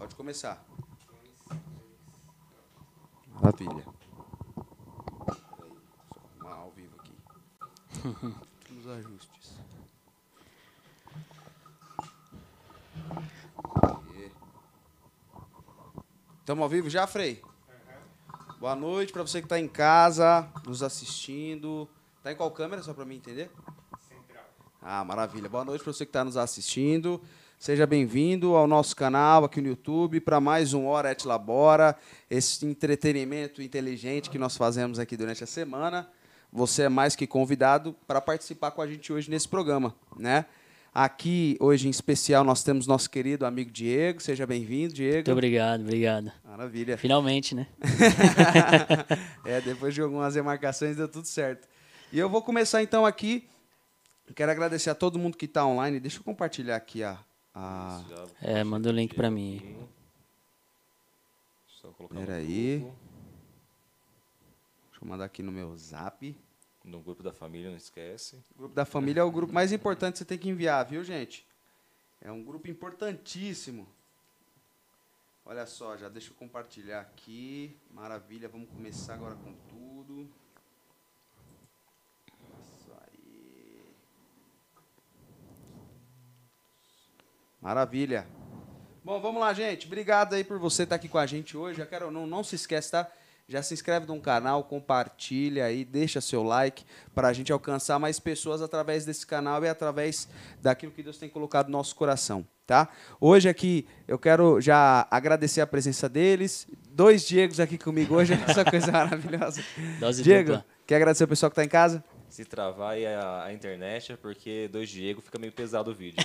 Pode começar. Maravilha. Peraí, só arrumar ao vivo aqui. Nos ajustes. Estamos ao vivo já, Frei? Boa noite para você que está em casa, nos assistindo. Está em qual câmera, só para mim entender? Central. Ah, maravilha. Boa noite para você que está nos assistindo. Seja bem-vindo ao nosso canal aqui no YouTube para mais um Hora Et Labora, esse entretenimento inteligente que nós fazemos aqui durante a semana. Você é mais que convidado para participar com a gente hoje nesse programa, né? Aqui, hoje em especial, nós temos nosso querido amigo Diego. Seja bem-vindo, Diego. Muito obrigado, obrigado. Maravilha. Finalmente, né? Depois de algumas remarcações deu tudo certo. E eu vou começar então aqui. Quero agradecer a todo mundo que está online. Deixa eu compartilhar aqui manda o link para mim. Espera aí. Deixa eu mandar aqui no meu zap. No grupo da família, não esquece. O grupo da família é o grupo mais importante que você tem que enviar, viu, gente? É um grupo importantíssimo. Olha só, já deixa eu compartilhar aqui. Maravilha, vamos começar agora com tudo. Isso aí. Maravilha. Bom, vamos lá, gente. Obrigado aí por você estar aqui com a gente hoje. Não se esquece, tá? Já se inscreve no canal, compartilha aí, deixa seu like para a gente alcançar mais pessoas através desse canal e através daquilo que Deus tem colocado no nosso coração, tá? Hoje aqui eu quero já agradecer a presença deles. 2 Diegos aqui comigo hoje, essa coisa maravilhosa. Diego, quer agradecer o pessoal que está em casa? Se travar aí a internet é porque 2 Diego fica meio pesado o vídeo.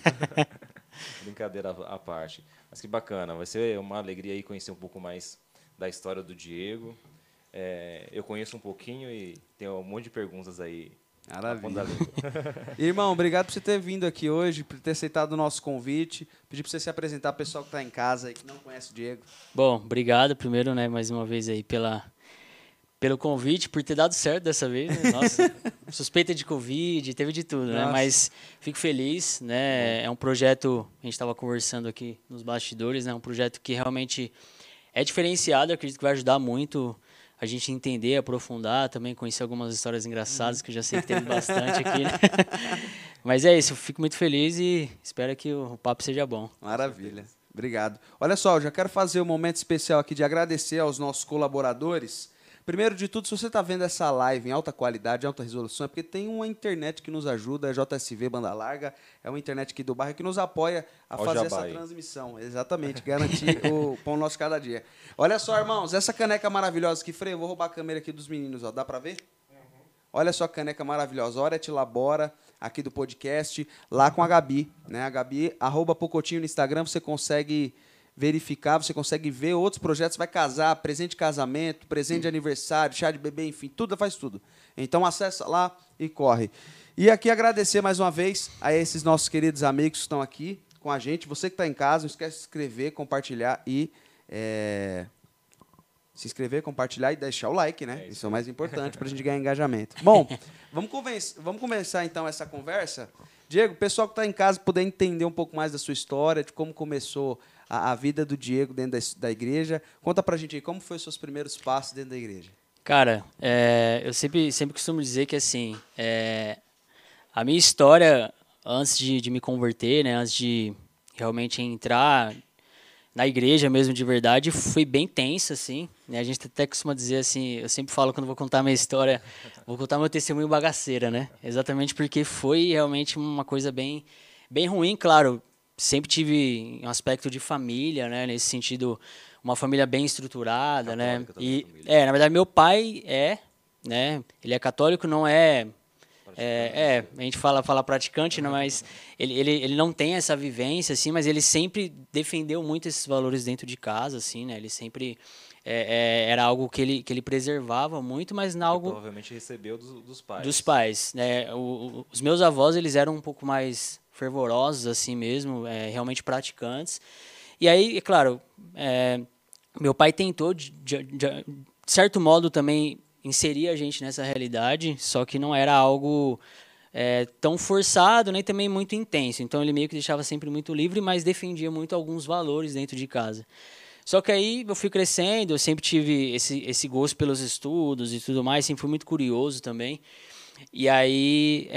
Brincadeira à parte. Mas que bacana, vai ser uma alegria aí conhecer um pouco mais da história do Diego. Eu conheço um pouquinho e tenho um monte de perguntas aí. Maravilha. Irmão, obrigado por você ter vindo aqui hoje, por ter aceitado o nosso convite. Pedir para você se apresentar ao pessoal que está em casa e que não conhece o Diego. Bom, obrigado primeiro, né, mais uma vez aí pelo convite, por ter dado certo dessa vez, né? Nossa, suspeita de Covid, teve de tudo, né? Mas fico feliz, né? É um projeto, a gente estava conversando aqui nos bastidores, né? Um projeto que realmente é diferenciado, eu acredito que vai ajudar muito a gente entender, aprofundar, também conhecer algumas histórias engraçadas, que eu já sei que teve bastante aqui, né? Mas é isso, eu fico muito feliz e espero que o papo seja bom. Maravilha, obrigado. Olha só, eu já quero fazer um momento especial aqui de agradecer aos nossos colaboradores. Primeiro de tudo, se você está vendo essa live em alta qualidade, alta resolução, é porque tem uma internet que nos ajuda, a JSV Banda Larga, é uma internet aqui do bairro que nos apoia a fazer essa transmissão. Exatamente, garantir o pão nosso cada dia. Olha só, irmãos, essa caneca maravilhosa aqui, Frei, eu vou roubar a câmera aqui dos meninos, ó, dá para ver? Olha só a caneca maravilhosa, Hora Et Labora, aqui do podcast, lá com a Gabi, né? A Gabi, @Pocotinho no Instagram, você consegue verificar, você consegue ver outros projetos, vai casar, presente de casamento, presente de aniversário, chá de bebê, enfim, tudo, faz tudo. Então acessa lá e corre. E aqui agradecer mais uma vez a esses nossos queridos amigos que estão aqui com a gente. Você que está em casa, não esquece de se inscrever, compartilhar e deixar o like, né? Isso é o mais importante para a gente ganhar engajamento. Bom, vamos começar então essa conversa. Diego, o pessoal que está em casa poder entender um pouco mais da sua história, de como começou a vida do Diego dentro da igreja. Conta pra gente aí, como foi os seus primeiros passos dentro da igreja? Cara, eu sempre costumo dizer que, assim, a minha história, antes de me converter, né, antes de realmente entrar na igreja mesmo de verdade, foi bem tensa, assim, né? A gente até costuma dizer assim, eu sempre falo quando vou contar minha história, vou contar meu testemunho bagaceira, né? Exatamente porque foi realmente uma coisa bem ruim, claro. Sempre tive um aspecto de família, né? Nesse sentido, uma família bem estruturada, católica, né? E família. na verdade meu pai né? Ele é católico, não é a gente fala praticante, né? Mas ele não tem essa vivência, assim, mas ele sempre defendeu muito esses valores dentro de casa, assim, né? Ele sempre era algo que ele preservava muito, mas não algo provavelmente recebeu dos pais. Dos pais, né? Os meus avós, eles eram um pouco mais fervorosos, assim mesmo, realmente praticantes. E aí, é claro, meu pai tentou, de certo modo, também inserir a gente nessa realidade, só que não era algo tão forçado, nem também muito intenso. Então ele meio que deixava sempre muito livre, mas defendia muito alguns valores dentro de casa. Só que aí eu fui crescendo, eu sempre tive esse gosto pelos estudos e tudo mais, sempre fui muito curioso também. E aí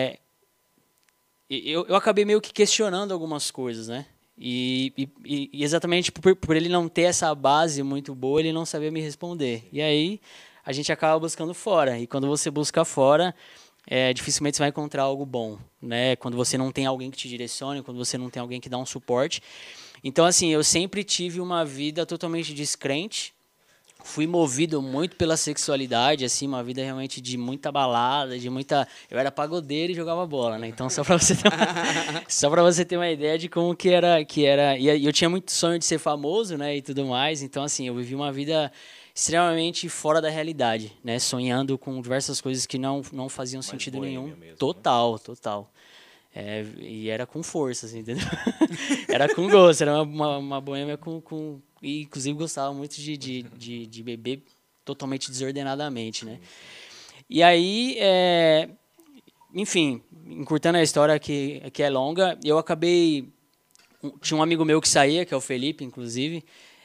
eu acabei meio que questionando algumas coisas, né? E exatamente por ele não ter essa base muito boa, ele não sabia me responder. E aí a gente acaba buscando fora. E quando você busca fora, dificilmente você vai encontrar algo bom, né? Quando você não tem alguém que te direcione, quando você não tem alguém que dá um suporte. Então, assim, eu sempre tive uma vida totalmente descrente. Fui movido muito pela sexualidade, assim, uma vida realmente de muita balada, de muita... Eu era pagodeiro e jogava bola, né? Então, só para você ter só para você ter uma ideia de como que era... E eu tinha muito sonho de ser famoso, né, e tudo mais. Então, assim, eu vivi uma vida extremamente fora da realidade, né? Sonhando com diversas coisas que não faziam Mais sentido boêmia nenhum. mesmo, né? Total. E era com força, assim, entendeu? Era com gosto, era uma boêmia com... E, inclusive, gostava muito de beber totalmente desordenadamente, né? E aí, enfim, encurtando a história que é longa, eu acabei... Tinha um amigo meu que saía, que é o Felipe, inclusive,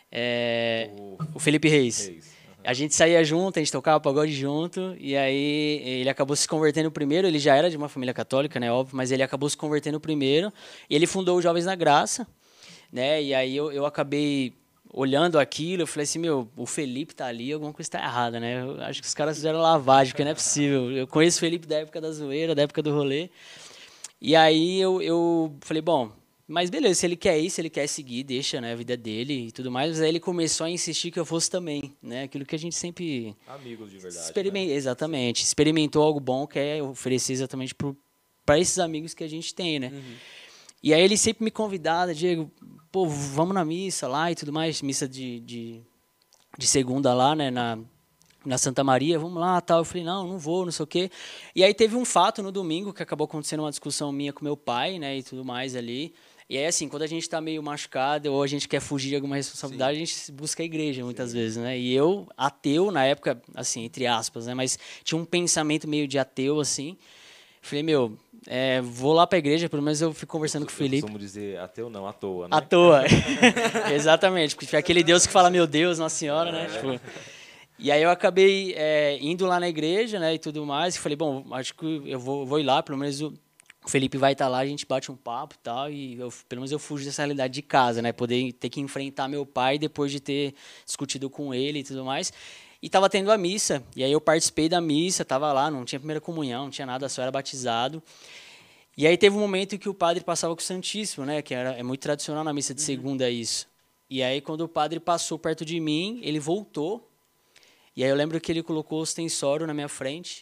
o Felipe Reis. A gente saía junto, a gente tocava pagode junto, e aí ele acabou se convertendo primeiro, ele já era de uma família católica, né, óbvio, mas ele acabou se convertendo primeiro, e ele fundou o Jovens na Graça, né, e aí eu acabei olhando aquilo, eu falei assim, meu, o Felipe tá ali, alguma coisa tá errada, né, eu acho que os caras fizeram lavagem, porque não é possível, eu conheço o Felipe da época da zoeira, da época do rolê, e aí eu falei, bom, mas beleza, se ele quer ir, se ele quer seguir, deixa, né, a vida dele e tudo mais. Mas aí ele começou a insistir que eu fosse também, né? Aquilo que a gente sempre... Amigos de verdade, né? Exatamente. Experimentou algo bom, quer oferecer exatamente para esses amigos que a gente tem, né? E aí ele sempre me convidava, Diego, pô, vamos na missa lá e tudo mais. Missa de segunda lá, né, na Santa Maria, vamos lá, tal. Eu falei, não vou, não sei o quê. E aí teve um fato no domingo que acabou acontecendo uma discussão minha com meu pai, né, e tudo mais ali. E aí, assim, quando a gente tá meio machucado ou a gente quer fugir de alguma responsabilidade, a gente busca a igreja muitas vezes, né? E eu, ateu, na época, assim, entre aspas, né? Mas tinha um pensamento meio de ateu, assim. Falei, meu, vou lá pra igreja, pelo menos eu fico conversando com o Felipe. Eu costumo dizer ateu não, à toa, né? À toa. Exatamente, porque é aquele Deus que fala, meu Deus, Nossa Senhora, né? Tipo... E aí eu acabei indo lá na igreja, né, e tudo mais, e falei, bom, acho que eu vou ir lá, pelo menos o Felipe vai estar lá, a gente bate um papo e tal, e pelo menos eu fujo dessa realidade de casa, né, poder ter que enfrentar meu pai depois de ter discutido com ele e tudo mais. E tava tendo a missa, e aí eu participei da missa, tava lá, não tinha primeira comunhão, não tinha nada, só era batizado. E aí teve um momento que o padre passava com o Santíssimo, né, que é muito tradicional na missa de segunda isso. E aí quando o padre passou perto de mim, ele voltou. E aí eu lembro que ele colocou o ostensório na minha frente.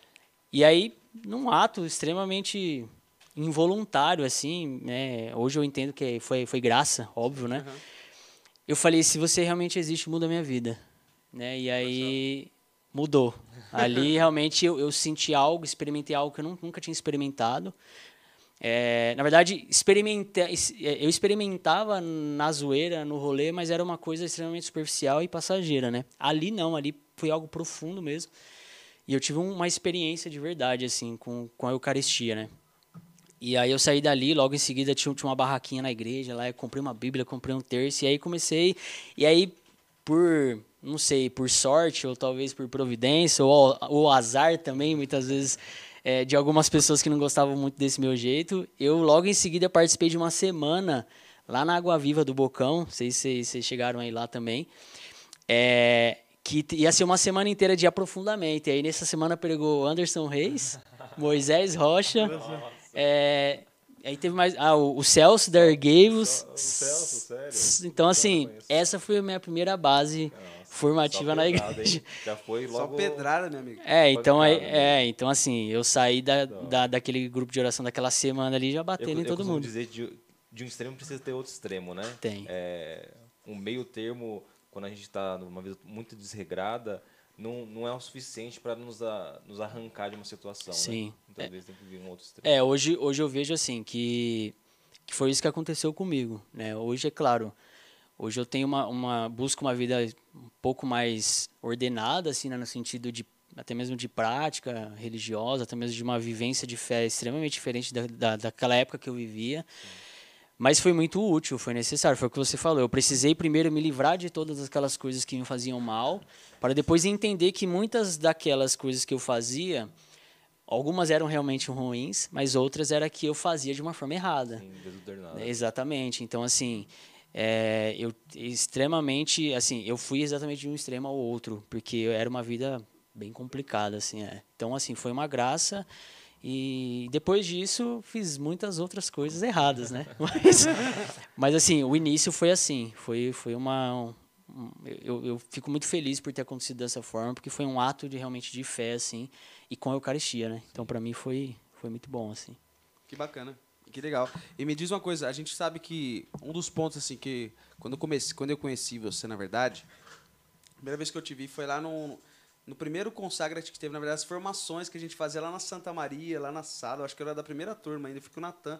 E aí, num ato extremamente involuntário, assim, né? Hoje eu entendo que foi graça, óbvio, né? Eu falei, se você realmente existe, muda a minha vida. Né? E aí mudou. Ali realmente eu senti algo, experimentei algo que eu nunca tinha experimentado. Na verdade, eu experimentava na zoeira, no rolê, mas era uma coisa extremamente superficial e passageira, né? Ali não, ali foi algo profundo mesmo. E eu tive uma experiência de verdade, assim, com a Eucaristia, né? E aí eu saí dali, logo em seguida tinha uma barraquinha na igreja, lá eu comprei uma Bíblia, comprei um terço, e aí comecei... E aí, não sei, por sorte, ou talvez por providência, ou azar também, muitas vezes... de algumas pessoas que não gostavam muito desse meu jeito. Eu, logo em seguida, participei de uma semana lá na Água Viva do Bocão. Não sei se vocês chegaram aí lá também. Que ia ser uma semana inteira de aprofundamento. E aí, nessa semana, pregou Anderson Reis, Moisés Rocha. Aí teve mais... o Celso da Ergueivos. O Celso, sério? Então, assim, essa foi a minha primeira base formativa na pesado, igreja. hein? Já foi logo... Só pedrada, meu amigo. Então assim, eu saí daquele grupo de oração daquela semana ali já batendo em todo mundo. Dizer de um extremo precisa ter outro extremo, né? Tem. Um meio termo, quando a gente está numa vida muito desregrada, não é o suficiente para nos arrancar de uma situação, Sim. Né? Muitas vezes tem que vir um outro extremo. Hoje eu vejo assim que foi isso que aconteceu comigo, né? Hoje, é claro, hoje eu tenho busco uma vida um pouco mais ordenada, assim, né? No sentido de até mesmo de prática religiosa, até mesmo de uma vivência de fé extremamente diferente daquela época que eu vivia. Mas foi muito útil, foi necessário, foi o que você falou. Eu precisei primeiro me livrar de todas aquelas coisas que me faziam mal, para depois entender que muitas daquelas coisas que eu fazia, algumas eram realmente ruins, mas outras era que eu fazia de uma forma errada. Sim, desordenado. Exatamente. Então, assim, eu fui exatamente de um extremo ao outro, porque era uma vida bem complicada, assim. Então, assim, foi uma graça. E depois disso, fiz muitas outras coisas erradas, né? Mas assim, o início foi assim. Eu fico muito feliz por ter acontecido dessa forma, porque foi um ato realmente de fé, assim, e com a Eucaristia, né? Então, para mim, foi muito bom, assim. Que bacana. Que legal. E me diz uma coisa, a gente sabe que um dos pontos, assim, que quando eu conheci você, na verdade, a primeira vez que eu te vi foi lá no primeiro Consagra-te que teve, na verdade, as formações que a gente fazia lá na Santa Maria, lá na sala, eu acho que eu era da primeira turma ainda, eu fui com o Natan.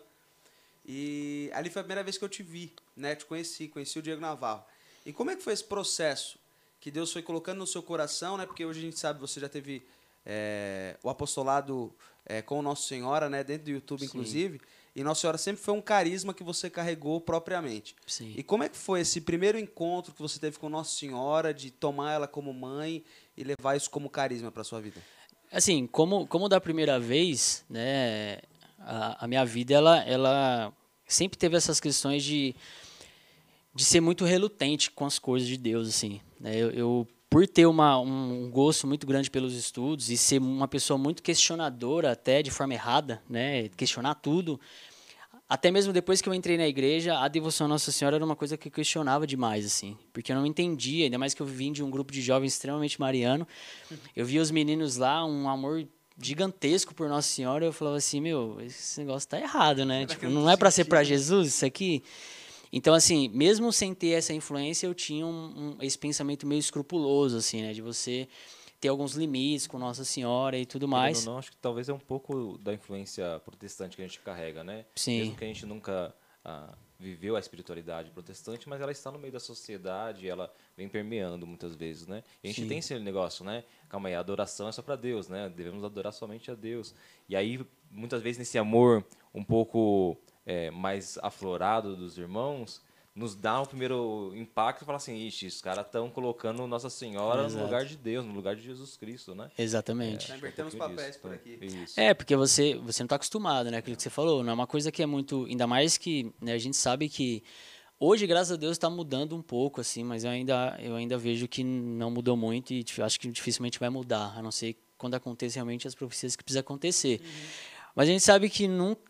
E ali foi a primeira vez que eu te vi, né? Te conheci o Diego Navarro. E como é que foi esse processo que Deus foi colocando no seu coração, né? Porque hoje a gente sabe, você já teve o apostolado com Nossa Senhora, né? Dentro do YouTube, Sim. inclusive. E Nossa Senhora sempre foi um carisma que você carregou propriamente. Sim. E como é que foi esse primeiro encontro que você teve com Nossa Senhora, de tomar ela como mãe e levar isso como carisma para sua vida? Assim, como da primeira vez, né? A minha vida, ela sempre teve essas questões de ser muito relutante com as coisas de Deus, assim, né? Eu por ter um gosto muito grande pelos estudos e ser uma pessoa muito questionadora, até de forma errada, né? Questionar tudo. Até mesmo depois que eu entrei na igreja, a devoção à Nossa Senhora era uma coisa que eu questionava demais, assim, porque eu não entendia, ainda mais que eu vim de um grupo de jovens extremamente mariano. Eu via os meninos lá, um amor gigantesco por Nossa Senhora, eu falava assim, meu, esse negócio tá errado, né? Tipo, não é para ser para Jesus isso aqui? Então, assim, mesmo sem ter essa influência, eu tinha esse pensamento meio escrupuloso, assim, né? De você ter alguns limites com Nossa Senhora e tudo mais. Querendo ou não, acho que talvez é um pouco da influência protestante que a gente carrega, né? Sim. Mesmo que a gente nunca viveu a espiritualidade protestante, mas ela está no meio da sociedade, ela vem permeando muitas vezes, né? E a gente tem esse negócio, né? Calma aí, a adoração é só para Deus, né? Devemos adorar somente a Deus. E aí, muitas vezes, nesse amor um pouco mais aflorado dos irmãos, nos dá um primeiro impacto e fala assim, ixi, os caras estão colocando Nossa Senhora no lugar de Deus, no lugar de Jesus Cristo, né? Exatamente. Já invertendo os papéis por aqui. Isso. Porque você não está acostumado, né? Aquilo que você falou, não é uma coisa que é muito... Ainda mais que, né, a gente sabe que hoje, graças a Deus, está mudando um pouco, assim, mas eu ainda vejo que não mudou muito e acho que dificilmente vai mudar, a não ser quando aconteça realmente as profecias que precisam acontecer. Mas a gente sabe que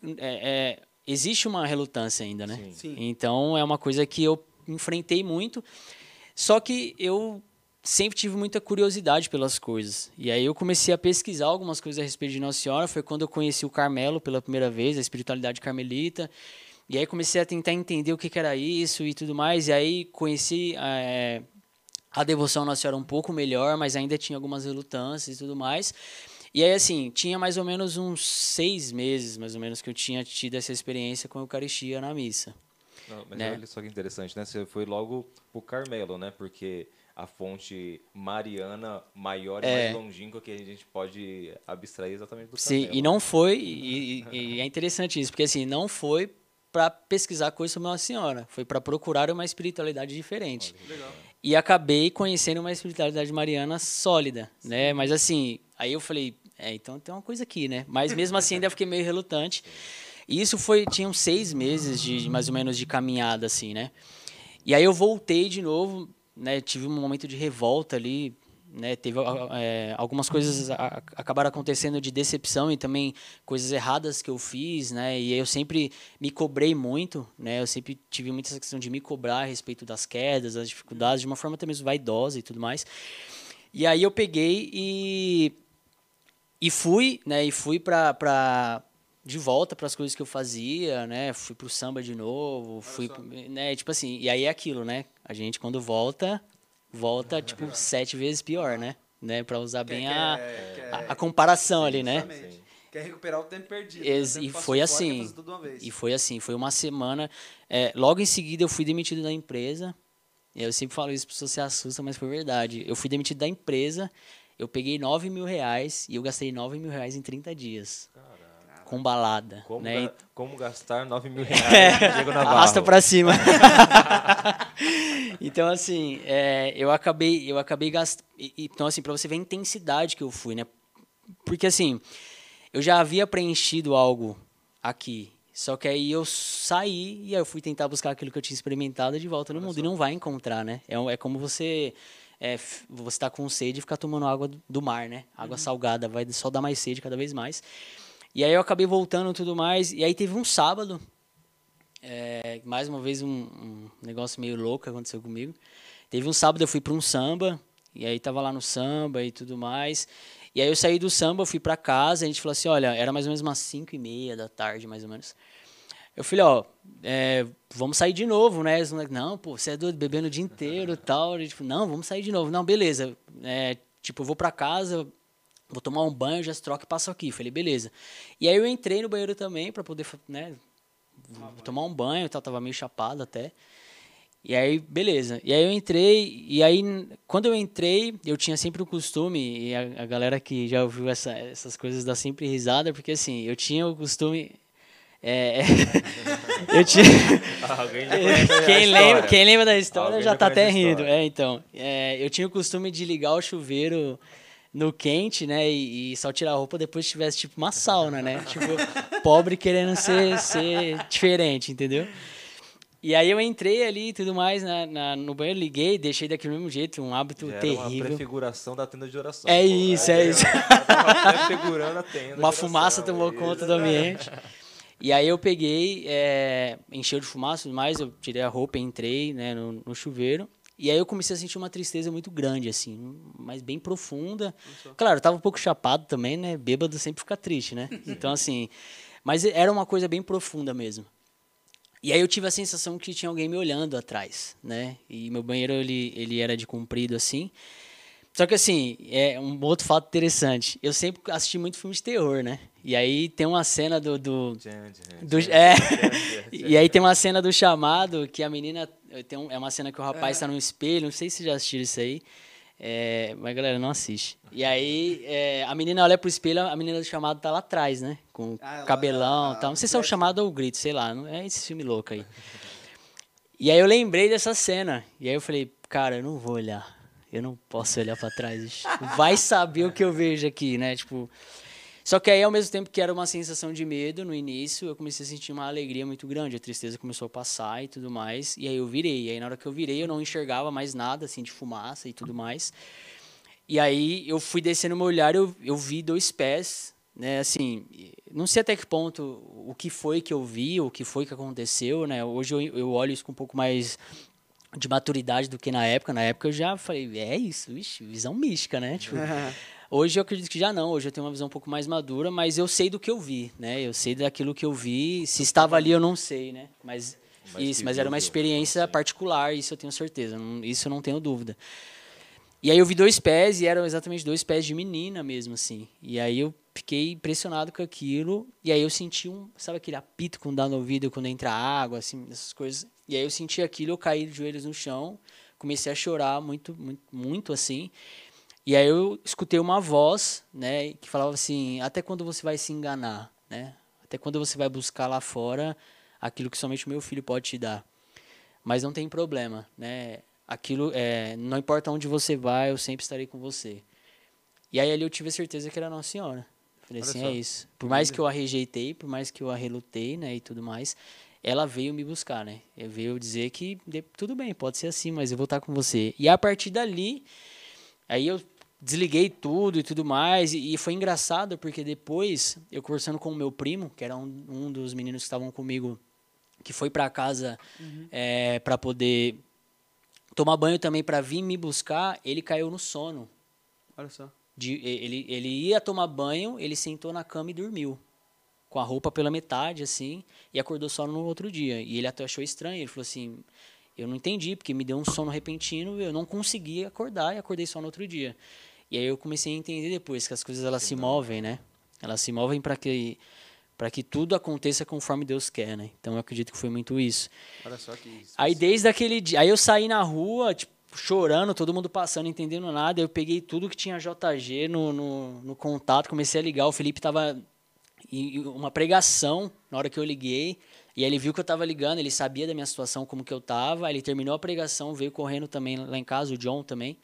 existe uma relutância ainda, né? Sim. Então, é uma coisa que eu enfrentei muito, só que eu sempre tive muita curiosidade pelas coisas. E aí eu comecei a pesquisar algumas coisas a respeito de Nossa Senhora, foi quando eu conheci o Carmelo pela primeira vez, a espiritualidade carmelita, e aí comecei a tentar entender o que era isso e tudo mais, e aí conheci a devoção à Nossa Senhora um pouco melhor, mas ainda tinha algumas relutâncias e tudo mais. E aí, assim, tinha mais ou menos uns 6 meses, mais ou menos, que eu tinha tido essa experiência com a Eucaristia na missa. Não, mas né? olha só que interessante, né? Você foi logo pro Carmelo, né? Porque a fonte mariana maior e mais longínqua que a gente pode abstrair exatamente do Sim, Carmelo. e não foi, e é interessante isso, porque assim, não foi para pesquisar coisas sobre Nossa Senhora, foi para procurar uma espiritualidade diferente. Legal. E acabei conhecendo uma espiritualidade mariana sólida, né? Mas assim, aí eu falei, então tem uma coisa aqui, né? Mas mesmo assim ainda fiquei meio relutante. E isso tinham 6 meses de mais ou menos de caminhada, assim, né? E aí eu voltei de novo, né? Tive um momento de revolta ali, né? Teve algumas coisas acabaram acontecendo de decepção e também coisas erradas que eu fiz, né? E eu sempre me cobrei muito, né? Eu sempre tive muita essa questão de me cobrar a respeito das quedas, das dificuldades, de uma forma até mesmo vaidosa e tudo mais. E aí eu peguei e fui, né? E fui de volta para as coisas que eu fazia, né? Fui pro samba de novo, né? Tipo assim, e aí é aquilo, né? A gente quando volta tipo 7 vezes pior, né? Para usar bem a comparação ali, né? Exatamente. Quer recuperar o tempo perdido. E foi assim. E foi assim, foi uma semana. Logo em seguida eu fui demitido da empresa. Eu sempre falo isso, as pessoas se assustam, mas foi verdade. Eu fui demitido da empresa. eu peguei R$ 9.000 e eu gastei R$ 9.000 em 30 dias. Com balada. Como, né? como gastar R$ 9.000 com Diego Navarro? Arrasta pra cima. Então, assim, eu acabei gastando. Então, assim, pra você ver a intensidade que eu fui, né? Porque, assim, eu já havia preenchido algo aqui. Só que aí eu saí e aí eu fui tentar buscar aquilo que eu tinha experimentado de volta no mundo. E não vai encontrar, né? É como você tá com sede e ficar tomando água do mar, né? Água salgada, vai só dar mais sede cada vez mais. E aí eu acabei voltando e tudo mais. E aí teve um sábado, mais uma vez um negócio meio louco que aconteceu comigo. Teve um sábado, eu fui para um samba, e aí tava lá no samba e tudo mais. E aí eu saí do samba, eu fui para casa, a gente falou assim, olha, era mais ou menos umas 5:30 da tarde, mais ou menos. Eu falei, ó, vamos sair de novo, né? Eles falaram, não, pô, você é doido, bebendo o dia inteiro e tal. A gente falou, não, vamos sair de novo. Não, beleza. Tipo, eu vou para casa, vou tomar um banho, já se troca e passo aqui. Falei, beleza. E aí eu entrei no banheiro também para poder, né, tomar um banho e tal, tava meio chapado até. E aí, beleza. E aí eu entrei, e aí quando eu entrei, eu tinha sempre o costume, e a galera que já ouviu essas coisas dá sempre risada, porque assim, eu tinha o costume... eu tinha... Quem lembra da história já tá até rindo. Então, eu tinha o costume de ligar o chuveiro no quente, né, e só tirar a roupa depois que tivesse tipo uma sauna, né, tipo, pobre querendo ser diferente, entendeu? E aí eu entrei ali e tudo mais no banheiro, liguei, deixei daquele mesmo jeito, um hábito terrível. Era uma prefiguração da tenda de oração. É isso. Tava prefigurando a tenda. Uma fumaça tomou conta do ambiente. E aí eu peguei, encheu de fumaça e tudo mais, eu tirei a roupa e entrei, né, no chuveiro. E aí eu comecei a sentir uma tristeza muito grande, assim, mas bem profunda. Claro, eu tava um pouco chapado também, né? Bêbado sempre fica triste, né? Então, assim, mas era uma coisa bem profunda mesmo. E aí eu tive a sensação que tinha alguém me olhando atrás, né? E meu banheiro, ele era de comprido, assim. Só que, assim, um outro fato interessante. Eu sempre assisti muito filme de terror, né? E aí tem uma cena E aí tem uma cena do chamado que a menina... É uma cena que o rapaz está no espelho. Não sei se já assistiram isso aí. Mas, galera, não assiste. E aí a menina olha pro espelho, a menina do chamado tá lá atrás, né? Com cabelão e tal. Não sei se é o chamado ou o grito, sei lá. Não é esse filme louco aí. E aí eu lembrei dessa cena. E aí eu falei, cara, eu não vou olhar. Eu não posso olhar pra trás. Vai saber o que eu vejo aqui, né? Tipo... Só que aí, ao mesmo tempo que era uma sensação de medo no início, eu comecei a sentir uma alegria muito grande. A tristeza começou a passar e tudo mais. E aí eu virei. E aí na hora que eu virei, eu não enxergava mais nada, assim, de fumaça e tudo mais. E aí eu fui descendo o meu olhar, eu vi 2 pés, né? Assim, não sei até que ponto o que foi que eu vi, o que foi que aconteceu, né? Hoje eu olho isso com um pouco mais de maturidade do que na época. Na época eu já falei, é isso, vixe, visão mística, né? Tipo, hoje eu acredito que já não, hoje eu tenho uma visão um pouco mais madura, mas eu sei do que eu vi, né? Eu sei daquilo que eu vi, se estava ali eu não sei, né? Mas era uma experiência particular, isso eu tenho certeza, isso eu não tenho dúvida. E aí eu vi 2 pés, e eram exatamente 2 pés de menina mesmo, assim. E aí eu fiquei impressionado com aquilo, e aí eu senti sabe aquele apito quando dá no ouvido, quando entra água, assim, essas coisas. E aí eu senti aquilo, eu caí de joelhos no chão, comecei a chorar muito, muito, muito, assim. E aí eu escutei uma voz, né, que falava assim, até quando você vai se enganar, né? Até quando você vai buscar lá fora aquilo que somente o meu filho pode te dar. Mas não tem problema, né? Aquilo, não importa onde você vai, eu sempre estarei com você. E aí ali eu tive a certeza que era Nossa Senhora. Falei assim, é isso. Por mais que eu a rejeitei, por mais que eu a relutei, né, e tudo mais, ela veio me buscar, né? Veio dizer que tudo bem, pode ser assim, mas eu vou estar com você. E a partir dali, aí eu desliguei tudo e tudo mais, e foi engraçado porque depois, eu conversando com o meu primo, que era um dos meninos que estavam comigo, que foi para casa para poder tomar banho também, para vir me buscar, ele caiu no sono. Olha só. Ele ia tomar banho, ele sentou na cama e dormiu. Com a roupa pela metade, assim, e acordou só no outro dia. E ele até achou estranho, ele falou assim, eu não entendi, porque me deu um sono repentino, eu não consegui acordar e acordei só no outro dia. E aí eu comecei a entender depois que as coisas elas se movem, né? Elas se movem para que tudo aconteça conforme Deus quer, né? Então eu acredito que foi muito isso. Olha só que aí desde aquele dia, aí eu saí na rua, tipo, chorando, todo mundo passando, não entendendo nada. Eu peguei tudo que tinha JG no contato, comecei a ligar. O Felipe tava em uma pregação na hora que eu liguei. E aí ele viu que eu tava ligando, ele sabia da minha situação, como que eu tava. Aí ele terminou a pregação, veio correndo também lá em casa, o John também.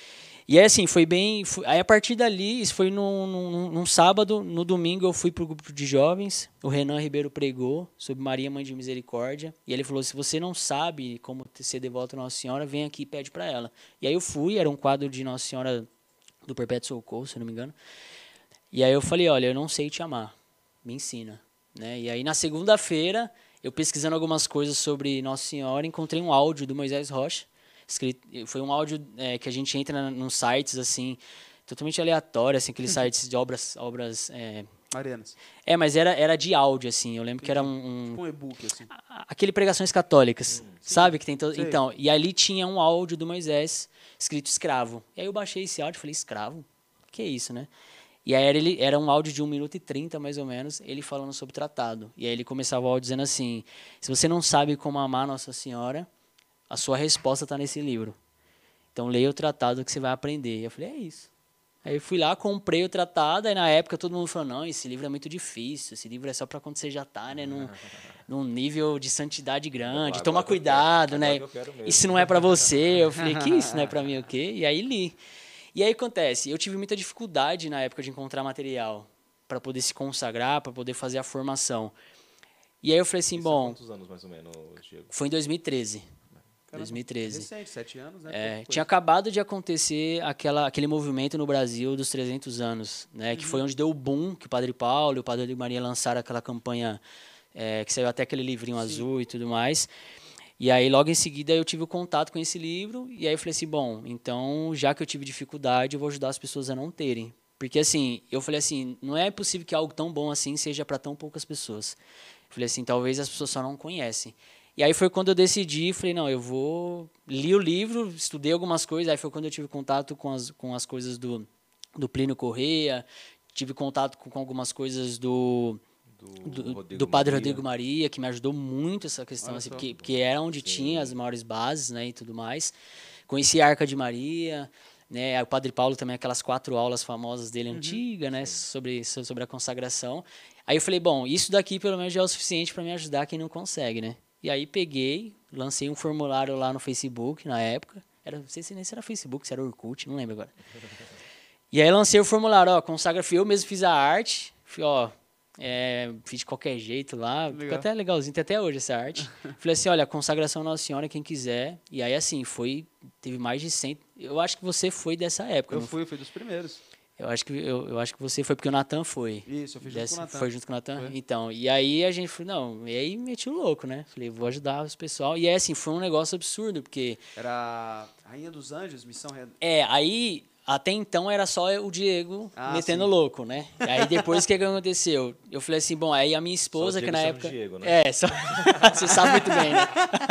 E aí, assim, foi bem... Aí, a partir dali, isso foi num sábado. No domingo, eu fui pro grupo de jovens. O Renan Ribeiro pregou sobre Maria, Mãe de Misericórdia. E ele falou, se você não sabe como ser devoto a Nossa Senhora, vem aqui e pede para ela. E aí eu fui, era um quadro de Nossa Senhora do Perpétuo Socorro, se eu não me engano. E aí eu falei, olha, eu não sei te amar, me ensina. Né? E aí, na segunda-feira, eu pesquisando algumas coisas sobre Nossa Senhora, encontrei um áudio do Moisés Rocha. Foi um áudio que a gente entra nos sites, assim, totalmente aleatório, assim, aqueles sites de obras Marianas. Mas era de áudio, assim, eu lembro que era Tipo um e-book, assim. aquele Pregações Católicas, sabe? Que tem todo... Sei. Então, e ali tinha um áudio do Moisés, escrito escravo. E aí eu baixei esse áudio e falei, escravo? Que é isso, né? E aí era um áudio de 1 minuto e 30, mais ou menos, ele falando sobre o tratado. E aí ele começava o áudio dizendo assim, se você não sabe como amar Nossa Senhora, a sua resposta está nesse livro. Então, leia o tratado que você vai aprender. E eu falei, é isso. Aí eu fui lá, comprei o tratado, aí na época todo mundo falou, não, esse livro é muito difícil, esse livro é só para quando você já está, né, num nível de santidade grande, toma cuidado, né? Isso não é para você. Eu falei, que isso não é para mim o quê? E aí li. E aí acontece, eu tive muita dificuldade na época de encontrar material para poder se consagrar, para poder fazer a formação. E aí eu falei assim, bom... Quantos anos mais ou menos, Diego? Foi em 2013. Caramba, 2013. Recente, 7 anos, né? Tinha acabado de acontecer aquele movimento no Brasil dos 300 anos, né? Que foi onde deu o boom, que o Padre Paulo e o Padre Maria lançaram aquela campanha, que saiu até aquele livrinho azul e tudo mais. E aí, logo em seguida, eu tive o contato com esse livro, e aí eu falei assim, bom, então, já que eu tive dificuldade, eu vou ajudar as pessoas a não terem. Porque, assim, eu falei assim, não é possível que algo tão bom assim seja para tão poucas pessoas. Eu falei assim, talvez as pessoas só não conhecem. E aí foi quando eu decidi, falei, não, eu vou... Li o livro, estudei algumas coisas, aí foi quando eu tive contato com as coisas do Plínio Corrêa, tive contato com algumas coisas do Padre Rodrigo Maria, que me ajudou muito essa questão, assim, porque era onde tinha as maiores bases, né, e tudo mais. Conheci a Arca de Maria, né, o Padre Paulo também, aquelas 4 aulas famosas dele, antigas, né, sobre a consagração. Aí eu falei, bom, isso daqui pelo menos já é o suficiente para me ajudar quem não consegue, né. E aí peguei, lancei um formulário lá no Facebook, na época. Não sei se nem se era Facebook, se era Orkut, não lembro agora. E aí lancei o formulário, consagra, eu mesmo fiz a arte, fiz de qualquer jeito lá, ficou até legalzinho, tem até hoje essa arte. Falei assim, olha, consagração Nossa Senhora, quem quiser. E aí assim, teve mais de 100, eu acho que você foi dessa época. Eu fui dos primeiros. Eu acho que você foi porque o Natan foi. Isso, eu fui junto com o Natan. Foi junto com o Natan? Então, e aí a gente falou, e aí meti o louco, né? Falei, vou ajudar os pessoal. E aí, assim, foi um negócio absurdo, porque... Era Rainha dos Anjos, Missão... Aí, até então, era só o Diego metendo louco, né? E aí, depois, o que aconteceu? Eu falei assim, bom, aí a minha esposa, que na época... Diego, né? Você sabe muito bem, né?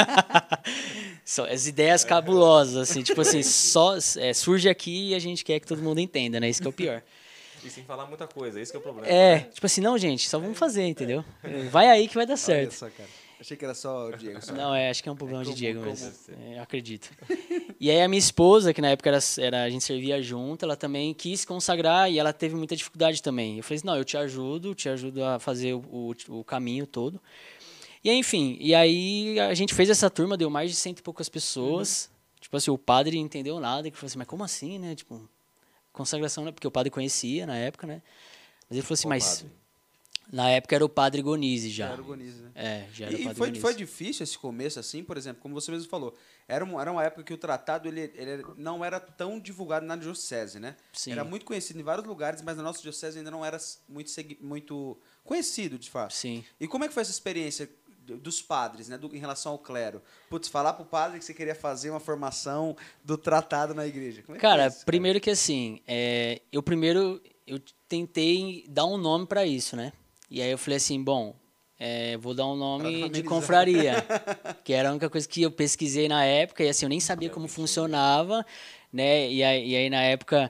As ideias cabulosas, assim, tipo assim, surge aqui e a gente quer que todo mundo entenda, né? Isso que é o pior. E sem falar muita coisa, esse que é o problema. Né? Tipo assim, não, gente, só vamos fazer, entendeu? Vai aí que vai dar certo. Olha só, cara. Achei que era só o Diego. Só. Não, acho que é um problema de Diego mesmo. Eu acredito. E aí a minha esposa, que na época a gente servia junto, ela também quis consagrar e ela teve muita dificuldade também. Eu falei assim, não, eu te ajudo a fazer o caminho todo. E enfim, e aí a gente fez essa turma, deu mais de 100 e poucas pessoas. Tipo assim, o padre não entendeu nada, que falou assim, mas como assim, né? Tipo, consagração, né? Porque o padre conhecia na época, né? Mas ele falou assim, mas... Padre? Na época era o Padre Gonise já. Já era o Gonise, né? Já era o Padre Gonise. Foi difícil esse começo, assim, por exemplo, como você mesmo falou. Era uma época que o tratado ele não era tão divulgado na diocese, né? Sim. Era muito conhecido em vários lugares, mas na nossa diocese ainda não era muito conhecido, de fato. Sim. E como é que foi essa experiência dos padres, né, em relação ao clero? Putz, falar pro padre que você queria fazer uma formação do tratado na igreja. Como é que cara, foi isso, primeiro que assim, eu tentei dar um nome para isso, né? E aí eu falei assim, bom, vou dar um nome de confraria, que era a única coisa que eu pesquisei na época, e assim, eu nem sabia como funcionava, né? E aí na época,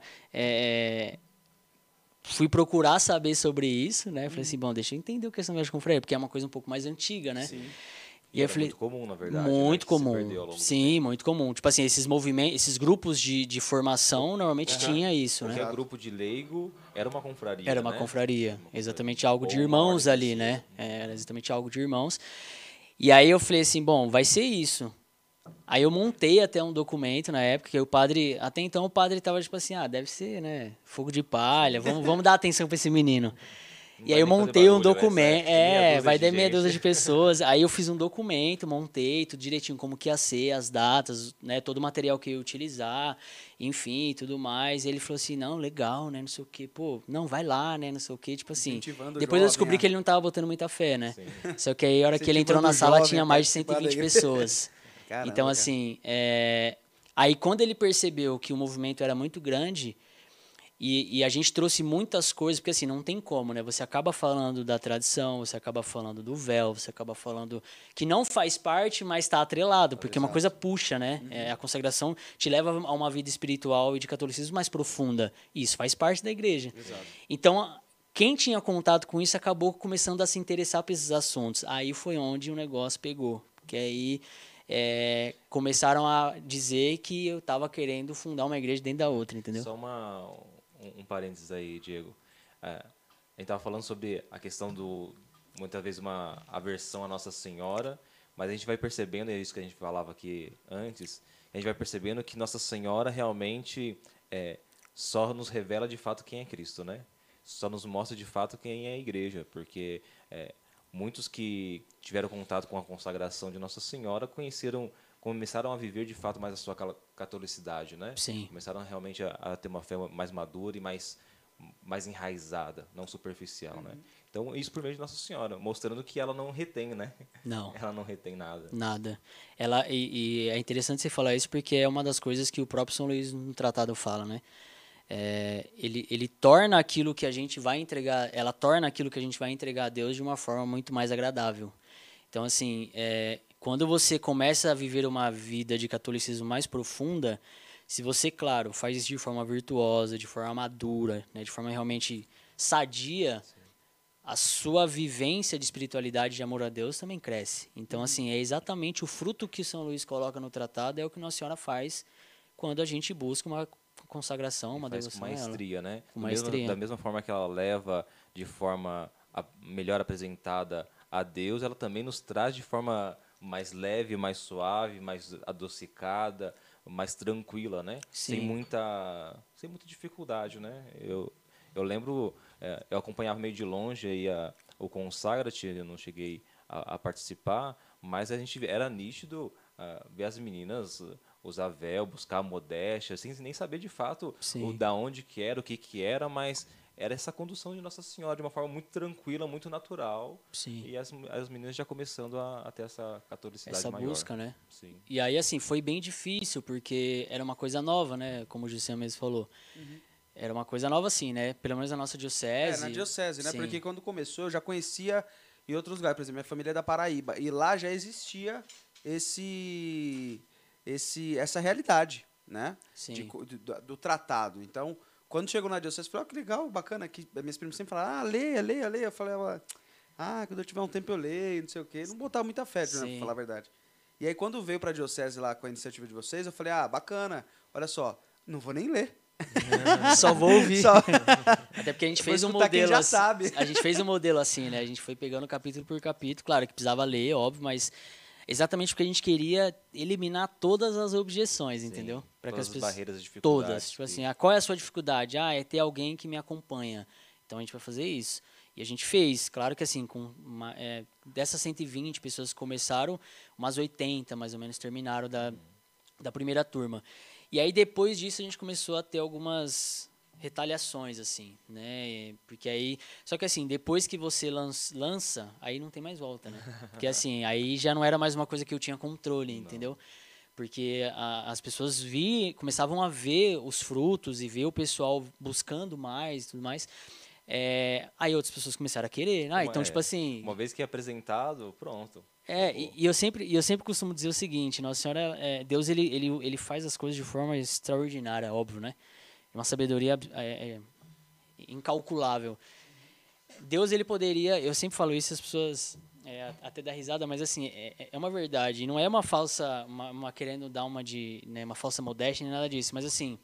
fui procurar saber sobre isso, né? Falei assim, bom, deixa eu entender o que é esse negócio de confraria, porque é uma coisa um pouco mais antiga, né? Sim. E aí eu era falei, muito comum, na verdade, né, muito que se comum. perdeu ao longo do Sim, muito comum. Tipo assim, esses movimentos, esses grupos de formação normalmente tinha isso, né? Qualquer grupo de leigo era uma confraria, Era uma né? confraria, Era uma exatamente confraria. algo de Ou uma irmãos ordem ali, terceira. né? Era exatamente algo de irmãos. E aí eu falei assim, bom, vai ser isso. Aí eu montei até um documento na época, que o padre, até então o padre tava tipo assim, deve ser, né, fogo de palha, vamos dar atenção pra esse menino. Não E aí vai eu nem fazer montei um barulho, vai documento, ser meia dúzia vai de dar meia dúzia gente. de pessoas. Aí eu fiz um documento, montei tudo direitinho, como que ia ser, as datas, né, todo o material que eu ia utilizar, enfim, tudo mais. E ele falou assim, não, legal, né, não sei o quê, pô, não, vai lá, né, não sei o quê, tipo assim. Incentivando o Depois eu jovem descobri a- que ele não tava botando muita fé, né. Sim. Só que aí a hora que ele entrou Incentivando na o sala jovem tinha a mais de participar da 120 igreja. pessoas. Caramba, Então, cara. assim, aí quando ele percebeu que o movimento era muito grande, e a gente trouxe muitas coisas, porque assim, não tem como, né? Você acaba falando da tradição, você acaba falando do véu, você acaba falando que não faz parte, mas está atrelado, porque uma coisa puxa, né? A consagração te leva a uma vida espiritual e de catolicismo mais profunda. E isso faz parte da igreja. Então, quem tinha contato com isso acabou começando a se interessar por esses assuntos. Aí foi onde o negócio pegou. Porque aí começaram a dizer que eu estava querendo fundar uma igreja dentro da outra, entendeu? Só um parênteses aí, Diego. A gente estava falando sobre a questão muitas vezes, uma aversão à Nossa Senhora, mas a gente vai percebendo, é isso que a gente falava aqui antes, a gente vai percebendo que Nossa Senhora realmente só nos revela de fato quem é Cristo, né? Só nos mostra de fato quem é a igreja, porque muitos que tiveram contato com a consagração de Nossa Senhora começaram a viver de fato mais a sua catolicidade, né? Sim. Começaram realmente a ter uma fé mais madura e mais enraizada, não superficial, né? Então, isso por meio de Nossa Senhora, mostrando que ela não retém, né? Não. Ela não retém nada. Nada. E é interessante você falar isso porque é uma das coisas que o próprio São Luís no tratado fala, né? Ele torna aquilo que a gente vai entregar, ela torna aquilo que a gente vai entregar a Deus de uma forma muito mais agradável. Então, assim, quando você começa a viver uma vida de catolicismo mais profunda, se você, claro, faz isso de forma virtuosa, de forma madura, né, de forma realmente sadia, a sua vivência de espiritualidade e de amor a Deus também cresce. Então, assim, é exatamente o fruto que São Luís coloca no tratado, é o que Nossa Senhora faz quando a gente busca uma consagração, uma Faz devoção com a ela. maestria, né? Com maestria. Da mesma forma que ela leva de forma melhor apresentada a Deus, ela também nos traz de forma mais leve, mais suave, mais adocicada, mais tranquila, né? Sim. Sem muita dificuldade, né? Eu lembro, eu acompanhava meio de longe aí o Consagra-te, eu não cheguei a participar, mas a gente era nítido ver as meninas usar véu, buscar a modéstia, sem nem saber de fato da onde que era, o que era, mas era essa condução de Nossa Senhora de uma forma muito tranquila, muito natural. Sim. E as meninas já começando a ter essa catolicidade Essa maior. busca, né? Sim. E aí, assim, foi bem difícil, porque era uma coisa nova, né? Como o José mesmo falou. Era uma coisa nova, assim, né? Pelo menos na nossa diocese. Na diocese, né? Sim. Porque quando começou, eu já conhecia em outros lugares. Por exemplo, minha família é da Paraíba. E lá já existia essa realidade, né? Sim. Do tratado. Então, quando chegou na diocese, eu falei, que legal, bacana. Que minhas primas sempre falavam, leia. Eu falei, quando eu tiver um tempo eu leio, não sei o quê. Não botava muita fé, né, pra falar a verdade. E aí, quando veio pra diocese lá com a iniciativa de vocês, eu falei, bacana, olha só, não vou nem ler. Só vou ouvir. Até porque a gente fez um modelo. Quem já assim, sabe. A gente fez um modelo assim, né? A gente foi pegando capítulo por capítulo. Claro que precisava ler, óbvio, mas exatamente porque a gente queria eliminar todas as objeções, entendeu? Para que as barreiras e dificuldades. Todas. Tipo assim, qual é a sua dificuldade? É ter alguém que me acompanha. Então a gente vai fazer isso. E a gente fez. Claro que assim, dessas 120 pessoas que começaram, umas 80 mais ou menos terminaram da primeira turma. E aí, depois disso, a gente começou a ter algumas retaliações, assim, né? Porque aí... Só que, assim, depois que você lança, aí não tem mais volta, né? Porque, assim, aí já não era mais uma coisa que eu tinha controle, entendeu? Porque as pessoas começavam a ver os frutos e ver o pessoal buscando mais e tudo mais. Aí outras pessoas começaram a querer. Então, tipo assim... Uma vez que é apresentado, pronto. E eu sempre costumo dizer o seguinte, Nossa Senhora, Deus ele faz as coisas de forma extraordinária, óbvio, né? Uma sabedoria incalculável. Deus, ele poderia, eu sempre falo isso, as pessoas até dar risada, mas assim, é uma verdade. Não é uma falsa, querendo dar uma de, né, uma falsa modéstia nem nada disso, mas assim,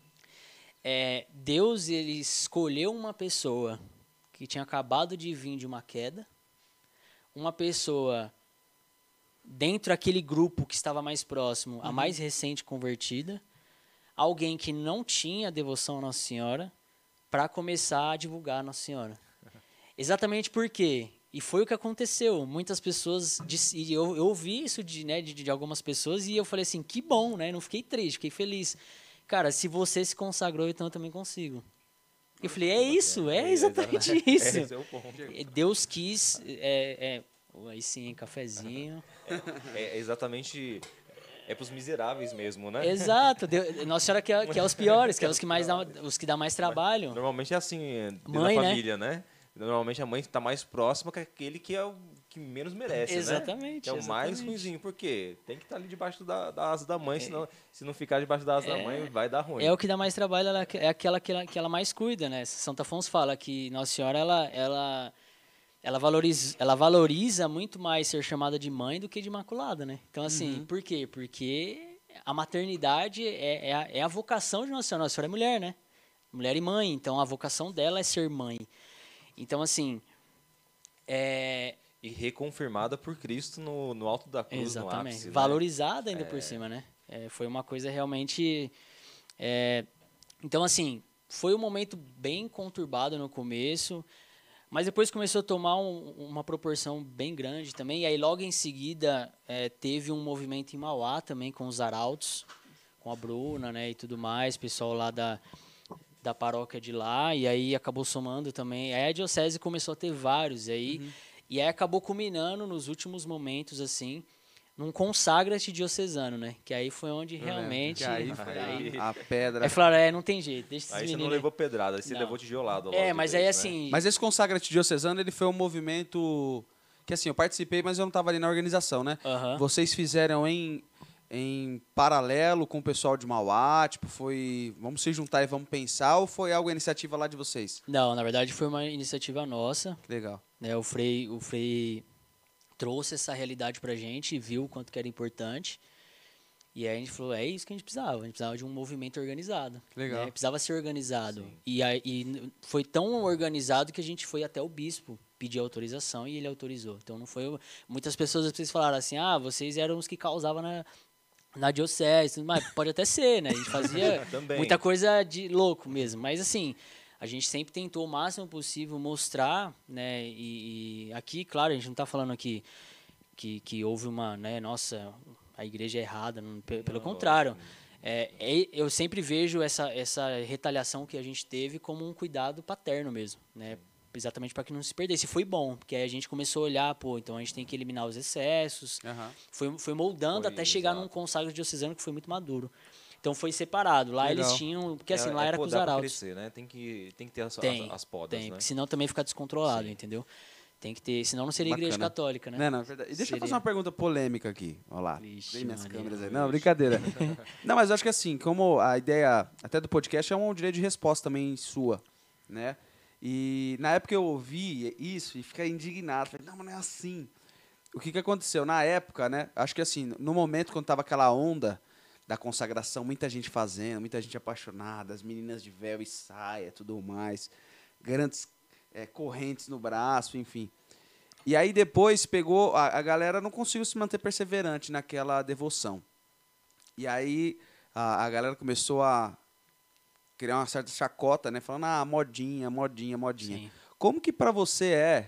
Deus, ele escolheu uma pessoa que tinha acabado de vir de uma queda, uma pessoa dentro daquele grupo que estava mais próximo, a mais recente convertida, alguém que não tinha devoção à Nossa Senhora, para começar a divulgar a Nossa Senhora. Exatamente por quê? E foi o que aconteceu. Muitas pessoas, e eu ouvi isso de algumas pessoas e eu falei assim, que bom, né? Não fiquei triste, fiquei feliz. Cara, se você se consagrou, então eu também consigo. Eu falei, é isso, é exatamente isso. Esse é o ponto. Deus quis, aí sim, cafezinho. É exatamente... É pros miseráveis mesmo, né? Exato. Nossa Senhora quer os piores, quer os que dá mais trabalho. Normalmente é assim, dentro Mãe, da né? família, né? Normalmente a mãe está mais próxima que aquele que é o que menos merece, Exatamente, né? Que é o mais exatamente. ruinzinho. Por quê? Tem que estar ali debaixo da asa da mãe, senão, se não ficar debaixo da asa da mãe, vai dar ruim. É o que dá mais trabalho, é aquela que ela mais cuida, né? Santo Afonso fala que Nossa Senhora, ela valoriza muito mais ser chamada de mãe do que de imaculada, né? Então, assim, por quê? Porque a maternidade é a vocação de Nossa Senhora. Nossa Senhora é mulher, né? Mulher e mãe. Então, a vocação dela é ser mãe. Então, assim... E reconfirmada por Cristo no alto da cruz, no Exatamente. ápice. Valorizada ainda por cima, né? Foi uma coisa realmente... Então, assim, foi um momento bem conturbado no começo, mas depois começou a tomar uma proporção bem grande também. E aí, logo em seguida, teve um movimento em Mauá também, com os arautos, com a Bruna, né, e tudo mais, pessoal lá da paróquia de lá, e aí acabou somando também. Aí a diocese começou a ter vários, e aí acabou culminando nos últimos momentos, assim, num consagra-te diocesano, né? Que aí foi onde realmente... Que aí foi a pedra. Aí falaram, não tem jeito, deixa esses Aí você meninos... não levou pedrada, aí você Não. levou tijolado. Logo Mas de aí vez, né? assim... Mas esse consagra-te diocesano, ele foi um movimento que, assim, eu participei, mas eu não estava ali na organização, né? Vocês fizeram em paralelo com o pessoal de Mauá, tipo, foi, vamos se juntar e vamos pensar, ou foi algo iniciativa lá de vocês? Não, na verdade foi uma iniciativa nossa. Que legal. Né? O Frei trouxe essa realidade pra gente e viu o quanto que era importante. E aí a gente falou, é isso que a gente precisava de um movimento organizado. Legal. Né? Precisava ser organizado. Sim. E foi tão organizado que a gente foi até o bispo pedir autorização e ele autorizou. Então não foi... Muitas pessoas vocês falaram assim, vocês eram os que causavam na diocese, mas pode até ser, né? A gente fazia muita coisa de louco mesmo. Mas assim, a gente sempre tentou o máximo possível mostrar, né? E aqui, claro, a gente não está falando aqui que houve uma, né? Nossa, a igreja é errada. Pelo contrário. Eu sempre vejo essa retaliação que a gente teve como um cuidado paterno mesmo, né? Exatamente para que não se perdesse. Foi bom, porque aí a gente começou a olhar, então a gente tem que eliminar os excessos. Foi moldando até chegar num consagro diocesano que foi muito maduro. Então foi separado. Lá eles tinham, porque assim, lá era com os arautos. Crescer, né? Tem que ter as podas, tem, né? Senão também fica descontrolado, entendeu? Tem que ter, senão não seria igreja católica, né? Não, é verdade. E deixa eu fazer uma pergunta polêmica aqui. Olha lá. Vixe, Vem minhas Maria. câmeras aí. Não, brincadeira. Não, mas eu acho que assim, como a ideia até do podcast é um direito de resposta também sua, né? E na época eu ouvi isso e fiquei indignado. Falei, não, mas não é assim. O que aconteceu? Na época, né? Acho que assim, no momento quando tava aquela onda da consagração, muita gente fazendo, muita gente apaixonada, as meninas de véu e saia, tudo mais, grandes correntes no braço, enfim. E aí depois pegou, a galera não conseguiu se manter perseverante naquela devoção. E aí a galera começou a criar uma certa chacota, né? Falando, modinha. Sim. Como que pra você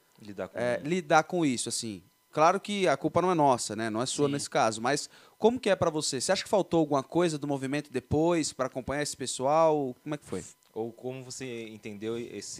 lidar com isso, assim? Claro que a culpa não é nossa, né? Não é sua nesse caso, mas como que é pra você? Você acha que faltou alguma coisa do movimento depois para acompanhar esse pessoal? Como é que foi? Ou como você entendeu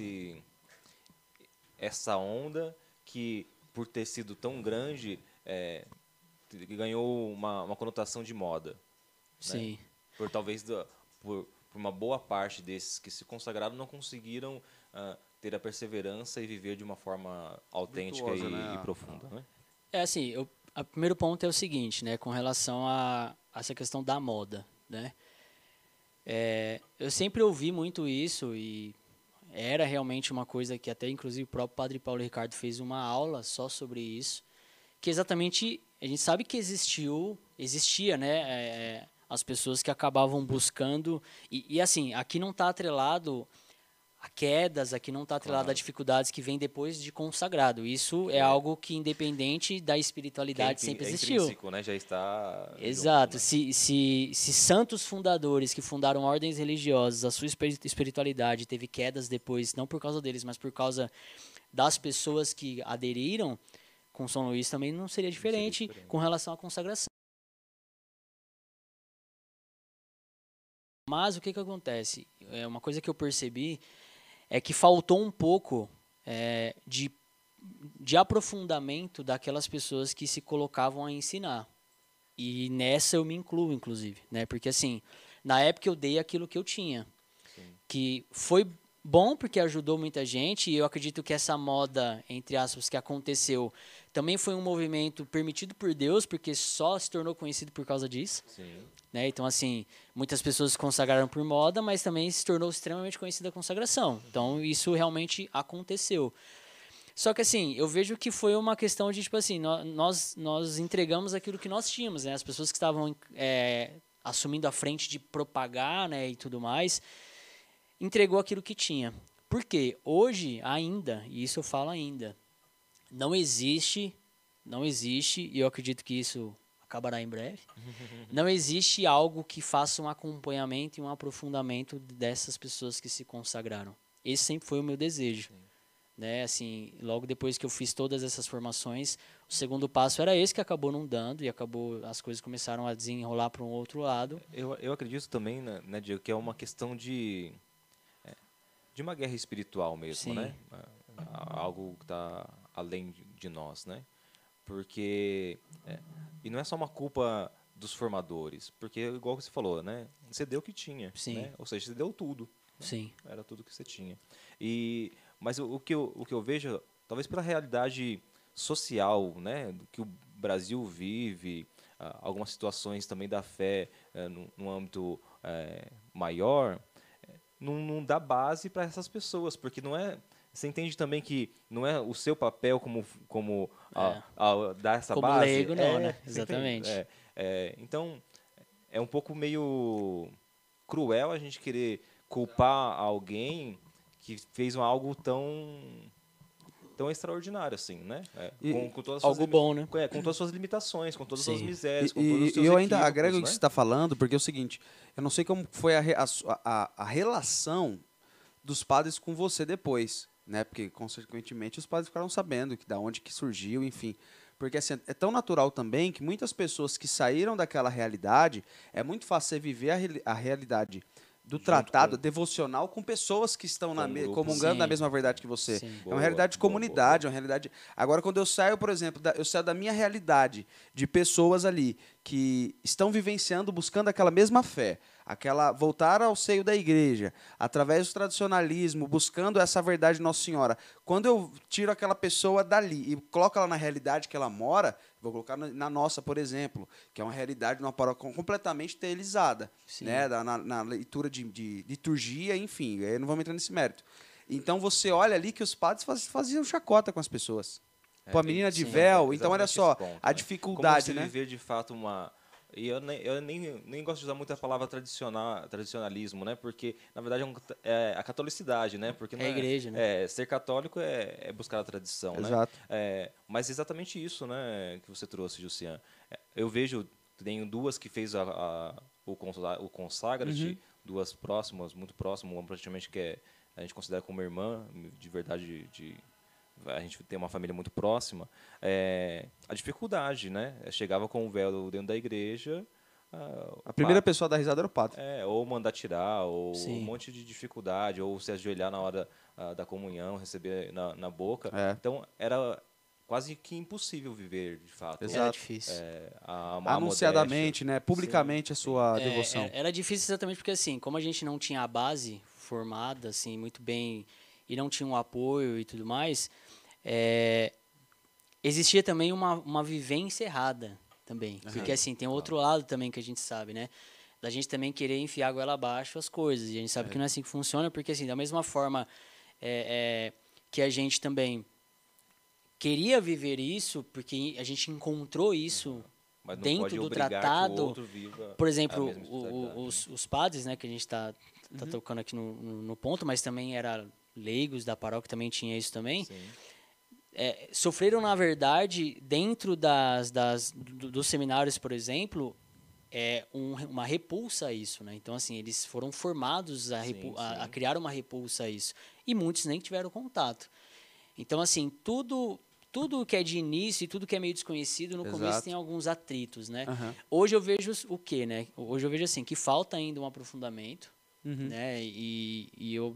essa onda que, por ter sido tão grande, ganhou uma conotação de moda? Sim. Né? Por talvez por uma boa parte desses que se consagraram não conseguiram ter a perseverança e viver de uma forma autêntica e profunda, né? Assim, o primeiro ponto é o seguinte, né, com relação a essa questão da moda, né? Eu sempre ouvi muito isso e era realmente uma coisa que até inclusive o próprio Padre Paulo Ricardo fez uma aula só sobre isso, que exatamente a gente sabe que existia, né, as pessoas que acabavam buscando e assim, aqui não está atrelado a quedas, aqui não está atrelado a dificuldades que vêm depois de consagrado. Isso é algo que, independente da espiritualidade, sempre existiu. Intrínseco, né? Já está Exato. junto, né? Se santos fundadores que fundaram ordens religiosas, a sua espiritualidade teve quedas depois, não por causa deles, mas por causa das pessoas que aderiram, com São Luís também não seria diferente com relação à consagração. Mas o que acontece? Uma coisa que eu percebi é que faltou um pouco de aprofundamento daquelas pessoas que se colocavam a ensinar. E nessa eu me incluo, inclusive, né? Porque assim, na época eu dei aquilo que eu tinha. Sim. Que foi bom porque ajudou muita gente, e eu acredito que essa moda, entre aspas, que aconteceu, também foi um movimento permitido por Deus, porque só se tornou conhecido por causa disso. Sim. Né? Então, assim, muitas pessoas se consagraram por moda, mas também se tornou extremamente conhecida a consagração. Então, isso realmente aconteceu. Só que, assim, eu vejo que foi uma questão de, tipo assim, nós entregamos aquilo que nós tínhamos, né? As pessoas que estavam assumindo a frente de propagar, né, e tudo mais, entregou aquilo que tinha. Por quê? Hoje, ainda, e isso eu falo ainda, não existe, e eu acredito que isso acabará em breve, não existe algo que faça um acompanhamento e um aprofundamento dessas pessoas que se consagraram. Esse sempre foi o meu desejo. Né? Assim, logo depois que eu fiz todas essas formações, o segundo passo era esse, que acabou não dando, e as coisas começaram a desenrolar para um outro lado. Eu acredito também, né, Diego, que é uma questão de uma guerra espiritual mesmo, né? Algo que está além de nós, né? Porque e não é só uma culpa dos formadores, porque igual você falou, né? Você deu o que tinha, né? Ou seja, você deu tudo. Sim. Né? Era tudo que você tinha. Mas o que eu vejo, talvez pela realidade social, né, do que o Brasil vive, algumas situações também da fé no âmbito maior, não dá base para essas pessoas, porque não é. Você entende também que não é o seu papel como dar essa como base? Leigo, não, né? Exatamente. Então, é um pouco meio cruel a gente querer culpar alguém que fez algo tão extraordinário assim, né? Com todas as algo bom, né? Com todas as suas limitações, com todas as suas misérias, com e, todos os seus eu ainda equívocos, agrego o né? que você está falando, porque é o seguinte, eu não sei como foi a relação dos padres com você depois, né? Porque, consequentemente, os padres ficaram sabendo que da onde que surgiu, enfim. Porque assim, é tão natural também que muitas pessoas que saíram daquela realidade, é muito fácil você viver a realidade do tratado devocional com pessoas que estão comungando na mesma verdade que você. Sim. É uma realidade de comunidade, é uma realidade... Agora, quando eu saio, por exemplo, eu saio da minha realidade de pessoas ali que estão vivenciando, buscando aquela mesma fé, voltar ao seio da igreja, através do tradicionalismo, buscando essa verdade de Nossa Senhora. Quando eu tiro aquela pessoa dali e coloco ela na realidade que ela mora, vou colocar na nossa, por exemplo, que é uma realidade numa paróquia completamente teolizada, né? Na leitura de liturgia, enfim, eu não vamos entrar nesse mérito. Então você olha ali que os padres faziam chacota com as pessoas. Pô, a menina de véu, então olha só, ponto, a dificuldade, como né? viver de fato uma... E eu nem gosto de usar muito a palavra tradicionalismo, né? Porque, na verdade, é a catolicidade, né? Porque não a igreja, né? Ser católico é buscar a tradição, Exato. né? Mas exatamente isso, né? Que você trouxe, Jussian. Eu vejo, tenho duas que fez o Consagra-te, duas próximas, muito próximas, uma praticamente que a gente considera como irmã, de verdade, a gente tem uma família muito próxima, a dificuldade, né? Chegava com o véu dentro da igreja... a primeira pessoa a dar risada era o padre. Ou mandar tirar, ou um monte de dificuldade, ou se ajoelhar na hora da comunhão, receber na boca. Então, era quase que impossível viver, de fato. Exato. Era difícil. Anunciadamente, né? Publicamente, a sua devoção. Era difícil exatamente porque, assim, como a gente não tinha a base formada, assim, muito bem, e não tinha um apoio e tudo mais... existia também uma vivência errada também. Porque, assim, tem outro lado também que a gente sabe, né? Da gente também querer enfiar a goela abaixo as coisas. E a gente sabe que não é assim que funciona, porque, assim, da mesma forma que a gente também queria viver isso, porque a gente encontrou isso Mas não dentro pode do obrigar que o tratado. outro viva Por a exemplo, mesma espiritualidade, né? os padres, né, que a gente está tocando aqui no ponto, mas também era leigos da paróquia, também tinha isso também, Sim. sofreram, na verdade, dentro dos seminários, por exemplo, uma repulsa a isso, né? Então, assim, eles foram formados a Sim. criar uma repulsa a isso. E muitos nem tiveram contato. Então, assim, tudo que é de início e tudo que é meio desconhecido, no começo Exato. tem alguns atritos, né? Aham. Hoje eu vejo o quê, né? Hoje eu vejo, assim, que falta ainda um aprofundamento, Uhum. né? E eu,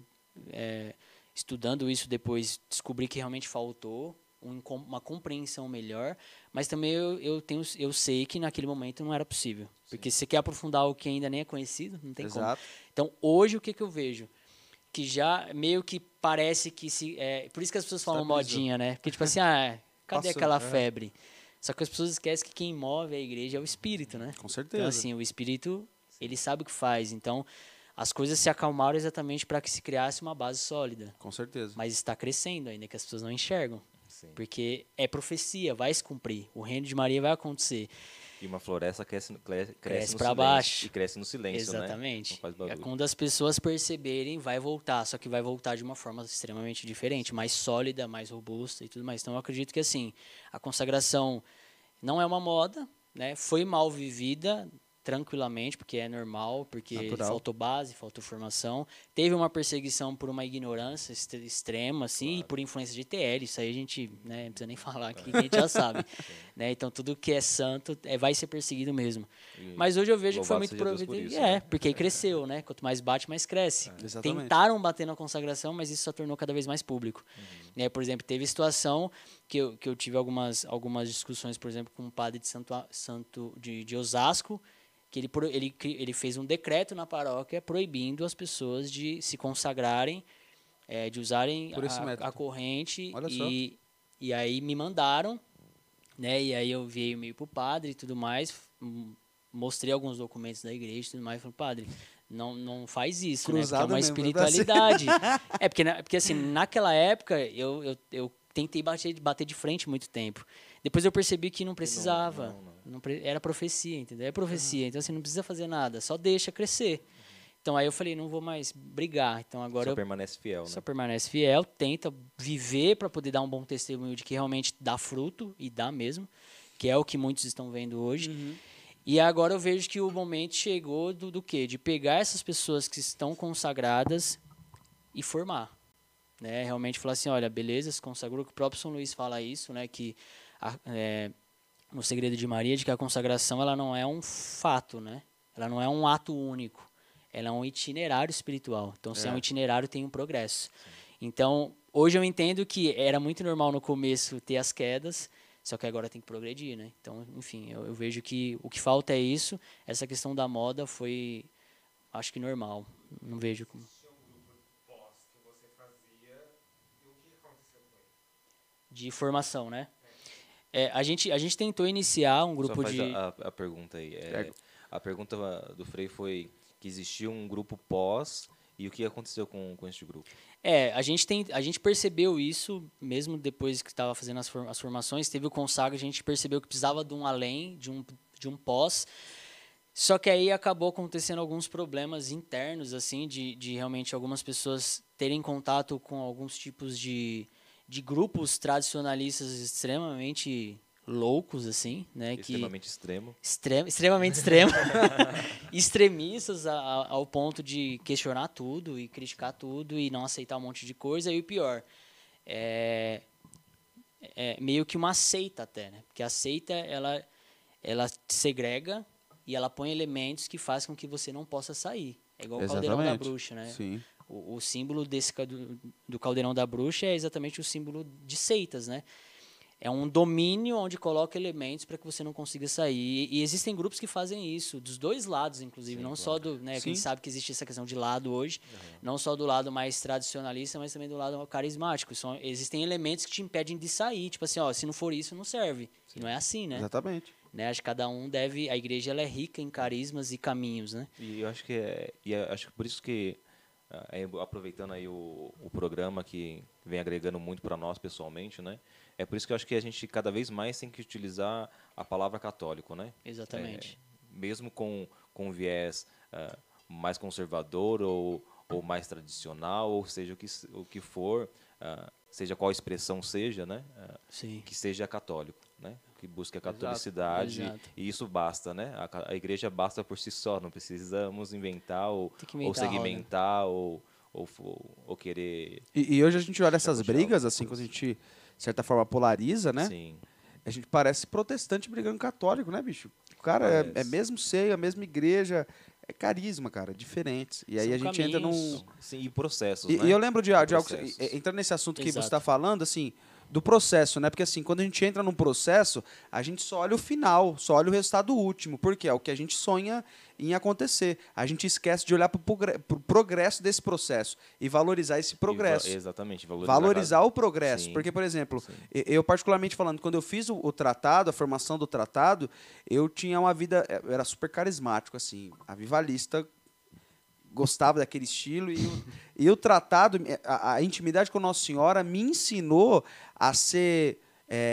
estudando isso depois, descobri que realmente faltou uma compreensão melhor, mas também eu sei que naquele momento não era possível. Porque se você quer aprofundar o que ainda nem é conhecido, não tem como. Exato. Então, hoje, o que eu vejo? Que já meio que parece que por isso que as pessoas falam Estabilizou. modinha, né? Porque, tipo assim, cadê Passou, aquela é. febre? Só que as pessoas esquecem que quem move a igreja é o Espírito, né? Com certeza. Então, assim, o Espírito, ele sabe o que faz. Então, as coisas se acalmaram exatamente para que se criasse uma base sólida. Com certeza. Mas está crescendo ainda, que as pessoas não enxergam. Sim. Porque é profecia, vai se cumprir. O reino de Maria vai acontecer. E uma floresta cresce no Cresce silêncio. pra baixo. E cresce no silêncio, né? Exatamente. Não faz barulho. Quando as pessoas perceberem, vai voltar. Só que vai voltar de uma forma extremamente diferente, mais sólida, mais robusta e tudo mais. Então, eu acredito que, assim, a consagração não é uma moda, né? Foi mal vivida tranquilamente, porque é normal, porque Natural. faltou base, faltou formação. Teve uma perseguição por uma ignorância extrema, assim, e por influência de TL. Isso aí a gente, né, não precisa nem falar, que a gente já sabe. Né? Então, tudo que é santo vai ser perseguido mesmo. E Mas hoje eu vejo que foi louvado muito seja Deus por providencial. isso, né? Porque aí cresceu, né? Quanto mais bate, mais cresce. Exatamente. Tentaram bater na consagração, mas isso só tornou cada vez mais público. Né? Por exemplo, teve situação que eu tive algumas discussões, por exemplo, com um padre de Osasco, que ele fez um decreto na paróquia proibindo as pessoas de se consagrarem, de usarem Por esse método. a corrente. Olha só. E aí me mandaram, né? E aí eu vi e-mail pro padre e tudo mais, mostrei alguns documentos da igreja e tudo mais, e falei, padre, não faz isso, Cruzada né? Porque é uma mesmo, espiritualidade. Porque assim, naquela época eu tentei bater de frente muito tempo. Depois eu percebi que não precisava. Era profecia, entendeu? É profecia, então assim, não precisa fazer nada, só deixa crescer. Então aí eu falei, não vou mais brigar. Então agora Só eu permanece fiel, né? só permanece fiel, tenta viver para poder dar um bom testemunho de que realmente dá fruto, e dá mesmo, que é o que muitos estão vendo hoje. E agora eu vejo que o momento chegou do quê? De pegar essas pessoas que estão consagradas e formar. Né? Realmente falar assim, olha, beleza, se consagrou, que o próprio São Luís fala isso, né? Que no Segredo de Maria, de que a consagração ela não é um fato, né? Ela não é um ato único. Ela é um itinerário espiritual. Então, se é um itinerário, tem um progresso. Então, hoje eu entendo que era muito normal no começo ter as quedas, só que agora tem que progredir, né? Então, enfim, eu vejo que o que falta é isso. Essa questão da moda foi, acho que normal. Não vejo como... De formação, né? A gente tentou iniciar um grupo Só faz de... a pergunta aí. A pergunta do Frei foi que existia um grupo pós e o que aconteceu com este grupo? A gente percebeu isso, mesmo depois que estava fazendo as formações, teve o consagra, a gente percebeu que precisava de um além, de um pós, só que aí acabou acontecendo alguns problemas internos, assim, de realmente algumas pessoas terem contato com alguns tipos de grupos tradicionalistas extremamente loucos, assim, né? Extremamente extremo. Extremamente extremo. Extremistas ao ponto de questionar tudo e criticar tudo e não aceitar um monte de coisa. E o pior, é meio que uma seita até, né? Porque a seita, ela segrega e ela põe elementos que fazem com que você não possa sair. É igual o caldeirão da bruxa, né? Sim. O símbolo do caldeirão da bruxa é exatamente o símbolo de seitas, né? É um domínio onde coloca elementos para que você não consiga sair. E existem grupos que fazem isso, dos dois lados, inclusive. Sim, não claro. só do... Né, quem sabe que existe essa questão de lado hoje. Não só do lado mais tradicionalista, mas também do lado carismático. Existem elementos que te impedem de sair. Tipo assim, ó, se não for isso, não serve. E não é assim, né? Exatamente. Né? Acho que cada um deve... A igreja ela é rica em carismas e caminhos, né? E eu acho que acho que por isso que aproveitando aí o programa que vem agregando muito para nós pessoalmente, né? É por isso que eu acho que a gente cada vez mais tem que utilizar a palavra católico, né? Exatamente. Mesmo com viés mais conservador ou mais tradicional, ou seja, o que for, seja qual expressão seja, né? Sim. Que seja católico, né? Que busque a catolicidade, Exato. e isso basta, né? A igreja basta por si só, não precisamos inventar Tem que ou inventar a roda. segmentar ou querer E hoje a gente olha essas puxar brigas, alguma assim, quando a coisa. gente, de certa forma, polariza, né? Sim, A gente parece protestante brigando com católico, né, bicho? O cara é parece. mesmo seio, a mesma igreja, é carisma, cara, diferentes. E aí São a gente entra num. caminhos. Sim, e processos, E, né? e eu lembro de algo, Processos. entrando nesse assunto que você Exato. está falando, assim, do processo, né? Porque assim, quando a gente entra num processo, a gente só olha o final, só olha o resultado último, porque é o que a gente sonha em acontecer. A gente esquece de olhar para o progresso desse processo e valorizar esse progresso. Exatamente, Valorizar o progresso. Sim, Porque, por exemplo, sim. eu particularmente falando, quando eu fiz o tratado, a formação do tratado, eu tinha uma vida, eu era super carismático, assim, avivalista, gostava daquele estilo e o tratado, a intimidade com Nossa Senhora me ensinou a ser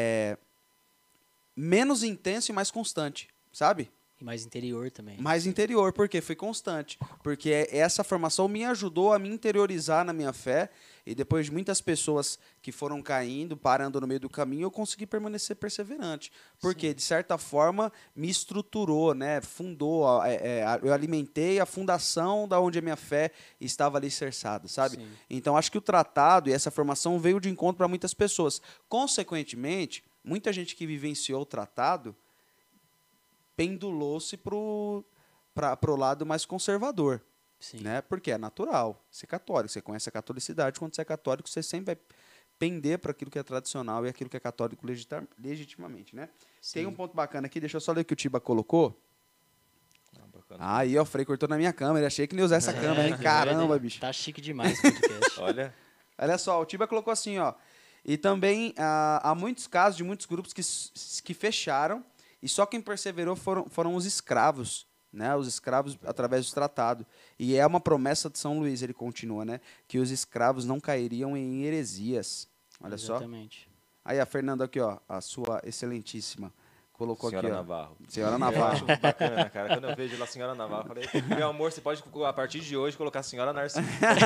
menos intenso e mais constante, sabe? E mais interior também. Mais interior, porque foi constante. Porque essa formação me ajudou a me interiorizar na minha fé. E depois de muitas pessoas que foram caindo, parando no meio do caminho, eu consegui permanecer perseverante. Porque, de certa forma, me estruturou, né? Fundou. Eu alimentei a fundação da onde a minha fé estava alicerçada, sabe? Sim. Então, acho que o tratado e essa formação veio de encontro para muitas pessoas. Consequentemente, muita gente que vivenciou o tratado pendulou-se para o lado mais conservador, Sim. né? Porque é natural ser católico. Você conhece a catolicidade, quando você é católico, você sempre vai pender para aquilo que é tradicional e aquilo que é católico legitimamente, né? Tem um ponto bacana aqui, deixa eu só ler o que o Tiba colocou. Bacana. Aí, ó, o Frei cortou na minha câmera, achei que não ia usar essa câmera, hein? que Caramba, doido, hein? bicho. Tá chique demais o podcast. Olha, Olha só, o Tiba colocou assim, ó. E também há muitos casos de muitos grupos que fecharam e só quem perseverou foram os escravos, né? Os escravos através do tratado. E é uma promessa de São Luís, ele continua, né? Que os escravos não cairiam em heresias. Olha Exatamente. só. Aí a Fernanda aqui, ó, a sua excelentíssima, colocou Senhora aqui, ó. Navarro. Senhora Eu Navarro. acho bacana, cara. Quando eu vejo lá a Senhora Navarro, eu falei, meu amor, você pode, a partir de hoje, colocar a Senhora Narcisa.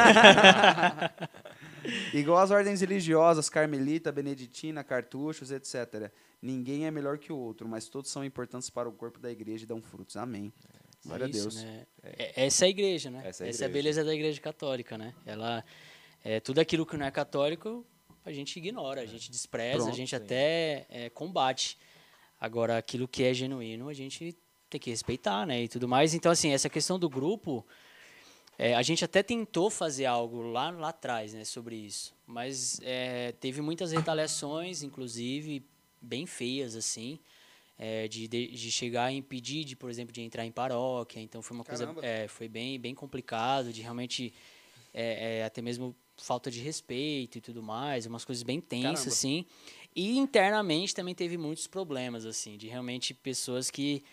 Igual as ordens religiosas, carmelita, beneditina, cartuchos, etc. Ninguém é melhor que o outro, mas todos são importantes para o corpo da igreja e dão frutos. Amém. Glória a Isso, Deus. né? Essa é a igreja, né? Essa é a Essa é a igreja. beleza da igreja católica, né? Ela, tudo aquilo que não é católico, a gente ignora, a gente despreza, Pronto, a gente sim. até combate. Agora, aquilo que é genuíno, a gente tem que respeitar, né? E tudo mais. Então, assim, essa questão do grupo, a gente até tentou fazer algo lá atrás, né, sobre isso. Mas teve muitas retaliações, inclusive, bem feias, assim. De chegar a impedir, por exemplo, de entrar em paróquia. Então foi uma Caramba. coisa, foi bem complicado, de realmente até mesmo falta de respeito e tudo mais, umas coisas bem tensas, Caramba. assim. E internamente também teve muitos problemas, assim, de realmente pessoas que,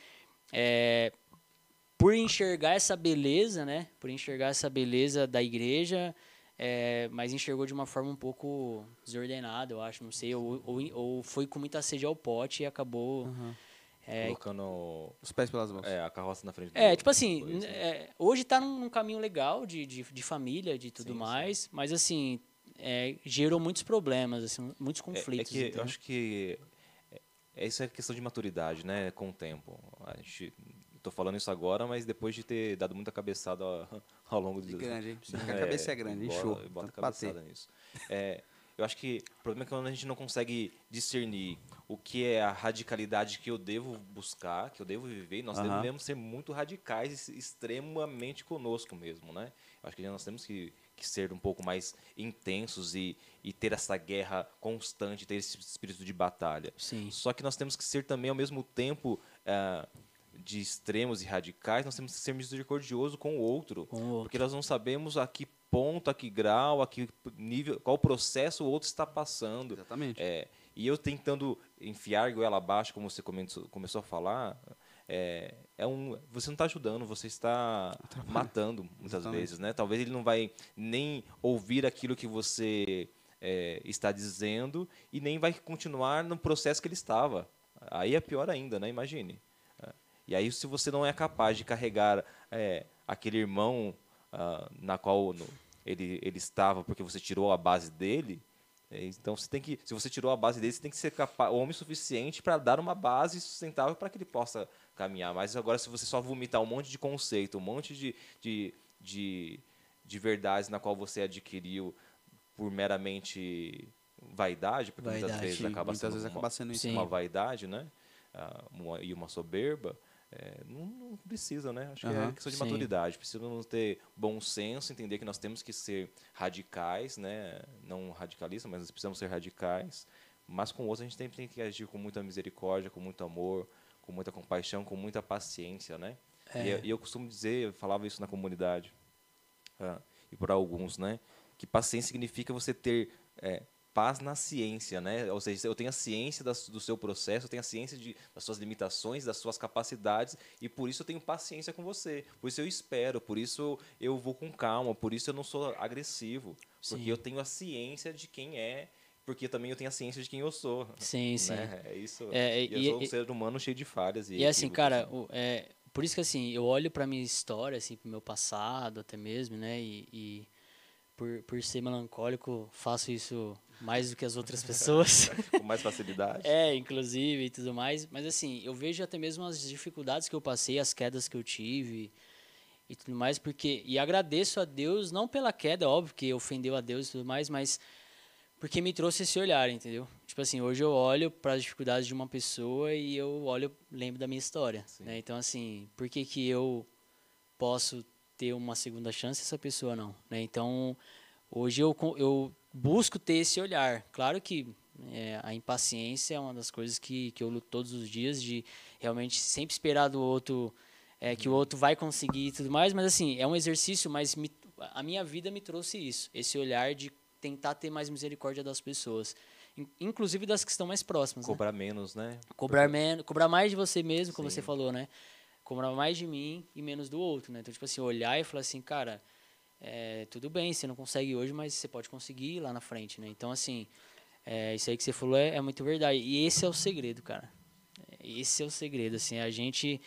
por enxergar essa beleza, né, por enxergar essa beleza da igreja, mas enxergou de uma forma um pouco desordenada, eu acho, não sei, ou foi com muita sede ao pote e acabou... Colocando Os pés pelas mãos. a carroça na frente do tipo assim, coisa, né? hoje tá num caminho legal de família, de tudo Sim, mais, mas assim, gerou muitos problemas, assim, muitos conflitos. É que eu entendeu? acho que isso é questão de maturidade, né? Com o tempo. Tô falando isso agora, mas depois de ter dado muita cabeçada ao longo E grande, hein? A cabeça é grande, inchou. Bota a Tanto bater. cabeçada nisso. Eu acho que o problema é quando a gente não consegue discernir o que é a radicalidade que eu devo buscar, que eu devo viver, e nós devemos ser muito radicais e extremamente conosco mesmo, né? Eu acho que nós temos que ser um pouco mais intensos e ter essa guerra constante, ter esse espírito de batalha. Sim. Só que nós temos que ser também, ao mesmo tempo, de extremos e radicais, nós temos que ser misericordiosos com o outro. Porque nós não sabemos a que ponto, a que grau, a que nível, qual processo o outro está passando. Exatamente. E eu tentando enfiar goela abaixo, como você começou a falar, você não está ajudando, você está matando muitas vezes, né? Talvez ele não vai nem ouvir aquilo que você está dizendo e nem vai continuar no processo que ele estava. Aí é pior ainda, né? Imagine. E aí, se você não é capaz de carregar aquele irmão na qual ele estava, porque você tirou a base dele, então você tem que, se você tirou a base dele, você tem que ser homem suficiente para dar uma base sustentável para que ele possa caminhar. Mas agora, se você só vomitar um monte de conceito, um monte de verdades na qual você adquiriu por meramente vaidade, porque muitas vezes acaba sendo isso. Uma vaidade, né? E uma soberba, não precisa, né? Acho que é questão de maturidade. Precisamos ter bom senso, entender que nós temos que ser radicais, né? Não radicalistas, mas nós precisamos ser radicais. Mas com o outro a gente tem que agir com muita misericórdia, com muito amor, com muita compaixão, com muita paciência, né? E eu costumo dizer, eu falava isso na comunidade, e por alguns, né? Que paciência significa você ter paz na ciência, né? Ou seja, eu tenho a ciência do seu processo, eu tenho a ciência das suas limitações, das suas capacidades, e por isso eu tenho paciência com você. Por isso eu espero, por isso eu vou com calma, por isso eu não sou agressivo, porque eu tenho a ciência de quem porque também eu tenho a ciência de quem eu sou. Sim, sim. Né? É isso. Eu sou um ser humano cheio de falhas. E assim, cara, por isso que assim, eu olho pra minha história, assim, pro meu passado até mesmo, né? E por ser melancólico, faço isso mais do que as outras pessoas. Com mais facilidade. Inclusive e tudo mais. Mas assim, eu vejo até mesmo as dificuldades que eu passei, as quedas que eu tive e tudo mais, e agradeço a Deus, não pela queda, óbvio que ofendeu a Deus e tudo mais, mas porque me trouxe esse olhar, entendeu? Tipo assim, hoje eu olho para as dificuldades de uma pessoa e eu lembro da minha história, né? Então assim, por que eu posso ter uma segunda chance e essa pessoa não, né? Então, hoje eu busco ter esse olhar. Claro que a impaciência é uma das coisas que eu luto todos os dias, de realmente sempre esperar do outro, que o outro vai conseguir e tudo mais, mas assim, é um exercício, mas a minha vida me trouxe isso, esse olhar de tentar ter mais misericórdia das pessoas, inclusive das que estão mais próximas. Cobrar menos, né? Cobrar mais de você mesmo, como você falou, né? Cobrar mais de mim e menos do outro, né? Então, tipo assim, olhar e falar assim, cara, tudo bem, você não consegue hoje, mas você pode conseguir lá na frente, né? Então, assim, isso aí que você falou é muito verdade. E esse é o segredo, cara. Esse é o segredo, assim, a gente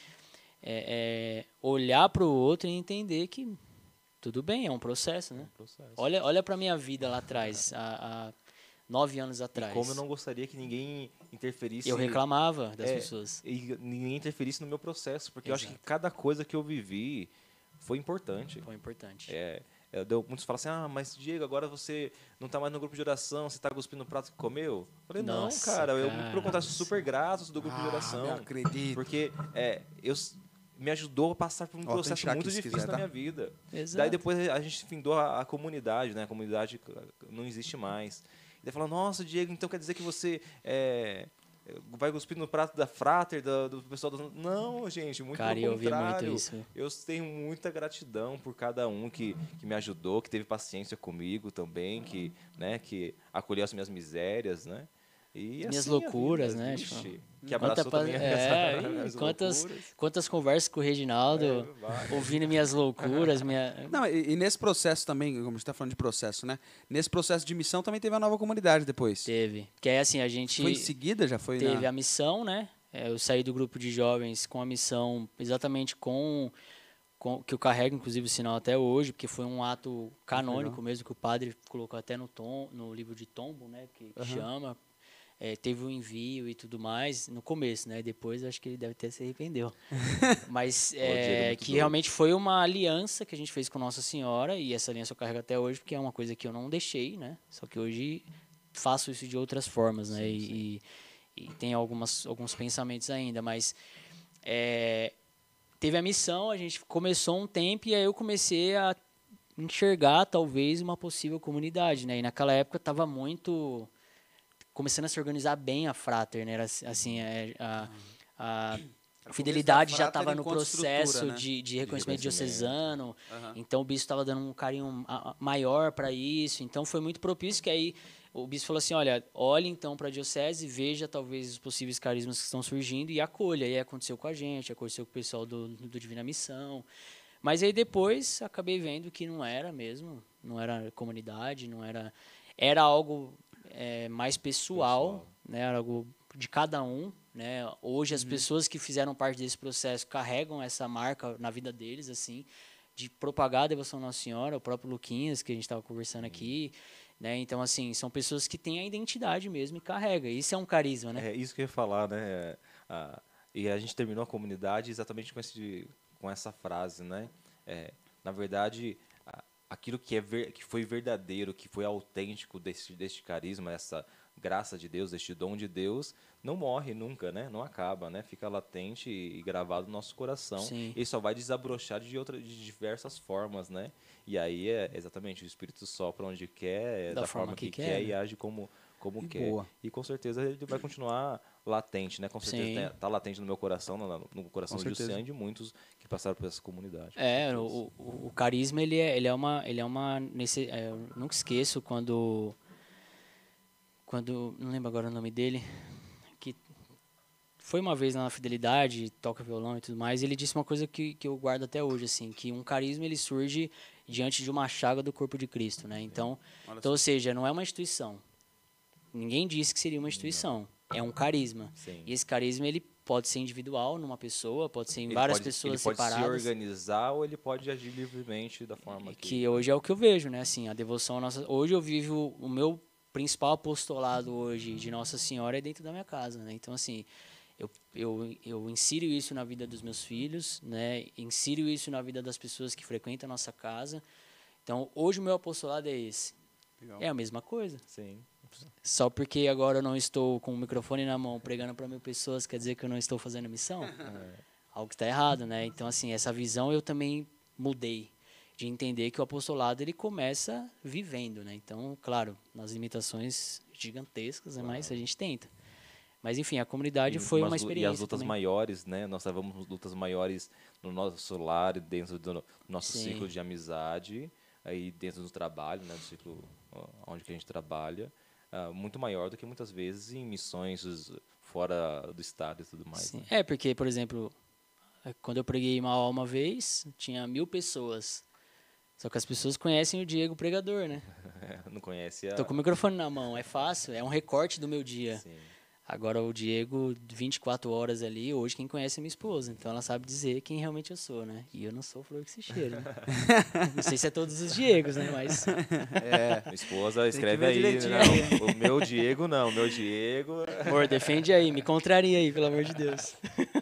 olhar para o outro e entender que tudo bem, é um processo, né? Olha para minha vida lá atrás, há 9 anos atrás. E como eu não gostaria que ninguém interferisse... Eu reclamava das pessoas. E ninguém interferisse no meu processo, porque eu acho que cada coisa que eu vivi foi importante. Foi importante. Muitos falam assim, mas Diego, agora você não está mais no grupo de oração, você está cuspindo no prato que comeu? Eu falei, Nossa, cara, eu, pelo contrário, sou super grato do grupo de oração. Eu acredito. Porque me ajudou a passar por um processo muito difícil na minha vida. Exato. Daí depois a gente findou a comunidade, né? A comunidade não existe mais. E daí fala, nossa, Diego, então quer dizer que você vai cuspir no prato da Frater, do pessoal Não, gente, muito cara, pelo contrário. Eu muito isso. Eu tenho muita gratidão por cada um que me ajudou, que teve paciência comigo também, que acolheu as minhas misérias, né? E minhas assim, loucuras, vida, né? Que abraçou também as quantas conversas com o Reginaldo, ouvindo minhas loucuras. Não, e nesse processo também, como a gente está falando de processo, né? Nesse processo de missão também teve a nova comunidade depois. Teve. Que é assim, a gente... Foi em seguida? Já foi? Teve a missão, né? Eu saí do grupo de jovens com a missão exatamente que eu carrego, inclusive, o sinal até hoje, porque foi um ato canônico mesmo, que o padre colocou até no livro de tombo, né? Que chama... teve o envio e tudo mais no começo, né? Depois acho que ele deve ter se arrependeu. Mas que realmente foi uma aliança que a gente fez com Nossa Senhora, e essa aliança eu carrego até hoje, porque é uma coisa que eu não deixei, né? Só que hoje faço isso de outras formas, né? Sim. E tem alguns pensamentos ainda, mas teve a missão, a gente começou um tempo e aí eu comecei a enxergar talvez uma possível comunidade, né? E naquela época estava muito... começando a se organizar bem a Frater, né? Era, assim, a fidelidade já estava no processo, né? de reconhecimento diocesano, então o bispo estava dando um carinho maior para isso, então foi muito propício que aí o bispo falou assim, olha, olhe então para a diocese, veja talvez os possíveis carismas que estão surgindo e acolha. E aí aconteceu com a gente, aconteceu com o pessoal do Divina Missão. Mas aí depois acabei vendo que não era mesmo, não era comunidade, não era... Era algo mais pessoal, né? Era algo de cada um, né? Hoje as pessoas que fizeram parte desse processo carregam essa marca na vida deles, assim, de propagar a devoção à Nossa Senhora, o próprio Luquinhas, que a gente estava conversando aqui, né? Então, assim, são pessoas que têm a identidade mesmo e carregam. Isso é um carisma, né? É isso que eu ia falar, né? E a gente terminou a comunidade exatamente com essa frase, né? Na verdade, aquilo que foi verdadeiro, que foi autêntico deste carisma, essa graça de Deus, deste dom de Deus, não morre nunca, né? Não acaba, né? Fica latente e gravado no nosso coração. Sim. E só vai desabrochar de diversas formas, né? E aí exatamente o Espírito sopra onde quer, da forma que quer, né? e age como E quer. boa. E com certeza ele vai continuar latente, né? Com certeza está latente no meu coração, no coração Com de certeza. Luciano e de muitos que passaram por essa comunidade. O carisma ele é uma eu nunca esqueço quando não lembro agora o nome dele, que foi uma vez na Fidelidade, toca violão e tudo mais, e ele disse uma coisa que eu guardo até hoje, assim, que um carisma ele surge diante de uma chaga do corpo de Cristo, né? Então, ou seja, não é uma instituição. Ninguém disse que seria uma instituição. É um carisma. Sim. E esse carisma ele pode ser individual numa pessoa, pode ser em várias pessoas separadas. Ele pode se organizar ou ele pode agir livremente da forma que hoje é o que eu vejo, né? Assim, a devoção à nossa. Hoje eu vivo o meu principal apostolado hoje de Nossa Senhora é dentro da minha casa, né? Então assim, eu insiro isso na vida dos meus filhos, né? Insiro isso na vida das pessoas que frequentam a nossa casa. Então hoje o meu apostolado é esse. Legal. É a mesma coisa. Sim. Só porque agora eu não estou com o microfone na mão pregando para 1000 pessoas quer dizer que eu não estou fazendo missão? Algo está errado, né? Então assim, essa visão eu também mudei. De entender que o apostolado ele começa vivendo, né? Então, claro, nas limitações gigantescas, né? Mas a gente tenta. Mas enfim, a comunidade foi uma experiência. E as lutas também. maiores, né? Nós travamos lutas maiores no nosso lar, dentro do nosso Sim. ciclo de amizade, aí dentro do trabalho, né? Do ciclo onde que a gente trabalha, muito maior do que muitas vezes em missões fora do estado e tudo mais. Sim. Né? Porque, por exemplo, quando eu preguei em Mauá uma vez, tinha 1000 pessoas. Só que as pessoas conhecem o Diego pregador, né? Não conhece Tô com o microfone na mão, é fácil, é um recorte do meu dia. Sim. Agora o Diego, 24 horas ali, hoje quem conhece é minha esposa, então ela sabe dizer quem realmente eu sou, né? E eu não sou flor que se cheira, né? Não sei se é todos os Diegos, né? Mas Minha esposa escreve ver aí, direitinho não, o meu Diego não, o meu Diego... amor, defende aí, me contraria aí, pelo amor de Deus.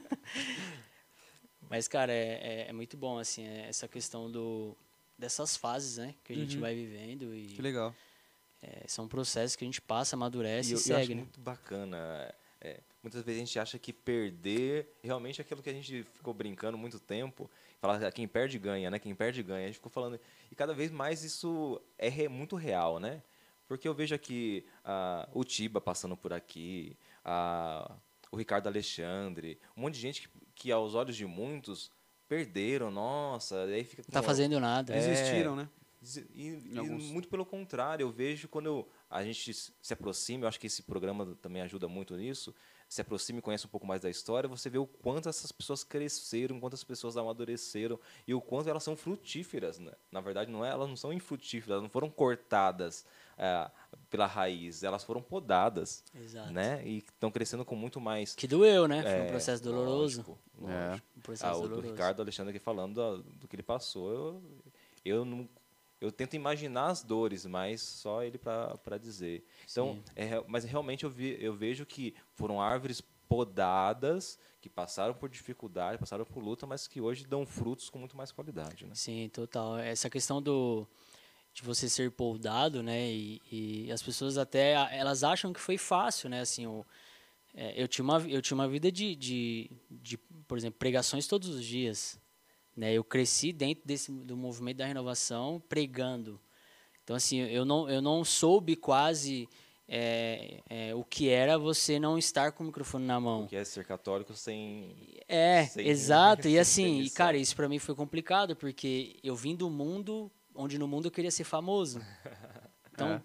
Mas, cara, é muito bom, assim, essa questão dessas fases, né? Que a gente vai vivendo e Que legal. são processos que a gente passa, amadurece e eu segue, acho né? muito bacana. Muitas vezes a gente acha que perder realmente é aquilo que a gente ficou brincando muito tempo. Falar quem perde ganha, né? Quem perde ganha. A gente ficou falando. E cada vez mais isso muito real, né? Porque eu vejo aqui o Tiba passando por aqui, o Ricardo Alexandre, um monte de gente que aos olhos de muitos perderam, nossa, aí fica Não tá fazendo nada. Desistiram, né? E muito pelo contrário, eu vejo quando a gente se aproxima, eu acho que esse programa também ajuda muito nisso, se aproxima e conhece um pouco mais da história, você vê o quanto essas pessoas cresceram, quantas pessoas amadureceram e o quanto elas são frutíferas, né? Na verdade, elas não são infrutíferas, elas não foram cortadas pela raiz, elas foram podadas. Exato. Né? E estão crescendo com muito mais... Que doeu, né? Foi um processo doloroso. Lógico. Um processo O doloroso. do Ricardo Alexandre aqui falando do que ele passou, eu tento imaginar as dores, mas só ele para dizer. Então, mas realmente eu vejo que foram árvores podadas, que passaram por dificuldade, passaram por luta, mas que hoje dão frutos com muito mais qualidade. Né? Sim, total. Essa questão de você ser podado, né? E as pessoas até elas acham que foi fácil, né? Assim, eu tinha uma vida de, por exemplo, pregações todos os dias. Né? Eu cresci dentro do movimento da renovação pregando. Então, assim, eu não soube quase o que era você não estar com o microfone na mão. O que é ser católico sem... Exato. sem E assim, missão. cara, isso para mim foi complicado, porque eu vim do mundo onde no mundo eu queria ser famoso. Então,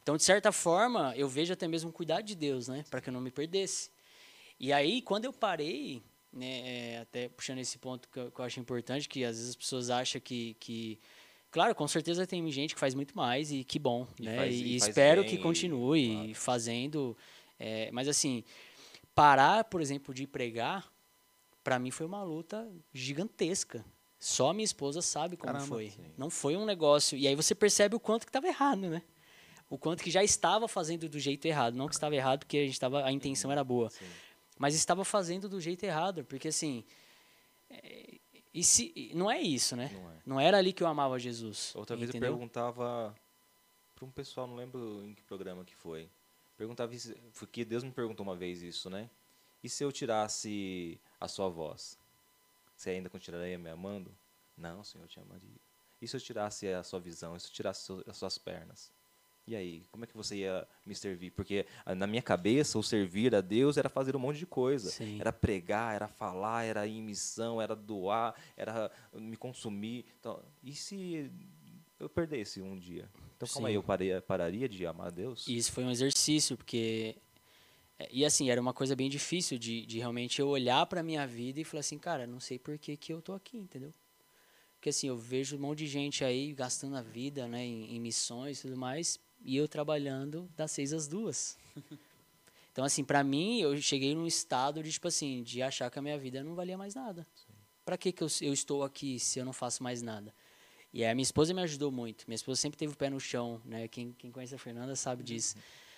Então, de certa forma, eu vejo até mesmo o cuidado de Deus, né? Para que eu não me perdesse. E aí, quando eu parei, né, até puxando esse ponto que eu acho importante, que às vezes as pessoas acham que claro, com certeza tem gente que faz muito mais e que bom, né? E faz espero bem, que continue claro. fazendo. Mas assim, parar, por exemplo, de pregar, para mim foi uma luta gigantesca. Só minha esposa sabe como Caramba. foi. Sim. Não foi um negócio. E aí você percebe o quanto que estava errado, né? O quanto que já estava fazendo do jeito errado. Não que estava errado porque a intenção era boa. Sim. Mas estava fazendo do jeito errado. Porque assim, não é isso, né? Não é. Não era ali que eu amava Jesus. Outra vez entendeu? eu perguntava para um pessoal, não lembro em que programa que foi. Perguntava isso, porque Deus me perguntou uma vez isso, né? E se eu tirasse a sua voz? Você ainda continuaria me amando? Não, Senhor, eu te amaria. E se eu tirasse a sua visão? E se eu tirasse as suas pernas? E aí, como é que você ia me servir? Porque na minha cabeça, o servir a Deus era fazer um monte de coisa. Sim. Era pregar, era falar, era ir em missão, era doar, era me consumir. Então, e se eu perdesse um dia? Então, calma aí, Sim. eu pararia de amar a Deus? E isso foi um exercício, porque... E assim, era uma coisa bem difícil de realmente eu olhar para minha vida e falar assim, cara, não sei por que eu tô aqui, entendeu? Porque assim, eu vejo um monte de gente aí gastando a vida, né, em missões e tudo mais, e eu trabalhando das 6 às 2. Então assim, para mim, eu cheguei num estado de, tipo assim, de achar que a minha vida não valia mais nada. Para que eu estou aqui se eu não faço mais nada? E aí a minha esposa me ajudou muito. Minha esposa sempre teve o pé no chão, né? Quem conhece a Fernanda sabe disso.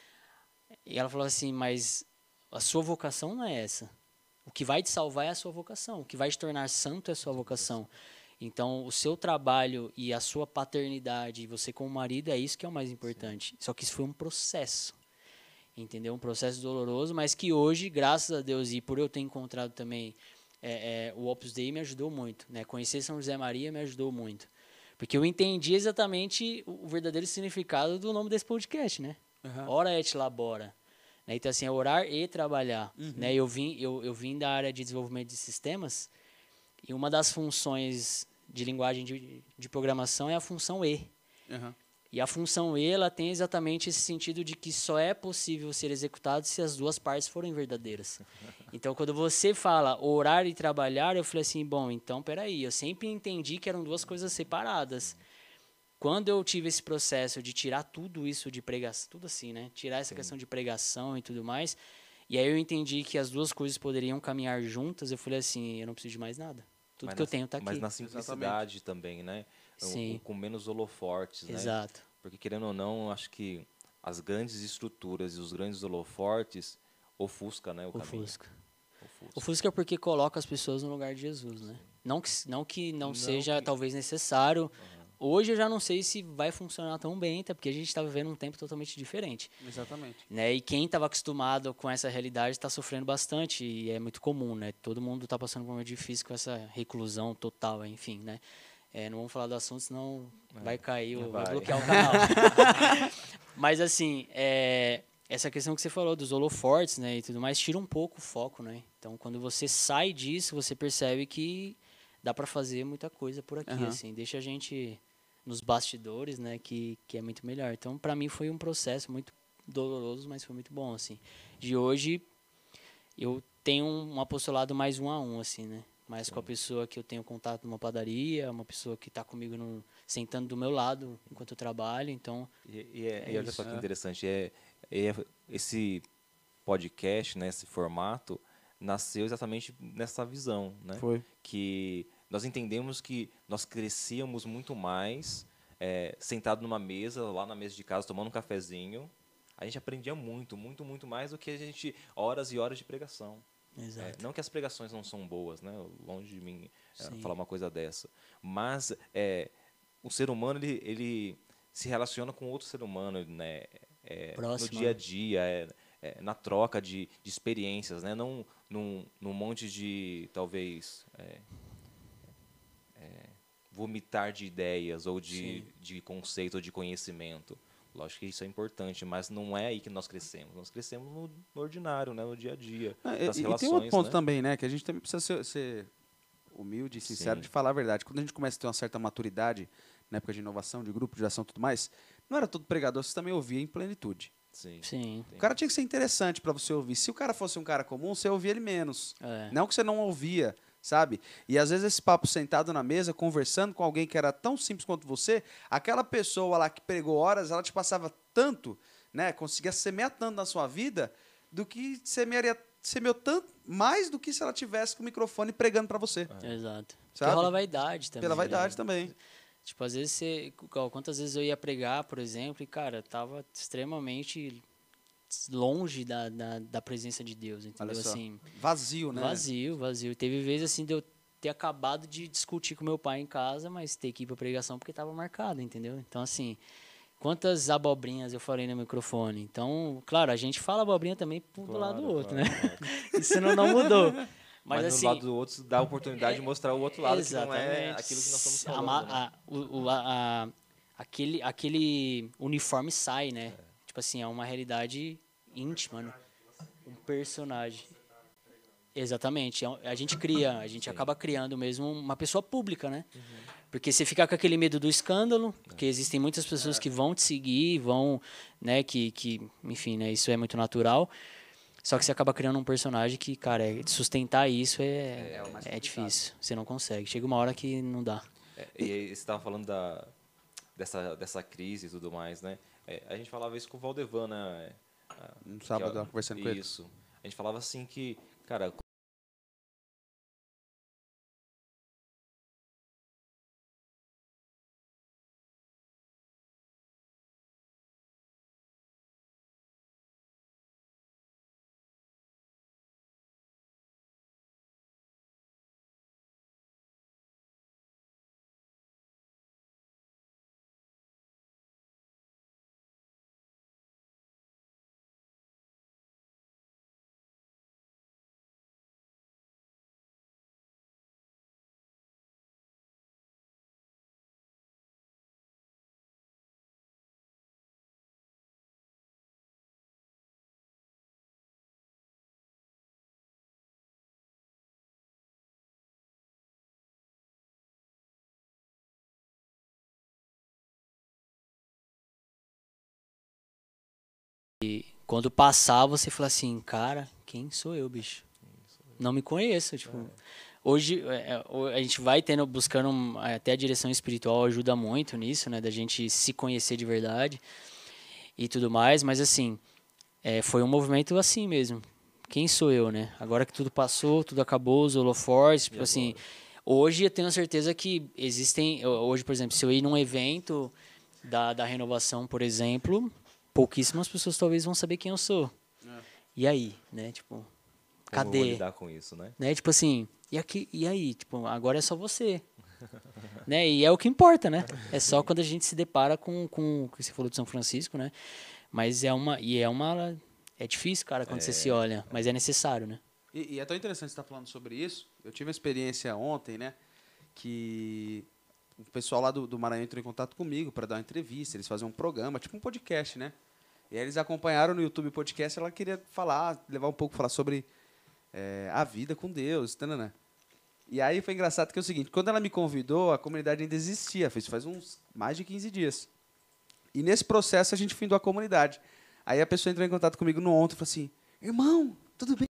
E ela falou assim, mas a sua vocação não é essa. O que vai te salvar é a sua vocação. O que vai te tornar santo é a sua vocação. Então, o seu trabalho e a sua paternidade, você como marido, é isso que é o mais importante. Só que isso foi um processo, entendeu? Um processo doloroso, mas que hoje, graças a Deus, e por eu ter encontrado também o Opus Dei, me ajudou muito. Né? Conhecer São José Maria me ajudou muito. Porque eu entendi exatamente o verdadeiro significado do nome desse podcast, né? Ora et labora. Né? Então, assim, é orar e trabalhar. Né? Eu vim da área de desenvolvimento de sistemas, e uma das funções de linguagem de programação é a função E. E a função E, ela tem exatamente esse sentido de que só é possível ser executado se as duas partes forem verdadeiras. Então, quando você fala orar e trabalhar, eu falei assim, bom, então, peraí, eu sempre entendi que eram duas coisas separadas. Quando eu tive esse processo de tirar tudo isso de pregação, tudo assim, né? Tirar essa questão de pregação e tudo mais, e aí eu entendi que as duas coisas poderiam caminhar juntas, eu falei assim, eu não preciso de mais nada. Tudo que eu tenho está aqui. Mas na simplicidade também, né? Sim. Com menos holofortes, né? Exato. Porque, querendo ou não, acho que as grandes estruturas e os grandes holofortes ofusca, né, o caminho. Ofusca porque coloca as pessoas no lugar de Jesus, né? Não que não seja talvez necessário. Hoje eu já não sei se vai funcionar tão bem, até porque a gente está vivendo um tempo totalmente diferente. Exatamente. Né? E quem estava acostumado com essa realidade está sofrendo bastante, e é muito comum, né? Todo mundo está passando por um momento difícil com essa reclusão total, enfim, né? Não vamos falar do assunto, senão vai cair, vai bloquear o canal. Mas assim, essa questão que você falou dos holofortes, né, e tudo mais, tira um pouco o foco, né? Então, quando você sai disso, você percebe que dá para fazer muita coisa por aqui, assim. Deixa a gente nos bastidores, né, que é muito melhor. Então, para mim foi um processo muito doloroso, mas foi muito bom, assim. De hoje, eu tenho um apostolado mais 1 a 1, assim, né? Mais com a pessoa que eu tenho contato numa padaria, uma pessoa que está comigo sentando do meu lado enquanto eu trabalho, então... E olha só que interessante, esse podcast, né, esse formato, nasceu exatamente nessa visão, né? Foi. Que nós entendemos que nós crescíamos muito mais sentado numa mesa, lá na mesa de casa, tomando um cafezinho. A gente aprendia muito, muito, muito mais do que a gente... Horas e horas de pregação. Exato. Não que as pregações não são boas, né? Longe de mim falar uma coisa dessa. Mas o ser humano, ele se relaciona com outro ser humano, né? Próximo, no dia a dia, na troca de experiências, né? Não num monte de, talvez, vomitar de ideias ou de conceito ou de conhecimento. Lógico que isso é importante, mas não é aí que nós crescemos. Nós crescemos no ordinário, né? No dia a dia, das relações. E tem outro ponto né? também, né? Que a gente também precisa ser humilde e sincero de falar a verdade. Quando a gente começa a ter uma certa maturidade, na época de inovação, de grupo, de ação e tudo mais, não era todo pregador, você também ouvia em plenitude. Sim. Sim. O cara tinha que ser interessante para você ouvir. Se o cara fosse um cara comum, você ouvia ele menos. É. Não que você não ouvia, sabe? E às vezes esse papo sentado na mesa, conversando com alguém que era tão simples quanto você, aquela pessoa lá que pregou horas, ela te passava tanto, né? Conseguia semear tanto na sua vida, do que semeou tanto, mais do que se ela tivesse com o microfone pregando para você. Exato. Porque Sabe? rola vaidade também. Pela vaidade né? também. Tipo, às vezes você. Quantas vezes eu ia pregar, por exemplo, e, cara, tava extremamente longe da presença de Deus, entendeu? Olha só. Assim, Vazio, né? vazio. Teve vezes assim de eu ter acabado de discutir com meu pai em casa, mas ter que ir pra pregação porque tava marcado, entendeu? Então, assim, quantas abobrinhas eu falei no microfone. Então, claro, a gente fala abobrinha também do lado do outro, né? Isso não mudou. Mas Mas no assim, lado do outro dá a oportunidade de mostrar o outro lado que não é exatamente. aquilo que nós estamos falando. Né? Aquele uniforme sai, né? Tipo assim, é uma realidade íntima, né? Um personagem. Exatamente. A gente cria, a gente acaba criando mesmo uma pessoa pública, né? Porque você fica com aquele medo do escândalo, porque existem muitas pessoas que vão te seguir, vão, né, enfim, né, isso é muito natural. Só que você acaba criando um personagem que, cara, sustentar isso é difícil. Você não consegue. Chega uma hora que não dá. E aí, você estava falando dessa crise e tudo mais, né? A gente falava isso com o Valdevan, né? No sábado, eu conversando com ele. Isso. A gente falava assim que, cara, Quando passar, você fala assim, cara, quem sou eu, bicho? Não me conheço, tipo... Hoje, a gente vai buscando até a direção espiritual ajuda muito nisso, né? Da gente se conhecer de verdade e tudo mais. Mas, assim, foi um movimento assim mesmo. Quem sou eu, né? Agora que tudo passou, tudo acabou, os holofortes, tipo assim... Hoje eu tenho certeza que existem... Hoje, por exemplo, se eu ir num evento da renovação, por exemplo, pouquíssimas pessoas talvez vão saber quem eu sou. E aí, né? Tipo, como eu cadê? vou lidar com isso, né? Né? Tipo assim, e aí? Tipo, agora é só você. Né? E é o que importa, né? É só quando a gente se depara com o que você falou de São Francisco, né? Mas é difícil, cara, quando você se olha, mas é necessário, né? E é tão interessante você estar falando sobre isso. Eu tive uma experiência ontem, né? Que o pessoal lá do Maranhão entrou em contato comigo para dar uma entrevista. Eles faziam um programa, tipo um podcast, né? E aí eles acompanharam no YouTube o podcast. Ela queria levar um pouco, falar sobre a vida com Deus, né? E aí foi engraçado que é o seguinte: quando ela me convidou, a comunidade ainda existia. Faz uns mais de 15 dias. E nesse processo a gente findou a comunidade. Aí a pessoa entrou em contato comigo no ontem e falou assim: irmão, tudo bem?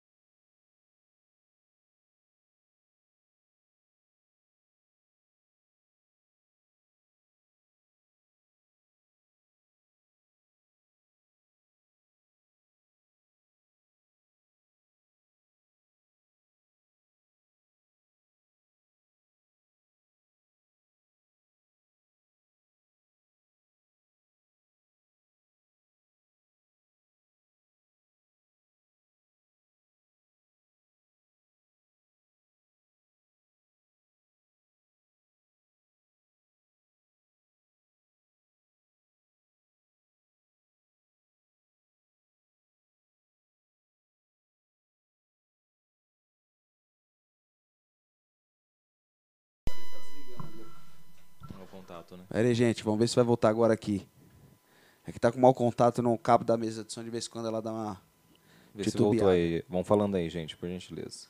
O contato, né? Pera aí, gente, vamos ver se vai voltar agora aqui. É que tá com mau contato no cabo da mesa de som, de vez em quando ela dá uma Vê se voltou titubeada. aí. Vão falando aí, gente, por gentileza.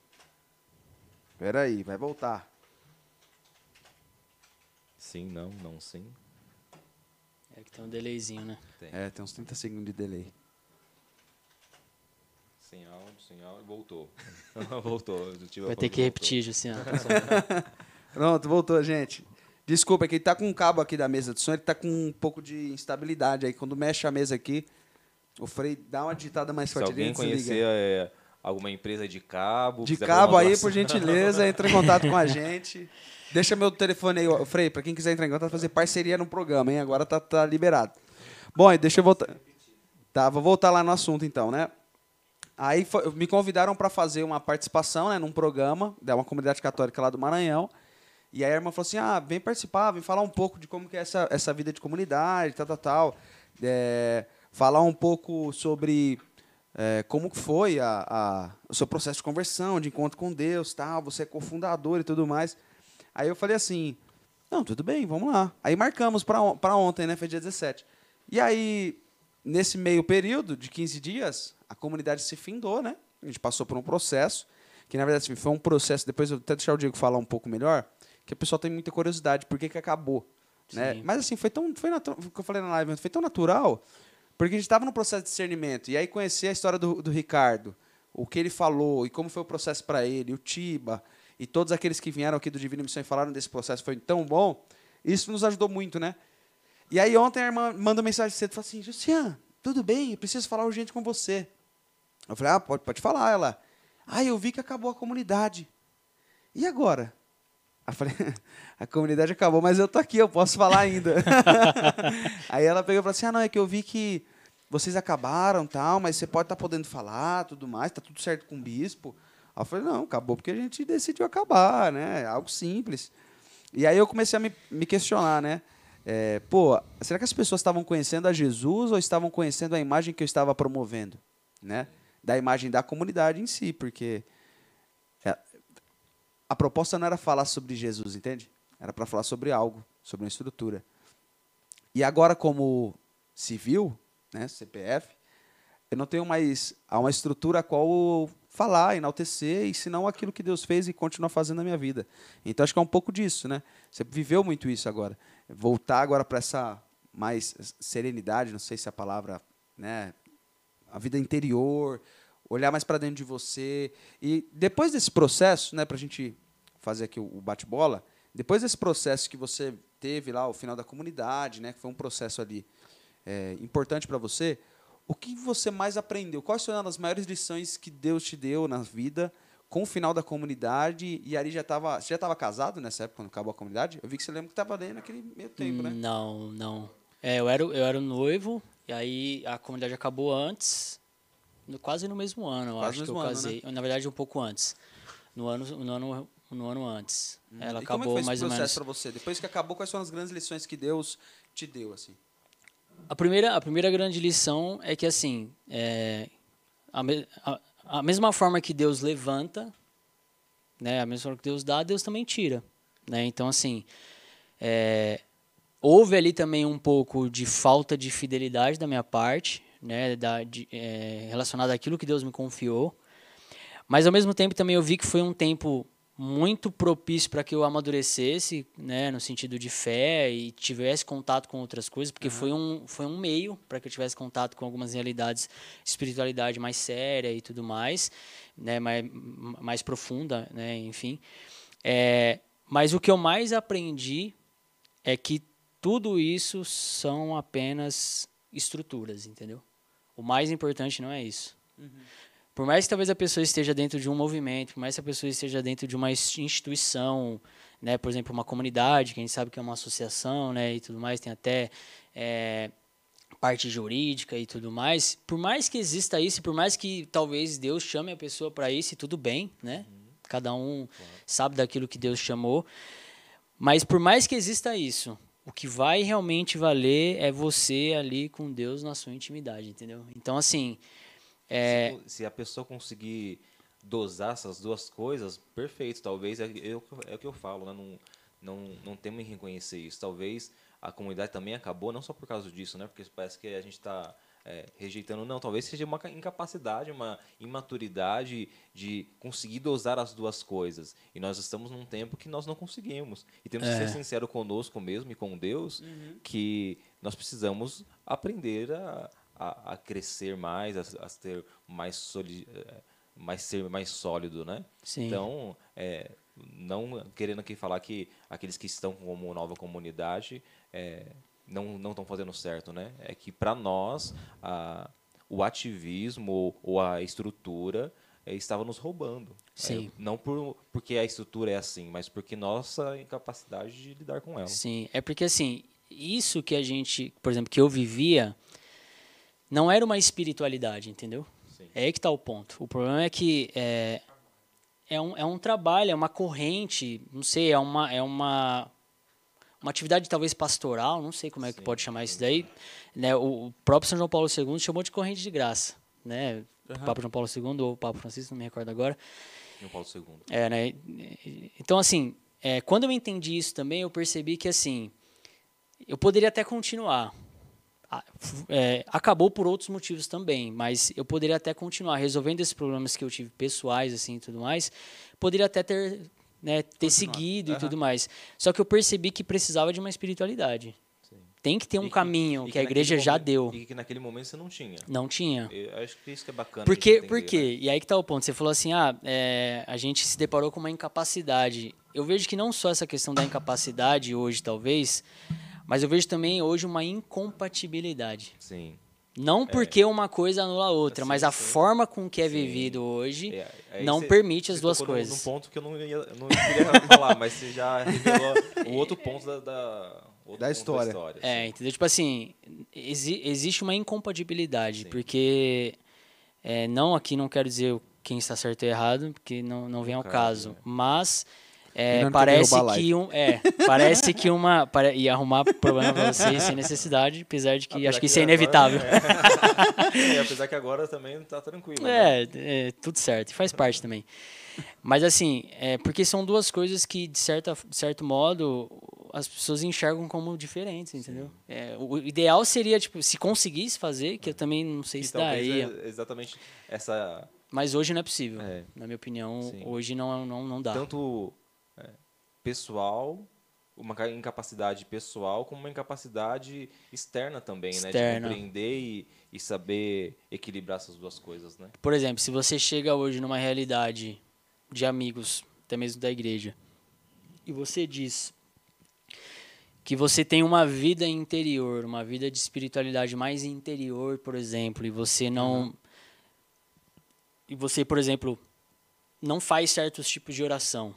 Pera aí, vai voltar. Sim, não, não, sim. É que tem um delayzinho, né? Tem uns 30 segundos de delay. Sem áudio, voltou. Voltou. Vai ter que repetir, Jussiano. Pronto, voltou, gente. Desculpa, é que ele tá com um cabo aqui da mesa de som, ele tá com um pouco de instabilidade aí. Quando mexe a mesa aqui, o Frei dá uma digitada mais Se forte. alguém conhecer alguma empresa de cabo... De cabo aí, por gentileza, entra em contato com a gente. Deixa meu telefone aí, Frei, para quem quiser entrar em contato, fazer parceria no programa, hein? Agora tá liberado. Bom, e deixa eu voltar. Tá, vou voltar lá no assunto então, né? Aí me convidaram para fazer uma participação, né, num programa da uma comunidade católica lá do Maranhão. E aí a irmã falou assim: vem participar, vem falar um pouco de como que é essa vida de comunidade, tal. Falar um pouco sobre como que foi o seu processo de conversão, de encontro com Deus, tal. Você é cofundador e tudo mais. Aí eu falei assim: não, tudo bem, vamos lá. Aí marcamos para ontem, né? Foi dia 17. E aí, nesse meio período de 15 dias, a comunidade se findou, né? A gente passou por um processo, que na verdade assim, foi um processo, depois eu vou até deixar o Diego falar um pouco melhor, que o pessoal tem muita curiosidade, por que acabou. Né? Mas assim, foi natural, o que eu falei na live, foi tão natural, porque a gente estava no processo de discernimento, e aí conhecer a história do Ricardo, o que ele falou, e como foi o processo para ele, o Tiba, e todos aqueles que vieram aqui do Divina Missão e falaram desse processo, foi tão bom, isso nos ajudou muito, né? E aí ontem a irmã mandou mensagem cedo, falou assim: Jussiano, tudo bem, eu preciso falar urgente com você. Eu falei: pode falar. Ela: eu vi que acabou a comunidade. E agora? Eu falei: a comunidade acabou, mas eu tô aqui, eu posso falar ainda. Aí ela pegou e falou assim: não, é que eu vi que vocês acabaram, tal, mas você pode estar podendo falar, tudo mais, tá tudo certo com o bispo. Aí eu falei: não, acabou porque a gente decidiu acabar, né? Algo simples. E aí eu comecei a me questionar, né? Será que as pessoas estavam conhecendo a Jesus ou estavam conhecendo a imagem que eu estava promovendo, né? Da imagem da comunidade em si, porque a proposta não era falar sobre Jesus, entende? Era para falar sobre algo, sobre uma estrutura. E agora, como civil, né, CPF, eu não tenho mais uma estrutura a qual falar, enaltecer, e senão aquilo que Deus fez e continua fazendo na minha vida. Então, acho que é um pouco disso, né? Você viveu muito isso agora. Voltar agora para essa mais serenidade, não sei se é a palavra, né? A vida interior, olhar mais para dentro de você. E depois desse processo, né, para a gente fazer aqui o bate-bola, depois desse processo que você teve lá, o final da comunidade, né, que foi um processo ali importante para você, o que você mais aprendeu? Quais foram as maiores lições que Deus te deu na vida com o final da comunidade? E ali você já estava casado nessa época, quando acabou a comunidade? Eu vi que você lembra que estava ali naquele meio tempo, né? Não. Eu era o noivo, e aí a comunidade acabou antes, quase no mesmo ano, eu acho que eu casei. Né? Na verdade, um pouco antes. No ano antes. Ela e acabou como é que foi mais esse ou menos. processo para você? Depois que acabou, quais foram as grandes lições que Deus te deu, assim? A primeira grande lição é que, assim, a mesma forma que Deus levanta, né, a mesma forma que Deus dá, Deus também tira. Né? Então, assim, houve ali também um pouco de falta de fidelidade da minha parte, né, relacionada àquilo que Deus me confiou. Mas, ao mesmo tempo, também eu vi que foi um tempo muito propício para que eu amadurecesse, né, no sentido de fé e tivesse contato com outras coisas, porque foi um meio para que eu tivesse contato com algumas realidades, espiritualidade mais séria e tudo mais, né, mais profunda, né, enfim. Mas o que eu mais aprendi é que tudo isso são apenas estruturas, entendeu? O mais importante não é isso. Por mais que talvez a pessoa esteja dentro de um movimento, por mais que a pessoa esteja dentro de uma instituição, né, por exemplo, uma comunidade, que a gente sabe que é uma associação, né, e tudo mais, tem até parte jurídica e tudo mais, por mais que exista isso, por mais que talvez Deus chame a pessoa para isso, e tudo bem, né? Cada um sabe daquilo que Deus chamou, mas por mais que exista isso, o que vai realmente valer é você ali com Deus na sua intimidade, entendeu? Então, assim... Se a pessoa conseguir dosar essas duas coisas, perfeito. Talvez é o que eu falo, né? Não temos em reconhecer isso. Talvez a comunidade também acabou, não só por causa disso, né? Porque parece que a gente está rejeitando. Não, talvez seja uma incapacidade, uma imaturidade de conseguir dosar as duas coisas. E nós estamos num tempo que nós não conseguimos. E temos que ser sinceros conosco mesmo e com Deus, que nós precisamos aprender a crescer mais, a ter ser mais sólido, né? Sim. Então, não querendo aqui falar que aqueles que estão como nova comunidade não estão fazendo certo, né? É que para nós o ativismo ou a estrutura estava nos roubando. Sim. Não porque a estrutura é assim, mas porque nossa incapacidade de lidar com ela. Sim, é porque assim, isso que a gente, por exemplo, que eu vivia, não era uma espiritualidade, entendeu? Sim. É aí que está o ponto. O problema é que é um trabalho, é uma corrente, não sei, é uma atividade talvez pastoral, não sei como é que Sim, pode chamar sim. isso daí. Né? O próprio São João Paulo II chamou de corrente de graça. Né? O Papa João Paulo II ou o Papa Francisco, não me recordo agora. João Paulo II. Né? Então, assim, quando eu entendi isso também, eu percebi que, assim, eu poderia até continuar. Acabou por outros motivos também, mas eu poderia até continuar resolvendo esses problemas que eu tive pessoais, assim, e tudo mais. Poderia até ter seguido e tudo mais. Só que eu percebi que precisava de uma espiritualidade. Sim. Tem que ter um caminho que a igreja já deu. E que naquele momento você não tinha. Não tinha. Eu acho que isso que é bacana. Por a gente entender, quê? né? E aí que tá o ponto. Você falou assim, a gente se deparou com uma incapacidade. Eu vejo que não só essa questão da incapacidade hoje, talvez, mas eu vejo também hoje uma incompatibilidade. Sim. Não porque uma coisa anula a outra, Sim, mas a sim. forma com que é Sim. vivido hoje Aí não você- permite as você duas tocou coisas. num ponto que eu não queria falar, mas você já revelou o outro ponto outro Da ponto história. sim. Entendeu? Tipo assim, existe uma incompatibilidade, Sim. porque aqui não quero dizer quem está certo e errado, porque não vem ao caso, caso, mas Ele não quer parece derrubar a que parece que ia arrumar problema para vocês sem necessidade, apesar de que Apesar acho que que isso é agora, inevitável. apesar que agora também tá tranquilo. Né? Tudo certo, e faz parte também. Mas assim, porque são duas coisas que, de certo modo, as pessoas enxergam como diferentes, entendeu? O ideal seria, tipo, se conseguisse fazer, que eu também não sei E se talvez daria. exatamente essa Mas hoje não é possível. É. Na minha opinião, Sim. hoje não dá. tanto pessoal, uma incapacidade pessoal, como uma incapacidade externa também, né? De Externa. compreender e saber equilibrar essas duas coisas, né? Por exemplo, se você chega hoje numa realidade de amigos, até mesmo da igreja, e você diz que você tem uma vida interior, uma vida de espiritualidade mais interior, por exemplo, e você não... E você, por exemplo, não faz certos tipos de oração,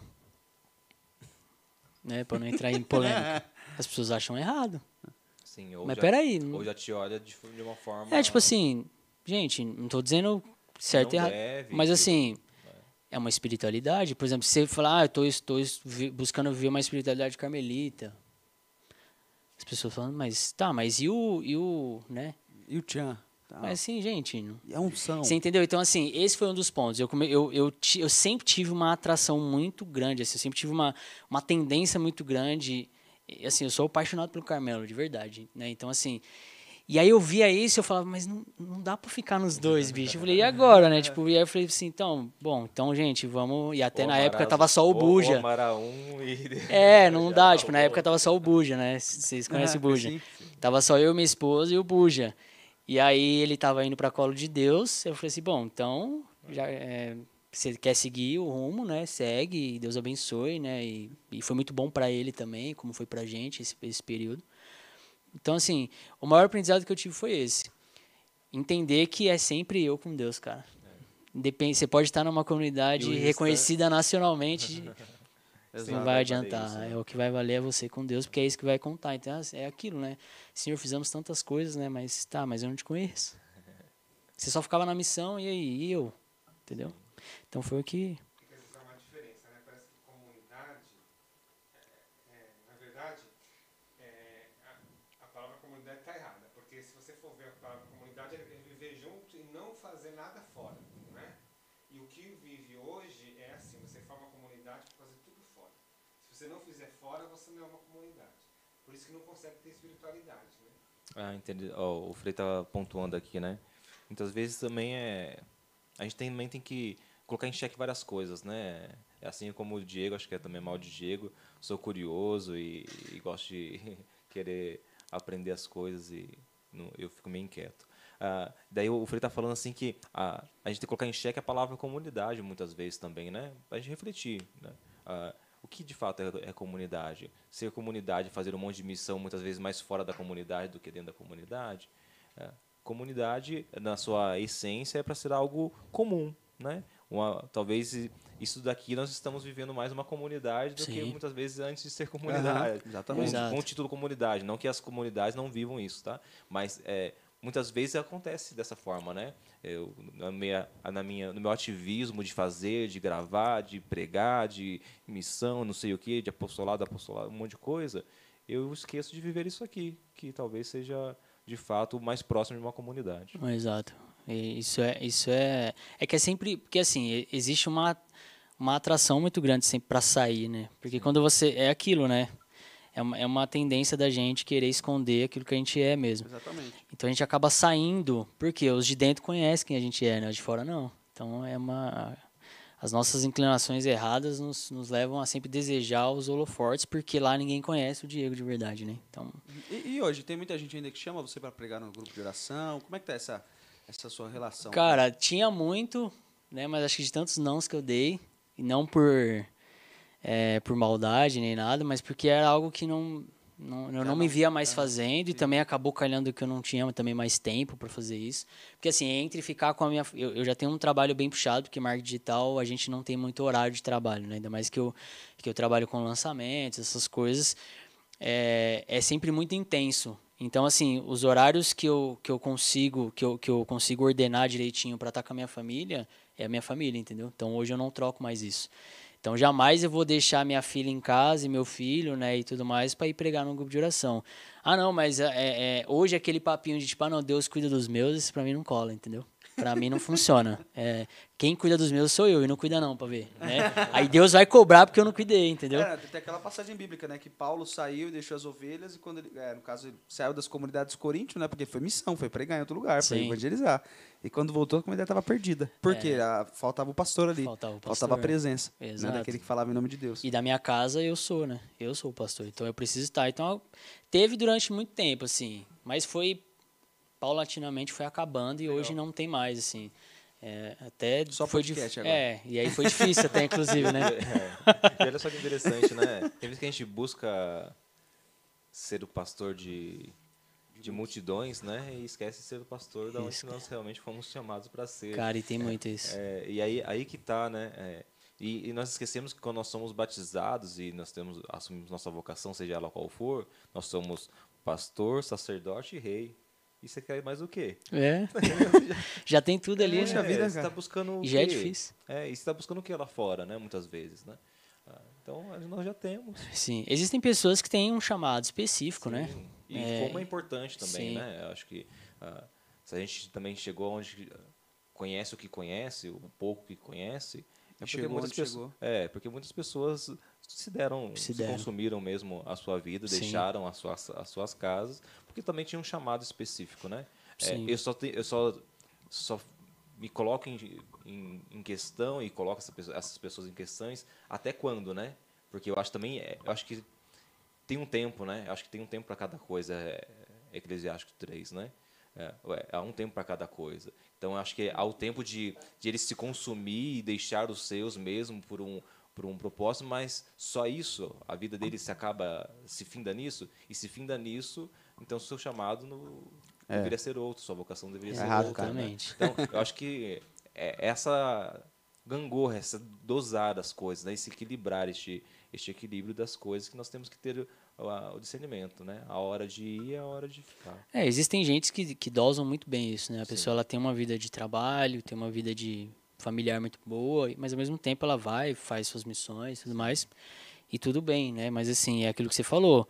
né, para não entrar em polêmica. As pessoas acham errado. Sim, Mas peraí. Ou já te olha de uma forma... Tipo assim, gente, não estou dizendo certo e não errado. deve, Mas que- assim, é uma espiritualidade. Por exemplo, se você falar, eu estou buscando viver uma espiritualidade carmelita. As pessoas falam, mas e o, né? E o Tchan? Tá. Mas assim, gente, É unção. você entendeu? Então, assim, esse foi um dos pontos. Eu sempre tive uma atração muito grande, assim, eu sempre tive uma tendência muito grande. E, assim, eu sou apaixonado pelo Carmelo, de verdade, né? Então, assim... E aí eu via isso e eu falava, mas não dá pra ficar nos dois, bicho. Eu falei, e agora, né? Tipo, e aí eu falei assim, então, gente, vamos... E até ou na amar época as- tava só o ou Buja. amar a um e... Não dá. Tipo, na época tava só o Buja, né? Vocês conhecem o Buja. Sim. Tava só eu, minha esposa e o Buja. E aí ele tava indo pra colo de Deus. Eu falei assim, bom, então, já, você quer seguir o rumo, né? Segue, Deus abençoe, né? E foi muito bom pra ele também, como foi pra gente esse período. Então, assim, o maior aprendizado que eu tive foi esse. Entender que é sempre eu com Deus, cara. Independe, você pode estar numa comunidade E o reconhecida nacionalmente, não Exato. vai valer adiantar. isso, né? O que vai valer é você com Deus, porque é isso que vai contar. Então, é aquilo, né? Senhor, fizemos tantas coisas, né? Mas eu não te conheço. Você só ficava na missão e aí, e eu? Entendeu? Então foi o que... Porque essa é uma diferença, né? Parece que comunidade, na verdade, a palavra comunidade está errada. Porque se você for ver a palavra comunidade, é viver junto e não fazer nada fora, né? E o que vive hoje é assim, você forma uma comunidade para fazer tudo fora. Se você não fizer fora, você não é uma comunidade. Por isso que não consegue ter espiritualidade, né? Ah, entendi. Ó, o Frei tá pontuando aqui, né? Muitas vezes também a gente também tem que colocar em xeque várias coisas, né? É assim como o Diego, acho que é também mal de Diego. Sou curioso e gosto de querer aprender as coisas e eu fico meio inquieto. Daí o Frei está falando assim que a gente tem que colocar em xeque a palavra comunidade muitas vezes também, né? Para a gente refletir, né? O que de fato é comunidade? Ser comunidade, fazer um monte de missão muitas vezes mais fora da comunidade do que dentro da comunidade. Comunidade, na sua essência, é para ser algo comum, né? Talvez isso daqui nós estamos vivendo mais uma comunidade do que muitas vezes antes de ser comunidade. Exatamente. Com o título comunidade. Não que as comunidades não vivam isso, tá? Mas muitas vezes acontece dessa forma, né? No meu ativismo de fazer, de gravar, de pregar, de missão, não sei o quê, de apostolado, um monte de coisa, eu esqueço de viver isso aqui, que talvez seja de fato mais próximo de uma comunidade. Exato. E isso é que é sempre, porque assim, existe uma atração muito grande sempre para sair, né? Porque quando você é aquilo, né? É uma tendência da gente querer esconder aquilo que a gente é mesmo. Exatamente. Então a gente acaba saindo, porque os de dentro conhecem quem a gente é, né? Os de fora não. Então as nossas inclinações erradas nos levam a sempre desejar os holofortes, porque lá ninguém conhece o Diego de verdade, né? Então, e hoje, tem muita gente ainda que chama você para pregar no grupo de oração? Como é que tá essa sua relação? cara, tinha muito, né? Mas acho que de tantos nãos que eu dei, e não por maldade nem nada, mas porque era algo que eu não me via mais fazendo, e também acabou calhando que eu não tinha também mais tempo para fazer isso. Porque assim, entre ficar com a minha... Eu já tenho um trabalho bem puxado, porque marketing digital a gente não tem muito horário de trabalho, né? Ainda mais que eu trabalho com lançamentos, essas coisas, é sempre muito intenso. Então, assim, os horários que eu consigo ordenar direitinho para estar com a minha família, é a minha família, entendeu? Então, hoje eu não troco mais isso. Então, jamais eu vou deixar minha filha em casa e meu filho, né, e tudo mais, para ir pregar num grupo de oração. Ah, não, mas hoje aquele papinho de tipo, não, Deus cuida dos meus, isso para mim não cola, entendeu? Para mim não funciona. Quem cuida dos meus sou eu, e não cuida não, para ver. Né? Aí Deus vai cobrar porque eu não cuidei, entendeu? Tem aquela passagem bíblica, né, que Paulo saiu e deixou as ovelhas, e quando ele, no caso, ele saiu das comunidades coríntios, né, porque foi missão, foi pregar em outro lugar, foi evangelizar. E quando voltou, a comunidade estava perdida. Por quê? Faltava o pastor ali. Faltava a presença. Né, daquele que falava em nome de Deus. E da minha casa eu sou, né? Eu sou o pastor, então eu preciso estar. Então, teve durante muito tempo, assim, mas paulatinamente foi acabando e hoje não tem mais, assim. Até só foi podcast agora. E aí foi difícil até, inclusive, né? E olha só que interessante, né? Tem vezes que a gente busca ser o pastor de multidões, né? E esquece de ser o pastor da onde nós realmente fomos chamados para ser. Cara, e tem muito isso. E aí que tá, né? E nós esquecemos que quando nós somos batizados e nós assumimos nossa vocação, seja ela qual for, nós somos pastor, sacerdote e rei. E você quer mais o quê? Já tem tudo ali, né? Vida, você está buscando o quê? Já é difícil. E você está buscando o que lá fora, né? Muitas vezes, né? Então, nós já temos. Sim. Existem pessoas que têm um chamado específico, né? E como é importante também, né? Eu acho que se a gente também chegou onde conhece o que conhece, o pouco que conhece, porque muitas pessoas se consumiram mesmo a sua vida, deixaram as suas casas, porque também tinha um chamado específico, né? Eu só me coloco em questão e coloco essas pessoas em questões até quando, né? Porque eu acho que tem um tempo, né? Eu acho que tem um tempo para cada coisa, Eclesiástico 3, né? Há um tempo para cada coisa. Então, eu acho que há o tempo de ele se consumir e deixar os seus mesmo por um propósito, mas só isso, a vida dele se finda nisso, e se finda nisso, então o seu chamado deveria ser outro, sua vocação deveria ser outra. Né? Então, eu acho que essa gangorra, essa dosar das coisas, né? Esse equilibrar, este equilíbrio das coisas que nós temos que ter o discernimento, né? A hora de ir e a hora de ficar. Existem gente que dosam muito bem isso, né? A pessoa ela tem uma vida de trabalho, tem uma vida de familiar muito boa, mas ao mesmo tempo ela vai, faz suas missões e tudo mais, e tudo bem, né? Mas assim, é aquilo que você falou,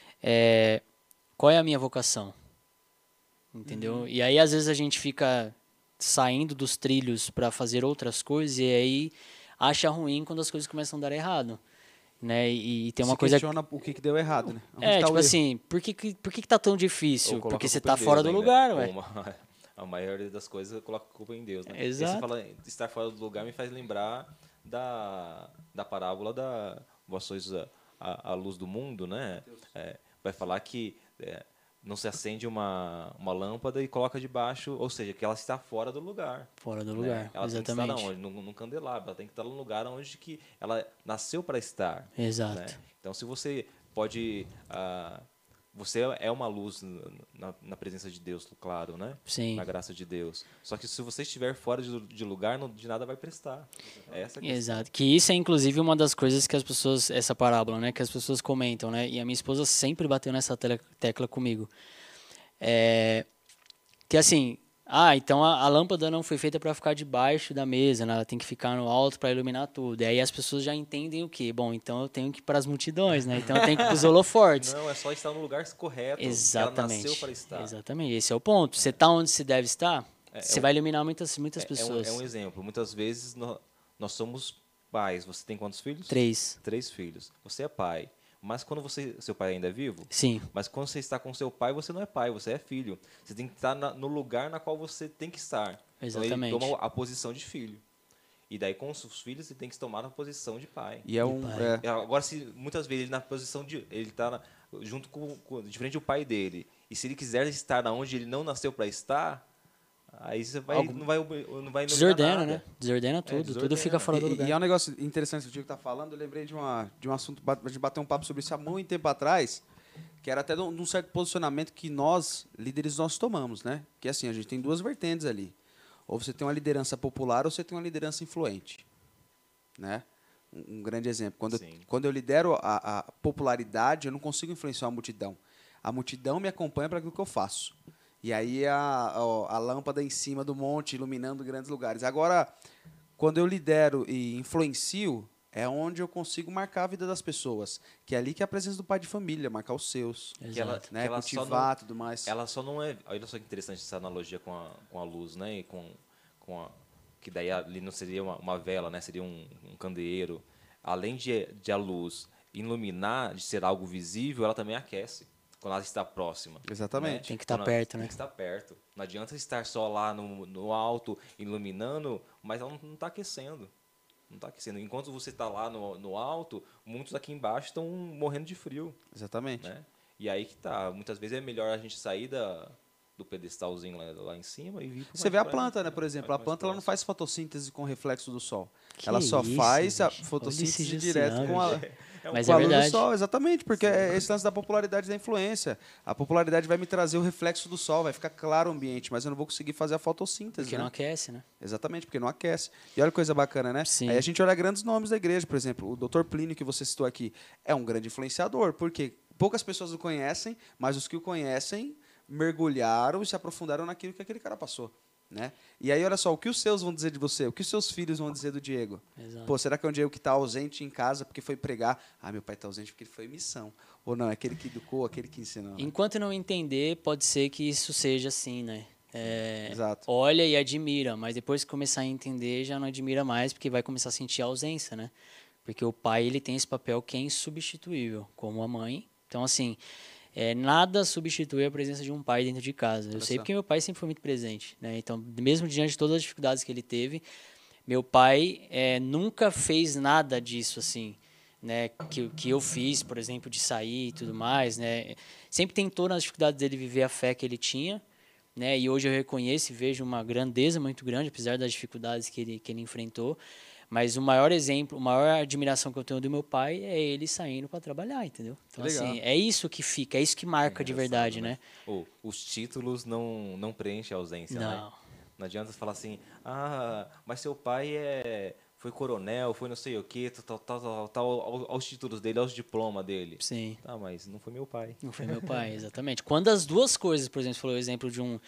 qual é a minha vocação? Entendeu? E aí às vezes a gente fica saindo dos trilhos para fazer outras coisas e aí acha ruim quando as coisas começam a dar errado. Né? E tem uma coisa questiona o que deu errado, né? tipo assim, por que tá tão difícil? Porque você tá fora do lugar, ué. A maioria das coisas coloca a culpa em Deus, né? Exato. E você fala estar fora do lugar me faz lembrar da parábola da vós sois a luz do mundo, né? Vai falar que não se acende uma lâmpada e coloca debaixo, ou seja, que ela está fora do lugar. Fora do Né? lugar, Ela tem que exatamente. estar onde? No candelabro, ela tem que estar no lugar onde que ela nasceu para estar. Exato. Né? Então, se você pode... você é uma luz na presença de Deus, claro, né? Sim. Na graça de Deus. Só que se você estiver fora de lugar, de nada vai prestar. É essa a questão. Exato. Que isso é, inclusive, uma das coisas que as pessoas... Essa parábola, né? Que as pessoas comentam, né? E a minha esposa sempre bateu nessa tecla comigo. Que assim... então a lâmpada não foi feita para ficar debaixo da mesa, né? Ela tem que ficar no alto para iluminar tudo. E aí as pessoas já entendem o quê? Bom, então eu tenho que ir para as multidões, né? Então eu tenho que ir para os holofortes. Não, é só estar no lugar correto. Exatamente. Que ela nasceu para estar. Exatamente. Esse é o ponto. Você está onde se deve estar, você vai iluminar muitas pessoas. É um exemplo. Muitas vezes nós somos pais. Você tem quantos filhos? 3. 3 filhos. Você é pai. Mas quando seu pai ainda é vivo? Sim. Mas quando você está com seu pai, você não é pai, você é filho. Você tem que estar no lugar na qual você tem que estar. Exatamente. Então ele toma a posição de filho. E daí com os seus filhos você tem que tomar a posição de pai. E Agora, se muitas vezes ele na posição de... Ele está junto de frente ao pai dele. E se ele quiser estar onde ele não nasceu para estar... Aí você não vai Desordena, nada. né? Desordena tudo. desordena. Tudo fica fora do lugar. E é um negócio interessante que o Diego tá falando. Eu lembrei de um assunto, a gente bateu um papo sobre isso há muito tempo atrás, que era até de um certo posicionamento que nós, líderes, nós tomamos, né? Que assim, a gente tem 2 vertentes ali. Ou você tem uma liderança popular ou você tem uma liderança influente, né? Um grande exemplo. Quando eu lidero a popularidade, eu não consigo influenciar a multidão. A multidão me acompanha para aquilo que eu faço. E aí a lâmpada em cima do monte, iluminando grandes lugares. Agora, quando eu lidero e influencio, é onde eu consigo marcar a vida das pessoas. Que é ali que é a presença do pai de família, marcar os seus. Exato. Né? Cultivar, tudo mais. Ela só não é... Olha só que interessante essa analogia com a luz, né? E que daí ali não seria uma vela, né? Seria um candeeiro. Além de a luz iluminar, de ser algo visível, ela também aquece. Quando ela está próxima. Exatamente. Tem que estar perto, né? Tem que estar perto. Não adianta estar só lá no alto, iluminando, mas ela não está aquecendo. Não está aquecendo. Enquanto você está lá no alto, muitos aqui embaixo estão morrendo de frio. Exatamente. Né? E aí que tá. Muitas vezes é melhor a gente sair do pedestalzinho lá em cima e vir para Você vê a planta, né, por exemplo. A planta ela não faz fotossíntese com reflexo do sol. Ela só isso, faz a gente? fotossíntese Olha esse direto com a... Mas com é a luz do verdade. sol, exatamente, porque é esse lance da popularidade e da influência. A popularidade vai me trazer o reflexo do sol, vai ficar claro o ambiente, mas eu não vou conseguir fazer a fotossíntese. Porque né? não aquece, né? Exatamente, porque não aquece. E olha que coisa bacana, né? Sim. Aí a gente olha grandes nomes da igreja, por exemplo, o Dr. Plínio, que você citou aqui, é um grande influenciador, porque poucas pessoas o conhecem, mas os que o conhecem mergulharam e se aprofundaram naquilo que aquele cara passou. Né? E aí, olha só, o que os seus vão dizer de você? O que os seus filhos vão dizer do Diego? Exato. Pô, será que é um Diego que está ausente em casa porque foi pregar? Ah, meu pai está ausente porque ele foi em missão. Ou não, é aquele que educou, aquele que ensinou. Né? Enquanto não entender, pode ser que isso seja assim, né? Exato. Olha e admira, mas depois que começar a entender, já não admira mais, porque vai começar a sentir a ausência, né? Porque o pai, ele tem esse papel que é insubstituível, como a mãe. Então, assim... nada substitui a presença de um pai dentro de casa. Eu sei porque meu pai sempre foi muito presente, né? Então, mesmo diante de todas as dificuldades que ele teve, meu pai nunca fez nada disso, assim, né? Que eu fiz, por exemplo, de sair e tudo mais, né? Sempre tentou, nas dificuldades dele, viver a fé que ele tinha, né? E hoje eu reconheço e vejo uma grandeza muito grande, apesar das dificuldades que ele enfrentou. Mas o maior exemplo, a maior admiração que eu tenho do meu pai é ele saindo para trabalhar, entendeu? Então, assim, é isso que fica, é isso que marca de verdade, né? Os títulos não preenchem a ausência, Não. né? Não adianta falar assim, mas seu pai foi coronel, foi não sei o quê, tal, aos títulos dele, aos diplomas dele. Sim. Tá, mas não foi meu pai. Não foi meu pai, exatamente. Quando as duas coisas, por exemplo, você falou o exemplo de um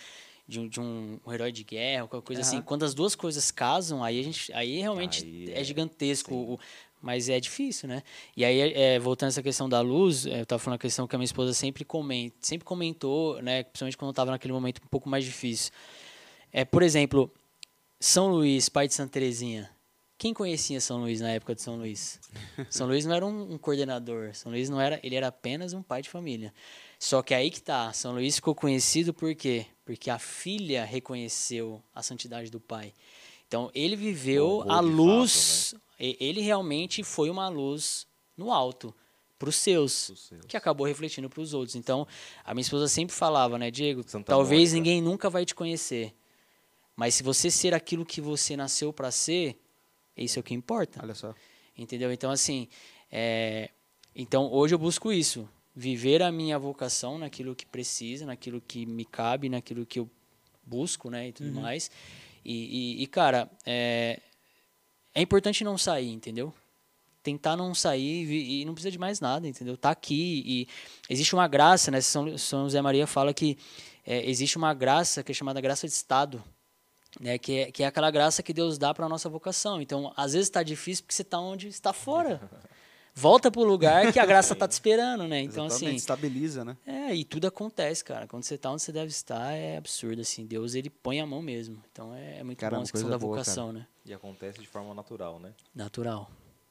herói de guerra, qualquer coisa assim, quando as duas coisas casam, aí realmente é gigantesco, mas é difícil, né? E aí, voltando a essa questão da luz, eu estava falando a questão que a minha esposa sempre comentou, né, principalmente quando eu estava naquele momento um pouco mais difícil. Por exemplo, São Luís, pai de Santa Teresinha. Quem conhecia São Luís na época de São Luís? São Luís não era um coordenador, São Luís ele era apenas um pai de família. Só que aí que tá, São Luís ficou conhecido por quê? Porque a filha reconheceu a santidade do pai. Então, ele viveu a luz, fato, né? Ele realmente foi uma luz no alto, para os seus, Pros seus. que acabou refletindo para os outros. Então, a minha esposa sempre falava, né, Diego, Santa talvez Mônica. ninguém nunca vai te conhecer, mas se você ser aquilo que você nasceu para ser, isso é o que importa. Olha só. Entendeu? Então, assim, então hoje eu busco isso, viver a minha vocação naquilo que precisa, naquilo que me cabe, naquilo que eu busco, né, e tudo mais. E cara, é importante não sair, entendeu? Tentar não sair e não precisa de mais nada, entendeu? Tá aqui e existe uma graça, né? São José Maria fala que existe uma graça que é chamada graça de estado, né? Que é aquela graça que Deus dá para a nossa vocação. Então, às vezes está difícil porque você está onde está fora. Volta pro lugar que a graça tá te esperando, né? Então, Exatamente, assim, estabiliza, né? e tudo acontece, cara. Quando você tá onde você deve estar, é absurdo, assim. Deus, ele põe a mão mesmo. Então, é muito Caramba, bom essa questão coisa da boa, vocação, né? E acontece de forma natural, né? Natural.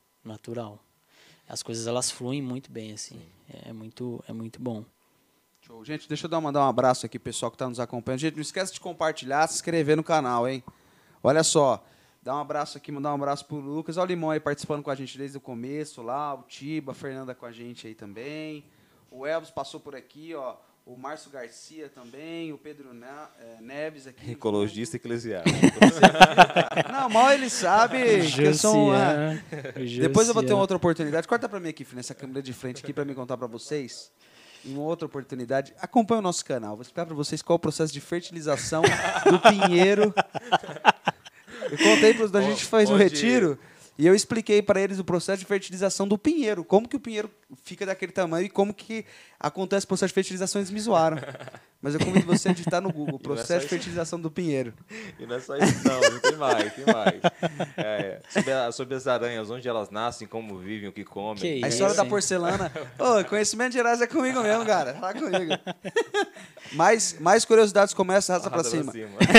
As coisas, elas fluem muito bem, assim. É muito bom. Show. Gente, deixa eu mandar um abraço aqui pro pessoal que tá nos acompanhando. Gente, não esquece de compartilhar, se inscrever no canal, hein? Olha só, dá um abraço aqui, mandar um abraço pro Lucas. Olha o Limão aí participando com a gente desde o começo lá, o Tiba, a Fernanda com a gente aí também. O Elvis passou por aqui, ó. O Márcio Garcia também, o Pedro Neves aqui. Ecologista eclesiástico. Não, mal ele sabe que eu sou Depois eu vou ter uma outra. outra oportunidade. Corta pra mim aqui, filho, nessa câmera de frente aqui pra me contar pra vocês. Em uma outra oportunidade, acompanhe o nosso canal. Vou explicar pra vocês qual é o processo de fertilização do pinheiro. Eu contei para a gente fez um retiro e eu expliquei para eles o processo de fertilização do pinheiro, como que o pinheiro fica daquele tamanho e como que acontece o processo de fertilização, eles me zoaram. Mas eu convido você a digitar no Google, processo de fertilização do pinheiro. E não é só isso não, tem mais. Sobre as aranhas, onde elas nascem, como vivem, o que comem. Que A história isso, da hein? porcelana. Ô, conhecimento gerais é comigo mesmo, cara. Fala comigo. Mais curiosidades começam, arrasta pra cima.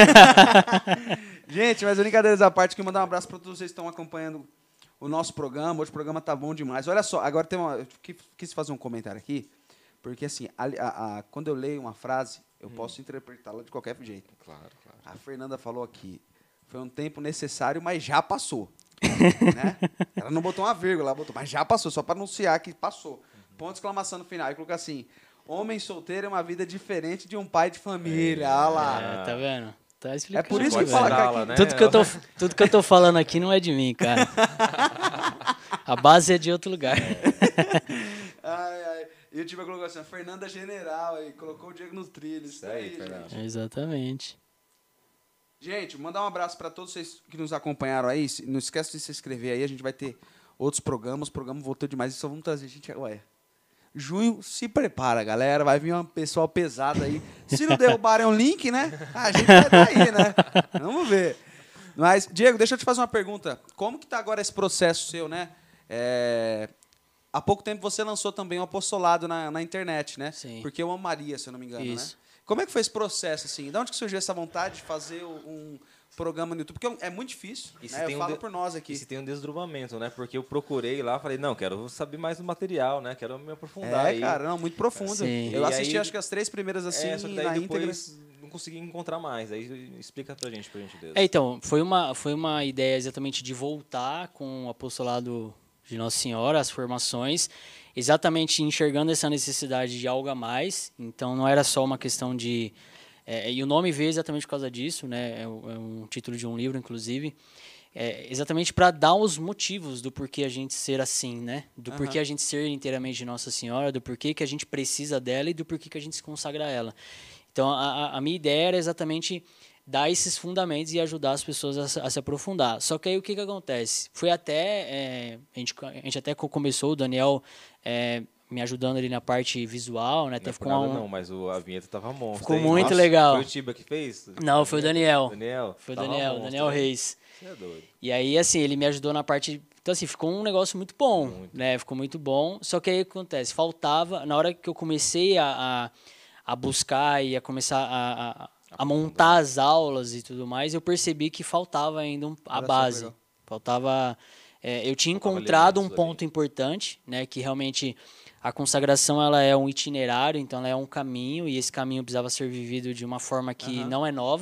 Gente, mas brincadeiras à parte, quero mandar um abraço para todos vocês que estão acompanhando o nosso programa. Hoje o programa tá bom demais. Olha só, agora eu quis fazer um comentário aqui, porque assim, quando eu leio uma frase, eu posso interpretá-la de qualquer jeito. Claro. A Fernanda falou aqui, foi um tempo necessário, mas já passou. Né? Ela não botou uma vírgula, ela botou, mas já passou, só para anunciar que passou. Ponto de exclamação no final. E colocou assim, homem solteiro é uma vida diferente de um pai de família. Olha lá. Tá vendo? Tá explicando. É por isso que velho. fala que aqui, né? Tudo que eu tô falando aqui não é de mim, cara. A base é de outro lugar. Ai. E o Tiba colocou assim, a Fernanda General, aí colocou o Diego no trilho. Isso aí, Fernanda. gente. Exatamente. Gente, mandar um abraço para todos vocês que nos acompanharam aí. Não esquece de se inscrever aí, a gente vai ter outros programas. O programa voltou demais e só vamos trazer gente. Junho, se prepara, galera. Vai vir um pessoal pesado aí. Se não derrubarem um link, né? A gente vai estar aí, né? Vamos ver. Mas, Diego, deixa eu te fazer uma pergunta. Como que tá agora esse processo seu, né? Há pouco tempo você lançou também um apostolado na internet, né? Sim. Porque eu amo Maria, se eu não me engano, Isso. né? Como é que foi esse processo, assim? De onde que surgiu essa vontade de fazer um programa no YouTube? Porque é muito difícil, né? Eu falo por nós aqui. E se tem um desdobramento, né? Porque eu procurei lá, falei, não, quero saber mais do material, né? Quero me aprofundar aí. Cara, não, muito profundo. Sim. Eu E assisti, aí- acho que as 3 primeiras, assim, só que na daí íntegra. depois não consegui encontrar mais. Aí explica pra gente, por gentileza. Então, foi uma ideia exatamente de voltar com o apostolado de Nossa Senhora, as formações, exatamente enxergando essa necessidade de algo a mais. Então, não era só uma questão de... e o nome veio exatamente por causa disso, né? É um título de um livro, inclusive. Exatamente para dar os motivos do porquê a gente ser assim, né? Do porquê a gente ser inteiramente de Nossa Senhora, do porquê que a gente precisa dela e do porquê que a gente se consagra a ela. Então, a minha ideia era exatamente dar esses fundamentos e ajudar as pessoas a se aprofundar. Só que aí o que acontece? Foi até... a gente até começou, o Daniel me ajudando ali na parte visual, né? Não Até é por ficou nada não, mas a vinheta tava monstro. Ficou hein? muito Nossa, legal. Foi o Tiba que fez? Não, foi o Daniel. Foi o Tava Daniel, monstro, Daniel hein? Reis. Você é doido. E aí, assim, ele me ajudou na parte... Então, assim, ficou um negócio muito bom, né? Ficou muito bom. Só que aí o que acontece? Faltava... Na hora que eu comecei a buscar e a começar a montar as aulas e tudo mais, eu percebi que faltava ainda a Olha só, base. legal. Faltava... eu tinha Faltava encontrado um elementos ponto importante, né? Que realmente a consagração, ela é um itinerário, então ela é um caminho, e esse caminho precisava ser vivido de uma forma que não é nova,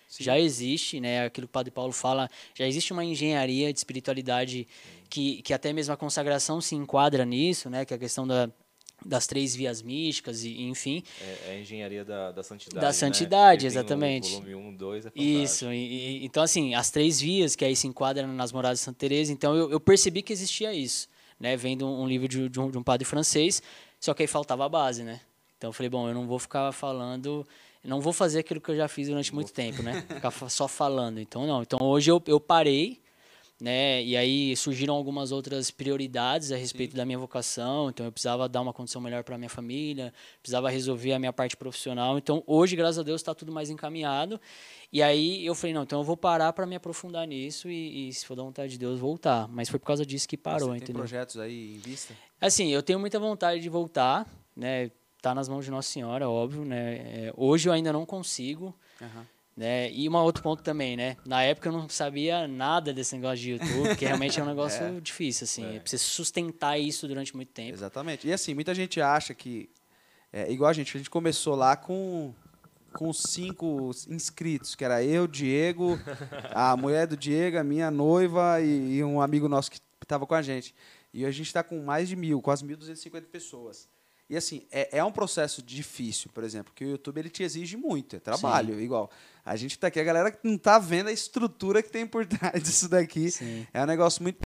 Já existe, né? Aquilo que o Padre Paulo fala, já existe uma engenharia de espiritualidade que até mesmo a consagração se enquadra nisso, né? Que é a questão das 3 vias místicas, e enfim. É a engenharia da santidade, Da né? santidade, Ele tem exatamente. o volume 1, 2, é fantástico. Isso, então assim, as 3 vias, que aí se enquadram nas Moradas de Santa Teresa, então eu percebi que existia isso, né? Vendo um livro de um padre francês, só que aí faltava a base, né? Então eu falei, bom, eu não vou ficar falando, não vou fazer aquilo que eu já fiz durante muito tempo, né? Ficar só falando, então não. Então hoje eu parei, né? E aí surgiram algumas outras prioridades a respeito da minha vocação. Então eu precisava dar uma condição melhor para minha família, precisava resolver a minha parte profissional. Então hoje, graças a Deus, está tudo mais encaminhado. E aí eu falei, não, então eu vou parar para me aprofundar nisso e se for da vontade de Deus, voltar. Mas foi por causa disso que parou, Você tem entendeu? projetos aí em vista? Assim, eu tenho muita vontade de voltar, né? Tá nas mãos de Nossa Senhora, óbvio, né? Hoje eu ainda não consigo. Aham. Né? E um outro ponto também, né? Na época eu não sabia nada desse negócio de YouTube, porque realmente é um negócio difícil, assim. É preciso sustentar isso durante muito tempo. Exatamente. E assim, muita gente acha que... igual a gente começou lá com 5 inscritos, que era eu, Diego, a mulher do Diego, a minha noiva e um amigo nosso que estava com a gente. E a gente está com mais de 1.000, quase 1.250 pessoas. E assim, é um processo difícil, por exemplo, que o YouTube ele te exige muito, é trabalho, igual. A gente tá aqui, a galera que não tá vendo a estrutura que tem por trás disso daqui. Sim. É um negócio muito...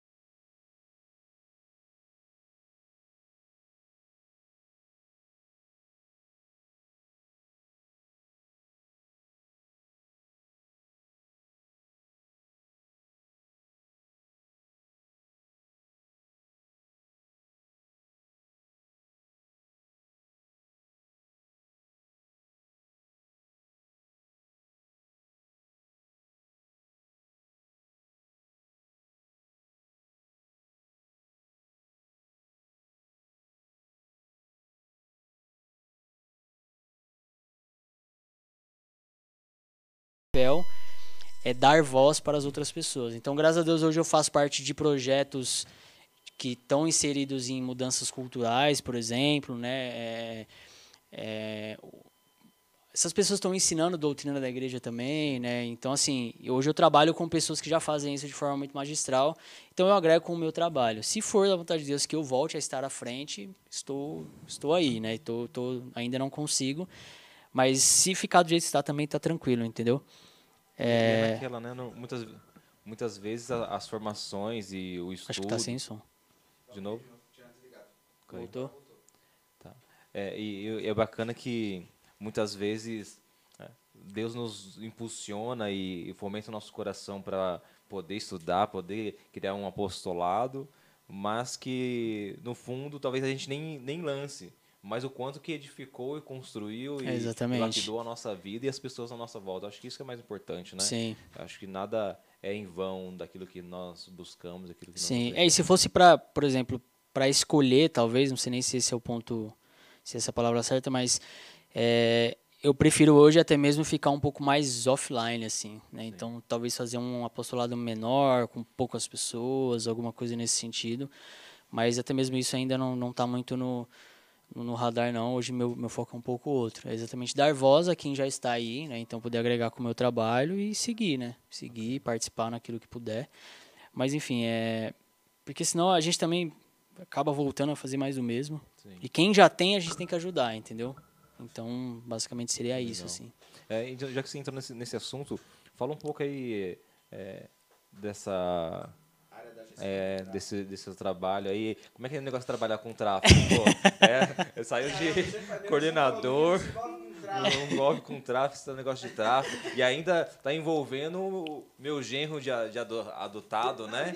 É dar voz para as outras pessoas. Então, graças a Deus, hoje eu faço parte de projetos que estão inseridos em mudanças culturais, por exemplo, né? Essas pessoas estão ensinando a doutrina da igreja também, né? Então, assim, hoje eu trabalho com pessoas que já fazem isso de forma muito magistral, então eu agrego com o meu trabalho. Se for da vontade de Deus que eu volte a estar à frente, estou aí, né? Ainda não consigo, mas se ficar do jeito que está também está tranquilo, entendeu? E é naquela, né? Muitas vezes as formações e o estudo... Acho que está sem som. De novo? Voltou? Tá. E é bacana que muitas vezes Deus nos impulsiona e fomenta o nosso coração para poder estudar, poder criar um apostolado, mas que, no fundo, talvez a gente nem lance. Mas o quanto que edificou e construiu e lapidou a nossa vida e as pessoas à nossa volta. Acho que isso que é mais importante, né? Sim. Acho que nada é em vão daquilo que nós buscamos, daquilo que Sim. nós E se fosse para, por exemplo, para escolher, talvez, não sei nem se esse é o ponto, se essa é a palavra certa, mas eu prefiro hoje até mesmo ficar um pouco mais offline, assim, né? Então, talvez fazer um apostolado menor, com poucas pessoas, alguma coisa nesse sentido. Mas até mesmo isso ainda não está muito no radar, não. Hoje meu foco é um pouco outro. É exatamente dar voz a quem já está aí, né? Então, poder agregar com o meu trabalho e seguir, né? Seguir, participar naquilo que puder. Mas, enfim, porque senão a gente também acaba voltando a fazer mais do mesmo. Sim. E quem já tem, a gente tem que ajudar, entendeu? Então, basicamente, seria isso, assim. Então, já que você entrou nesse assunto, fala um pouco aí dessa... desse seu trabalho aí. Como é que é o negócio de trabalhar com tráfego? Pô, saiu de coordenador, não envolve com tráfego, esse negócio de tráfego. E ainda tá envolvendo o meu genro de adotado, né?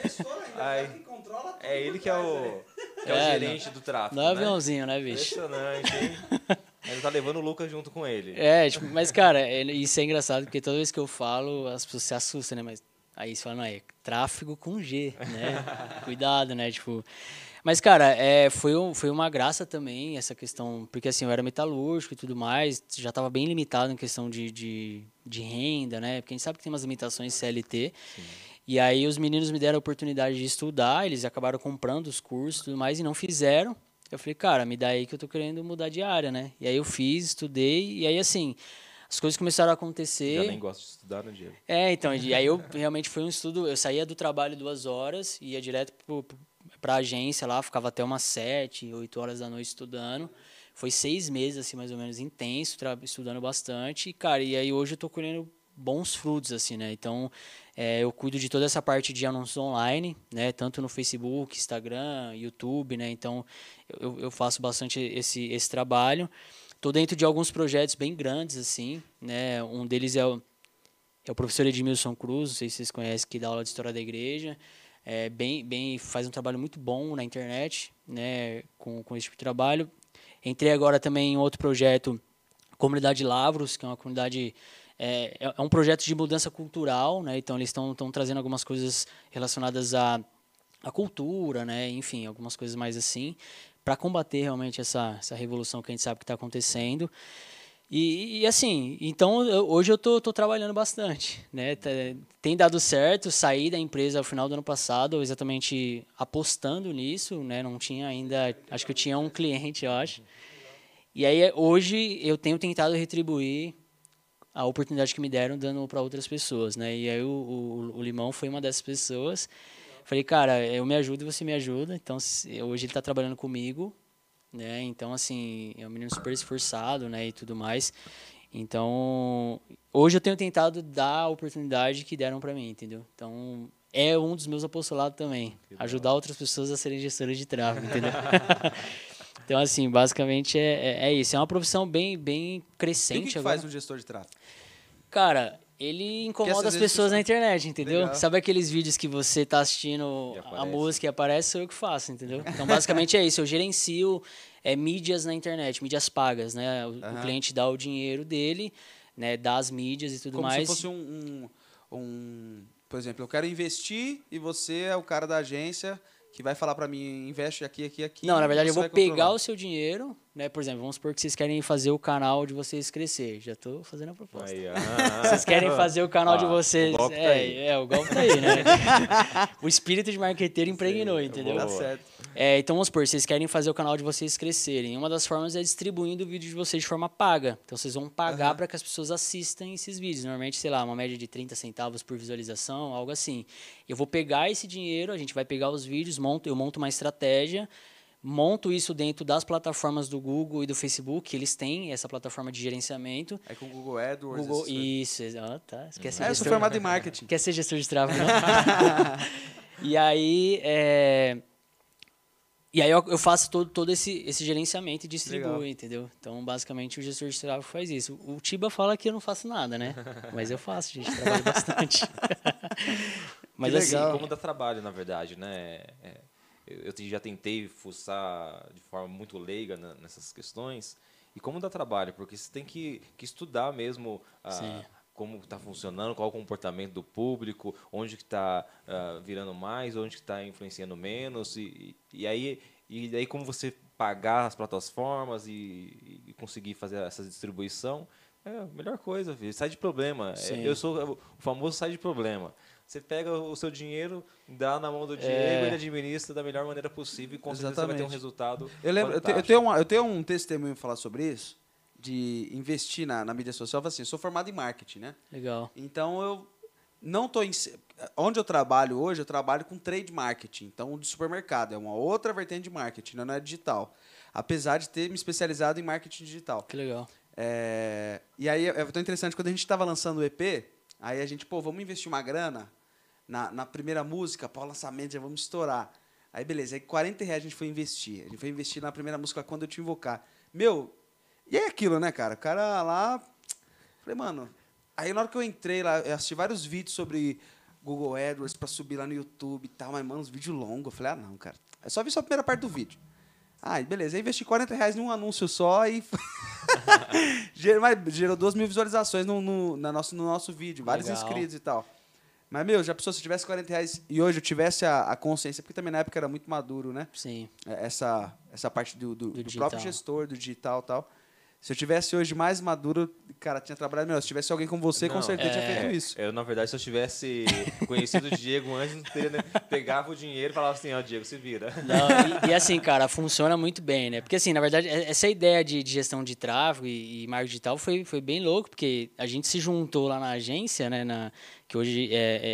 É ele que é o gerente do tráfego. Não é né? aviãozinho, né, bicho? Impressionante, hein? Ele tá levando o Lucas junto com ele. Mas, cara, isso é engraçado, porque toda vez que eu falo, as pessoas se assustam, né? Mas aí você fala, não, é tráfego com G, né? Cuidado, né? Tipo... Mas, cara, foi uma graça também essa questão, porque assim, eu era metalúrgico e tudo mais, já estava bem limitado em questão de renda, né? Porque a gente sabe que tem umas limitações CLT. Sim. E aí os meninos me deram a oportunidade de estudar, eles acabaram comprando os cursos e tudo mais e não fizeram. Eu falei, cara, me dá aí que eu tô querendo mudar de área, né? E aí eu fiz, estudei, e aí assim... as coisas começaram a Já acontecer. nem gosto de estudar, né, Diego? Então, e aí eu realmente foi um estudo, eu saía do trabalho 2 horas, ia direto pra agência lá, ficava até umas 7, 8 horas da noite estudando. Foi 6 meses, assim, mais ou menos, intenso, estudando bastante. E, cara, e aí hoje eu tô colhendo bons frutos, assim, né? Então, eu cuido de toda essa parte de anúncios online, né? Tanto no Facebook, Instagram, YouTube, né? Então, eu faço bastante esse trabalho. Tô dentro de alguns projetos bem grandes, assim, né? Um deles é o professor Edmilson Cruz, não sei se vocês conhecem, que dá aula de História da Igreja. Faz um trabalho muito bom na internet, né? Com esse tipo de trabalho. Entrei agora também em outro projeto, Comunidade Lavros, que é uma comunidade... É um projeto de mudança cultural, né? Então, eles estão trazendo algumas coisas relacionadas à cultura, né? Enfim, algumas coisas mais assim, para combater realmente essa revolução que a gente sabe que está acontecendo. E assim, então hoje eu tô trabalhando bastante, né? Tem dado certo, saí da empresa ao final do ano passado, exatamente apostando nisso, né? Não tinha ainda, acho que eu tinha um cliente, eu acho. E aí hoje eu tenho tentado retribuir a oportunidade que me deram dando para outras pessoas, né? E aí o Limão foi uma dessas pessoas. Falei, cara, eu me ajudo e você me ajuda. Então hoje ele está trabalhando comigo, né? Então, assim, é um menino super esforçado, né? E tudo mais. Então, hoje eu tenho tentado dar a oportunidade que deram para mim, entendeu? Então, é um dos meus apostolados também. Ajudar outras pessoas a serem gestores de tráfego, entendeu? Então, assim, basicamente é isso. É uma profissão bem E o crescente que agora. faz um gestor de tráfego? Cara, ele incomoda às as vezes pessoas pessoa- na internet, entendeu? Legal. Sabe aqueles vídeos que você tá assistindo E a aparece. música e aparece, sou eu que faço, entendeu? Então, basicamente é isso. Eu gerencio mídias na internet, mídias pagas, né? O cliente dá o dinheiro dele, né? Dá as mídias e tudo Como mais. se fosse por exemplo, eu quero investir e você é o cara da agência que vai falar para mim, investe aqui, aqui, aqui. Não, na verdade, e eu você vou vai pegar controlar. o seu dinheiro, né? Por exemplo, vamos supor que vocês querem fazer o canal de vocês crescer. Já tô fazendo a proposta. Aí, Vocês querem fazer o canal de Ah, vocês. o golpe tá aí. O golpe tá aí, né? O espírito de marqueteiro impregnou, entendeu? Tá certo. Então vamos supor, vocês querem fazer o canal de vocês crescerem. Uma das formas é distribuindo o vídeo de vocês de forma paga. Então vocês vão pagar para que as pessoas assistam esses vídeos. Normalmente, sei lá, uma média de 30 centavos por visualização, algo assim. Eu vou pegar esse dinheiro, a gente vai pegar os vídeos, eu monto uma estratégia, monto isso dentro das plataformas do Google e do Facebook, eles têm essa plataforma de gerenciamento. Aí com o Google AdWords. Google, isso, tá. Você quer ser Eu sou gestor? formado em marketing. Quer ser gestor de tráfego, não? E aí, eu faço todo esse gerenciamento e distribuo, Legal. entendeu? Então, basicamente, o gestor de tráfego faz isso. O Tiba fala que eu não faço nada, né? Mas eu faço, gente, trabalho bastante. Mas Que assim, legal. Como dá trabalho, na verdade, né? Eu já tentei fuçar de forma muito leiga nessas questões. E como dá trabalho, porque você tem que estudar mesmo Sim. como está funcionando, qual o comportamento do público, onde que está virando mais, onde que está influenciando menos. E daí como você pagar as plataformas e conseguir fazer essa distribuição, é a melhor coisa, filho. Sai de problema. Sim. Eu sou o famoso sai de problema. Você pega o seu dinheiro, dá na mão do Diego, ele administra da melhor maneira possível e com certeza você vai ter um resultado Eu tenho um testemunho para falar sobre isso, de investir na mídia social. Assim, eu sou formado em marketing, né? legal. Então, eu não estou... Onde eu trabalho hoje, eu trabalho com trade marketing, então de supermercado. É uma outra vertente de marketing, não é digital. Apesar de ter me especializado em marketing digital. Que legal. E aí, é tão interessante, quando a gente estava lançando o EP, aí a gente, vamos investir uma grana na primeira música, para o lançamento, já vamos estourar. Aí, beleza, aí R$40 a gente foi investir. A gente foi investir na primeira música, Quando Eu Te Invocar. Meu, e é aquilo, né, cara? O cara lá... Falei, mano... Aí, na hora que eu entrei lá, eu assisti vários vídeos sobre Google AdWords para subir lá no YouTube e tal, mas, mano, uns vídeos longos. Eu falei, não, cara. É só ver só a primeira parte do vídeo. Beleza. Aí investi R$40 num anúncio só e... gerou 2.000 visualizações no nosso vídeo, vários Legal. inscritos e tal. Mas, meu, já pensou se eu tivesse R$40 e hoje eu tivesse a consciência, porque também na época era muito maduro, né? Sim. Essa parte do digital. próprio gestor, do digital e tal. Se eu tivesse hoje mais maduro, cara, tinha trabalhado melhor. Se tivesse alguém com você, com Não, certeza tinha feito isso. Eu, na verdade, se eu tivesse conhecido o Diego antes, não teria, né, pegava o dinheiro e falava assim, ó, Diego, se vira. Não, e assim, cara, funciona muito bem, né? Porque assim, na verdade, essa ideia de gestão de tráfego e marketing digital foi bem louco, porque a gente se juntou lá na agência, né? Que hoje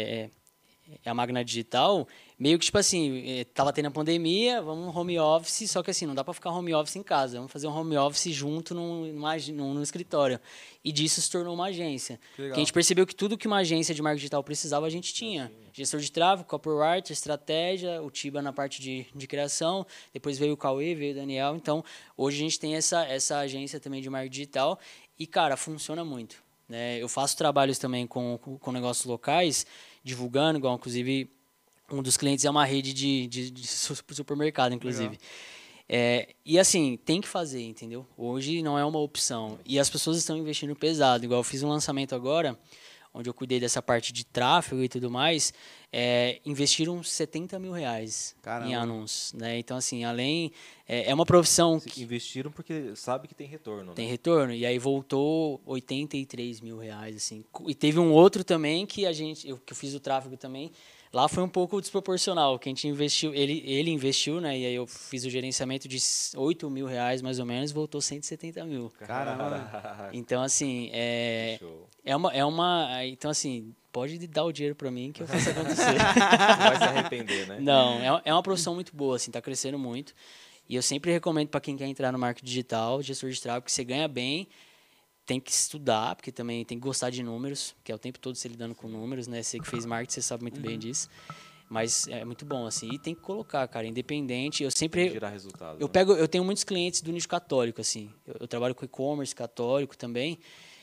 é a Magna Digital, meio que tipo assim, tava tendo a pandemia, vamos home office, só que assim, não dá para ficar home office em casa, vamos fazer um home office junto num escritório. E disso se tornou uma agência. Que legal. Que a gente percebeu que tudo que uma agência de marketing digital precisava, a gente tinha. Gestor de tráfego, copywriter, estratégia, o Tiba na parte de criação, depois veio o Cauê, veio o Daniel. Então, hoje a gente tem essa agência também de marketing digital e, cara, funciona muito. Né? Eu faço trabalhos também com negócios locais, divulgando, igual, inclusive, um dos clientes é uma rede de supermercado, inclusive. E assim, tem que fazer, entendeu? Hoje não é uma opção. E as pessoas estão investindo pesado. Igual eu fiz um lançamento agora, onde eu cuidei dessa parte de tráfego e tudo mais, investiram R$70 mil em anúncios. Né? Então, assim, além... É uma profissão que... Investiram porque sabe que tem retorno. Tem né? retorno. E aí voltou R$83 mil, assim. E teve um outro também que que eu fiz o tráfego também. Lá foi um pouco desproporcional, que a gente investiu, ele investiu, né? E aí eu fiz o gerenciamento de R$8 mil, mais ou menos, voltou 170 mil. Caramba. Então, assim, Show. então, assim, pode dar o dinheiro para mim que eu faço acontecer. Não vai se arrepender, né? Não, é uma profissão muito boa, assim, tá crescendo muito. E eu sempre recomendo para quem quer entrar no marketing digital, gestor de tráfego, que você ganha bem, tem que estudar, porque também tem que gostar de números, que é o tempo todo você lidando com números, né? Você que fez marketing, você sabe muito bem disso. Mas é muito bom, assim. E tem que colocar, cara, independente. Eu sempre... Gerar resultado. Eu tenho muitos clientes do nicho católico, assim. Eu trabalho com e-commerce católico também.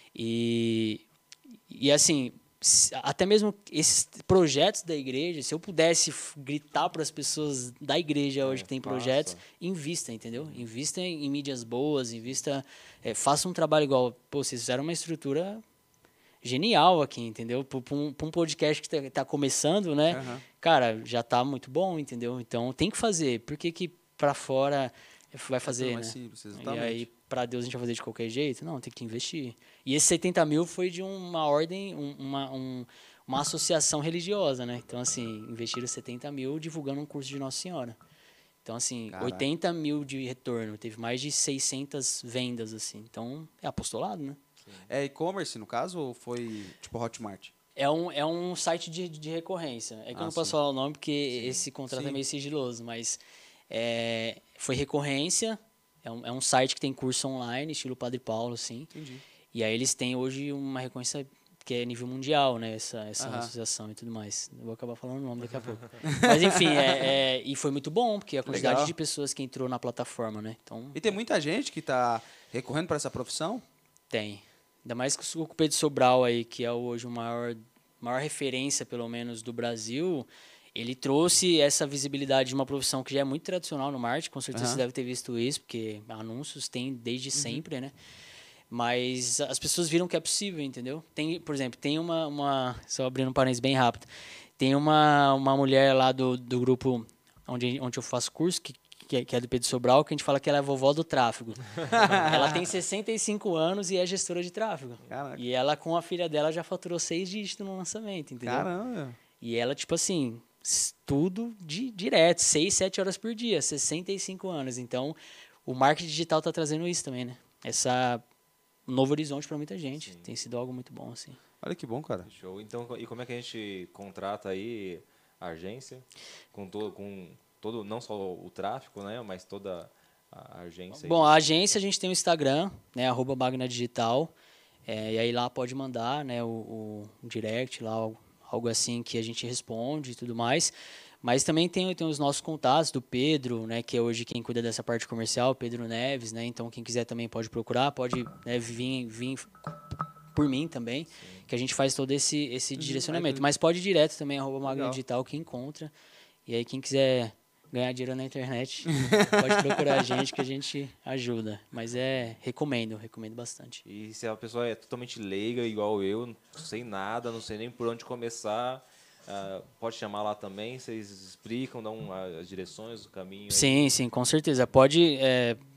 E assim, até mesmo esses projetos da igreja, se eu pudesse gritar para as pessoas da igreja hoje que tem projetos, invista, entendeu? Invista em mídias boas, faça um trabalho igual, pô, vocês fizeram uma estrutura genial aqui, entendeu? Para um podcast que está começando, né? Uhum. Cara, já está muito bom, entendeu? Então tem que fazer. Por que para fora vai fazer, né? Simples, E aí, para Deus a gente vai fazer de qualquer jeito? Não, tem que investir. E esse 70 mil foi de uma ordem, uma associação religiosa, né? Então, assim, investiram 70 mil divulgando um curso de Nossa Senhora. Então, assim, Caraca. 80 mil de retorno. Teve mais de 600 vendas, assim. Então, é apostolado, né? É e-commerce, no caso, ou foi tipo Hotmart? É um site de recorrência. É que eu não posso falar o nome porque esse contrato é meio sigiloso, mas foi recorrência. É um site que tem curso online, estilo Padre Paulo, assim. Entendi. E aí eles têm hoje uma reconhecência que é nível mundial, né? Essa associação e tudo mais. Eu vou acabar falando o nome daqui a pouco. Mas enfim, e foi muito bom, porque a quantidade Legal. de pessoas que entrou na plataforma, né? Então, E tem muita gente que está recorrendo para essa profissão? tem. Ainda mais que o Pedro Sobral aí, que é hoje o maior referência, pelo menos, do Brasil, ele trouxe essa visibilidade de uma profissão que já é muito tradicional no marketing, com certeza você deve ter visto isso, porque anúncios tem desde sempre, né? Mas as pessoas viram que é possível, entendeu? Tem, por exemplo, tem só abrindo um parênteses bem rápido, tem uma mulher lá do grupo onde eu faço curso, que é do Pedro Sobral, que a gente fala que ela é a vovó do tráfego. Ela tem 65 anos e é gestora de tráfego. Caraca. E ela, com a filha dela, já faturou 6 dígitos no lançamento, entendeu? Caramba. E ela, tipo assim, tudo direto, 6, 7 horas por dia, 65 anos. Então, o marketing digital tá trazendo isso também, né? Um novo horizonte para muita gente. Tem sido algo muito bom, assim. Olha que bom, cara. Show. Então, e como é que a gente contrata aí a agência? Com todo, não só o tráfego, né? Mas toda a agência. Bom, a agência a gente tem o Instagram, né? @magnadigital. E aí lá pode mandar, né? O direct lá, algo assim que a gente responde e tudo mais. Mas também tem os nossos contatos do Pedro, né, que é hoje quem cuida dessa parte comercial, Pedro Neves, né? Então quem quiser também pode procurar, pode, né, vir por mim também, que a gente faz todo esse direcionamento. Mas pode ir direto também, @magnadigital, que encontra. E aí quem quiser ganhar dinheiro na internet, pode procurar a gente que a gente ajuda. Mas recomendo bastante. E se a pessoa é totalmente leiga, igual eu, não sei nada, não sei nem por onde começar, pode chamar lá também, vocês explicam, dão as direções, o caminho. Sim, com certeza. Pode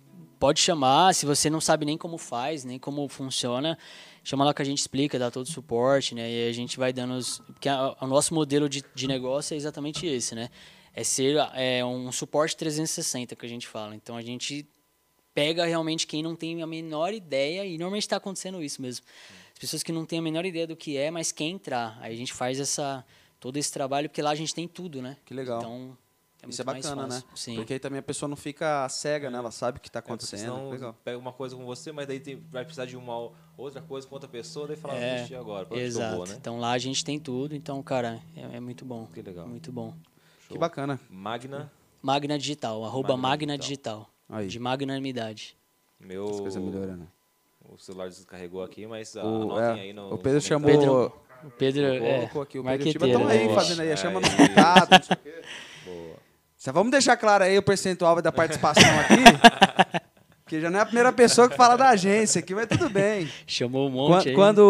pode chamar, se você não sabe nem como faz, nem como funciona, chama lá que a gente explica, dá todo o suporte, né? E a gente vai dando porque o nosso modelo de negócio é exatamente esse, né? É ser um suporte 360 que a gente fala. Então a gente pega realmente quem não tem a menor ideia, e normalmente está acontecendo isso mesmo. As pessoas que não têm a menor ideia do que é, mas querem entrar. Aí a gente faz todo esse trabalho, porque lá a gente tem tudo, né? Que legal. Então, é Isso é muito mais bacana, né? fácil. Sim. Porque aí também a pessoa não fica cega, né? Ela sabe o que está Porque acontecendo. senão Legal. pega uma coisa com você, mas daí vai precisar de uma outra coisa com outra pessoa, daí fala, vixe, e agora? Pra onde que eu Exato. vou, né? Então lá a gente tem tudo. Então, cara, é muito bom. Que legal. Muito bom. Que bacana. Magna, Magna Digital, @ Magna Digital. Aí. De magnanimidade. As coisas melhorando. O celular descarregou aqui, mas O, anotem aí no... o Pedro nos chamou... comentários. O Pedro Colocou aqui. O Pedro Tiba marqueteiro, estão aí né? fazendo aí. Chama no Aí. contato, não sei o quê. Boa. Só vamos deixar claro aí o percentual da participação aqui. Porque já não é a primeira pessoa que fala da agência aqui, mas tudo bem. Chamou um monte aí. Quando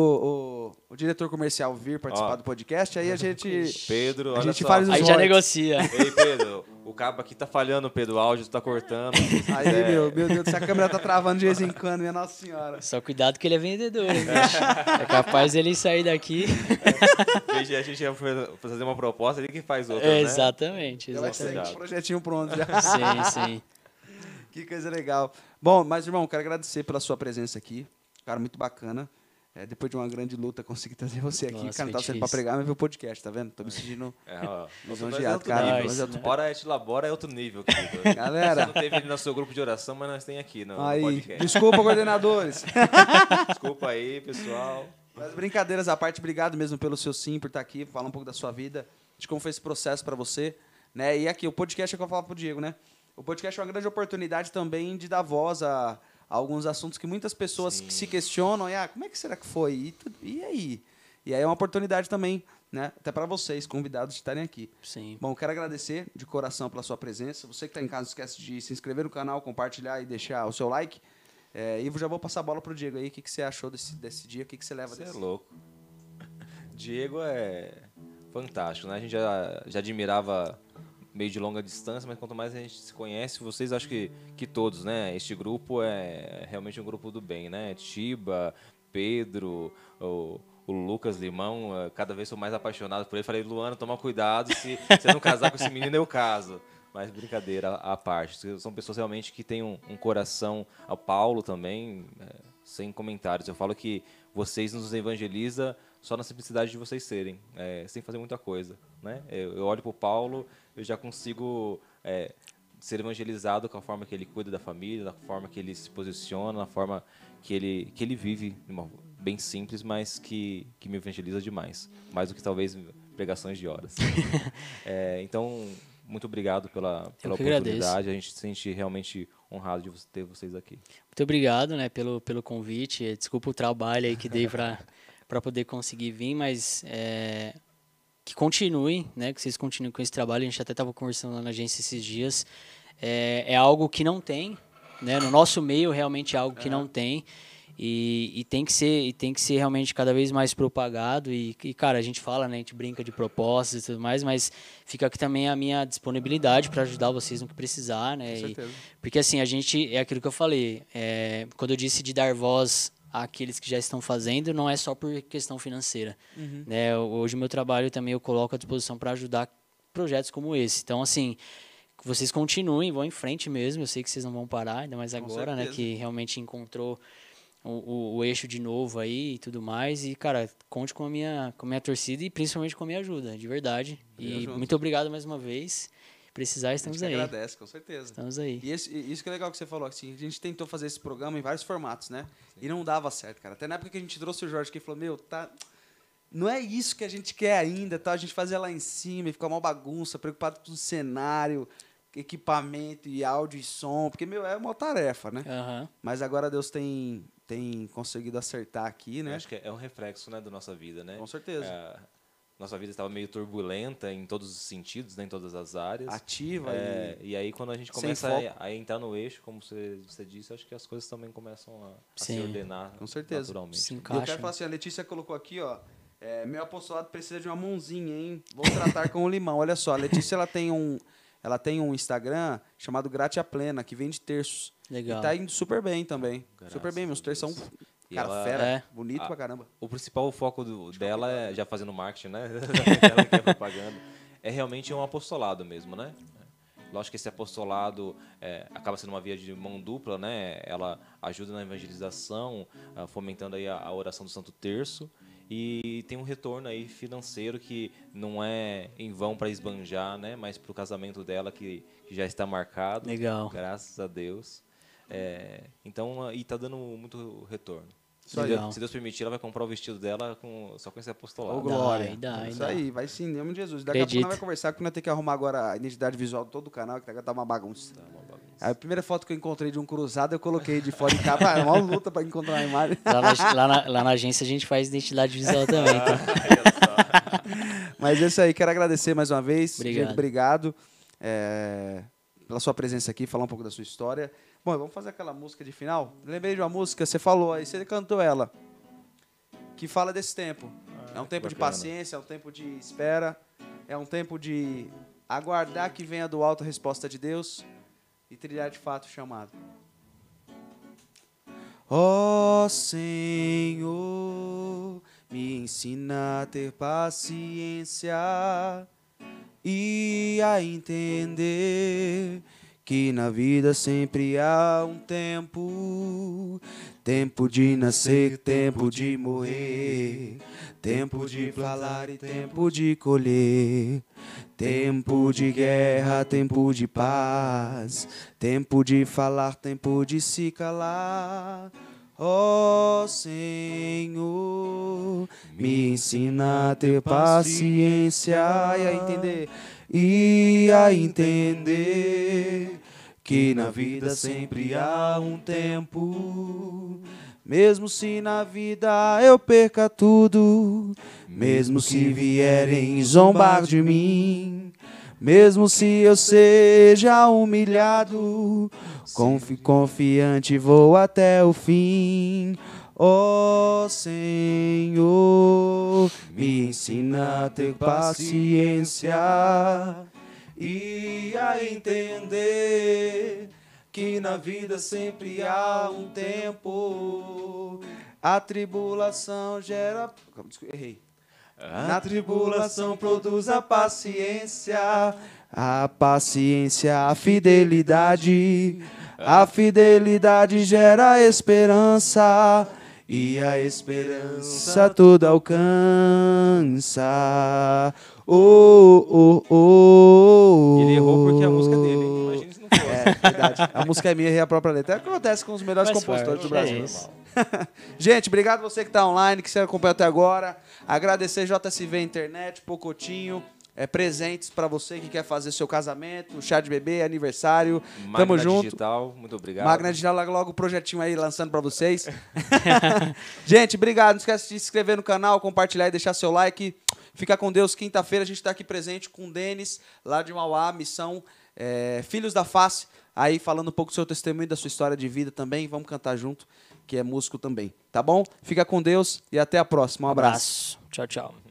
o diretor comercial vir participar do podcast, aí a gente... Pedro, A olha gente só. faz os Aí já royalties. negocia. Ei, Pedro, o cabo aqui tá falhando, Pedro, o áudio tá cortando. Aí, meu Deus, se a câmera tá travando de vez em quando, minha Nossa Senhora. Só cuidado que ele é vendedor, hein, bicho? É capaz ele sair daqui. Veja, a gente ia fazer uma proposta, ele que faz outra, né? Exatamente, Já vai sair com exatamente. um projetinho pronto já. Sim, sim. Que coisa legal. Bom, mas, irmão, quero agradecer pela sua presença aqui. Cara, muito bacana. Depois de uma grande luta, consegui trazer você aqui. Nossa, Cara, não tava sendo pra difícil. pregar, mas veio o podcast, tá vendo? Tô me sentindo Ó, lisonjeado, cara. cara. nível. Nós é outro- Hora é te labora, é outro nível, querido. Galera. Você não teve ele no seu grupo de oração, mas nós tem aqui no Aí, podcast. desculpa, coordenadores. Desculpa aí, pessoal. Mas brincadeiras à parte, obrigado mesmo pelo seu sim, por estar aqui, falar um pouco da sua vida, de como foi esse processo para você, né? E aqui, o podcast é que eu falo pro Diego, né? O podcast é uma grande oportunidade também de dar voz a alguns assuntos que muitas pessoas se questionam, como é que será que foi? E aí? E aí é uma oportunidade também, né? Até para vocês, convidados, de estarem aqui. Sim. Bom, quero agradecer de coração pela sua presença. Você que está em casa, não esquece de se inscrever no canal, compartilhar e deixar o seu like. E eu já vou passar a bola pro Diego aí. O que você achou desse dia? O que você leva Você é desse? louco. Diego é fantástico, né? A gente já admirava meio de longa distância, mas quanto mais a gente se conhece, vocês acho que todos, né? Este grupo é realmente um grupo do bem, né? Tiba, Pedro, o Lucas Limão, cada vez sou mais apaixonado por ele. Falei, Luana, toma cuidado, se você não casar com esse menino, eu caso. Mas brincadeira à parte. São pessoas realmente que têm um coração. Ao Paulo também, sem comentários. Eu falo que vocês nos evangelizam só na simplicidade de vocês serem, sem fazer muita coisa, né? Eu olho para o Paulo, eu já consigo ser evangelizado com a forma que ele cuida da família, da forma que ele se posiciona, da forma que ele vive, bem simples, mas que me evangeliza demais, mais do que talvez pregações de horas. Então, muito obrigado pela oportunidade. agradeço. A gente se sente realmente honrado de ter vocês aqui. Muito obrigado, né, pelo convite. Desculpa o trabalho aí que dei para poder conseguir vir, mas que continuem, né, que vocês continuem com esse trabalho. A gente até estava conversando lá na agência esses dias. É algo que não tem, né, no nosso meio realmente é algo que não tem. E tem que ser realmente cada vez mais propagado e, cara, a gente fala, né, a gente brinca de propostas e tudo mais, mas fica aqui também a minha disponibilidade para ajudar vocês no que precisar, né? Com certeza. Porque assim, a gente, é aquilo que eu falei, quando eu disse de dar voz àqueles que já estão fazendo, não é só por questão financeira, né? Hoje o meu trabalho também eu coloco à disposição para ajudar projetos como esse. Então, assim, vocês continuem, vão em frente mesmo, eu sei que vocês não vão parar, ainda mais agora, né, que realmente encontrou o eixo de novo aí e tudo mais. E, cara, conte com a minha torcida e principalmente com a minha ajuda, de verdade. E muito obrigado mais uma vez. Precisar, estamos A gente aí. agradece, com certeza. Estamos aí. E isso que é legal que você falou, assim, a gente tentou fazer esse programa em vários formatos, né? E não dava certo, cara. Até na época que a gente trouxe o Jorge aqui, ele falou, não é isso que a gente quer ainda, tá? A gente fazia lá em cima e fica uma bagunça, preocupado com o cenário, equipamento e áudio e som, porque, é uma tarefa, né? Aham. Mas agora Deus tem conseguido acertar aqui, né? Eu acho que é um reflexo, né, da nossa vida, né? Com certeza. Nossa vida estava meio turbulenta em todos os sentidos, né, em todas as áreas. Ativa E aí, quando a gente sem começa foco. a entrar no eixo, como você disse, acho que as coisas também começam a se Sim. ordenar Com certeza. naturalmente. Se E eu encaixa. quero falar assim, a Letícia colocou aqui, ó, meu apostolado precisa de uma mãozinha, hein? Vou tratar com o limão. Olha só, a Letícia, ela tem ela tem um Instagram chamado Gratia Plena, que vende terços. Legal. E tá indo super bem também. Graças Super bem, meus a terços Deus. são, E cara, ela- fera, bonito a- pra caramba. O principal foco dela é, já fazendo marketing, né? Ela que é propaganda. É realmente um apostolado mesmo, né? Lógico que esse apostolado acaba sendo uma via de mão dupla, né? Ela ajuda na evangelização, fomentando aí a oração do Santo Terço. E tem um retorno aí financeiro que não é em vão para esbanjar, né? Mas para o casamento dela que já está marcado. Legal. Graças a Deus. Então, e tá dando muito retorno. Isso aí. Legal. Se Deus permitir, ela vai comprar o vestido dela só com esse apostolado. Ô, glória. Dá, Isso dá. aí, vai sim, em nome de Jesus. Daqui a pouco Acredito. nós vamos conversar, porque nós temos que arrumar agora a identidade visual de todo o canal, que agora tá uma bagunça. Tá uma bagunça. Aí a primeira foto que eu encontrei de um cruzado, eu coloquei de fora em capa. É uma luta pra encontrar a imagem. Lá na agência a gente faz identidade visual também, tá? Mas é isso aí, quero agradecer mais uma vez. Obrigado. Diego, obrigado pela sua presença aqui, falar um pouco da sua história. Bom, vamos fazer aquela música de final. Lembrei de uma música, você falou aí, você cantou ela, que fala desse tempo. É um tempo de bacana. paciência, é um tempo de espera, é um tempo de aguardar que venha do alto a resposta de Deus e trilhar de fato o chamado. Ó Senhor, me ensina a ter paciência e a entender que na vida sempre há um tempo, tempo de nascer, tempo de morrer, tempo de falar e tempo de colher, tempo de guerra, tempo de paz, tempo de falar, tempo de se calar. Ó Senhor, me ensina a ter paciência e a entender que na vida sempre há um tempo. Mesmo se na vida eu perca tudo, mesmo se vierem zombar de mim, mesmo se eu seja humilhado, confiante vou até o fim. Ó Senhor, me ensina a ter paciência e a entender que na vida sempre há um tempo. A tribulação gera... Errei. Na tribulação produz a paciência, a fidelidade gera a esperança, e a esperança tudo alcança. Ele errou porque a música é dele, hein? Imagina se não fosse. É verdade. A música é minha, errei a própria letra. Acontece com os melhores Faz compositores do parte, Brasil. é isso. Gente, obrigado você que está online, que você acompanhou até agora. Agradecer JSV Internet, Pocotinho, presentes para você que quer fazer seu casamento, chá de bebê, aniversário. Tamo Magna junto. Digital, muito obrigado. Magna Digital, logo o projetinho aí lançando para vocês. Gente, obrigado. Não esquece de se inscrever no canal, compartilhar e deixar seu like. Fica com Deus. Quinta-feira a gente está aqui presente com o Denis, lá de Mauá, missão Filhos da Face. Aí falando um pouco do seu testemunho, da sua história de vida também. Vamos cantar junto, que é músico também. Tá bom? Fica com Deus e até a próxima. Um abraço. Tchau, tchau.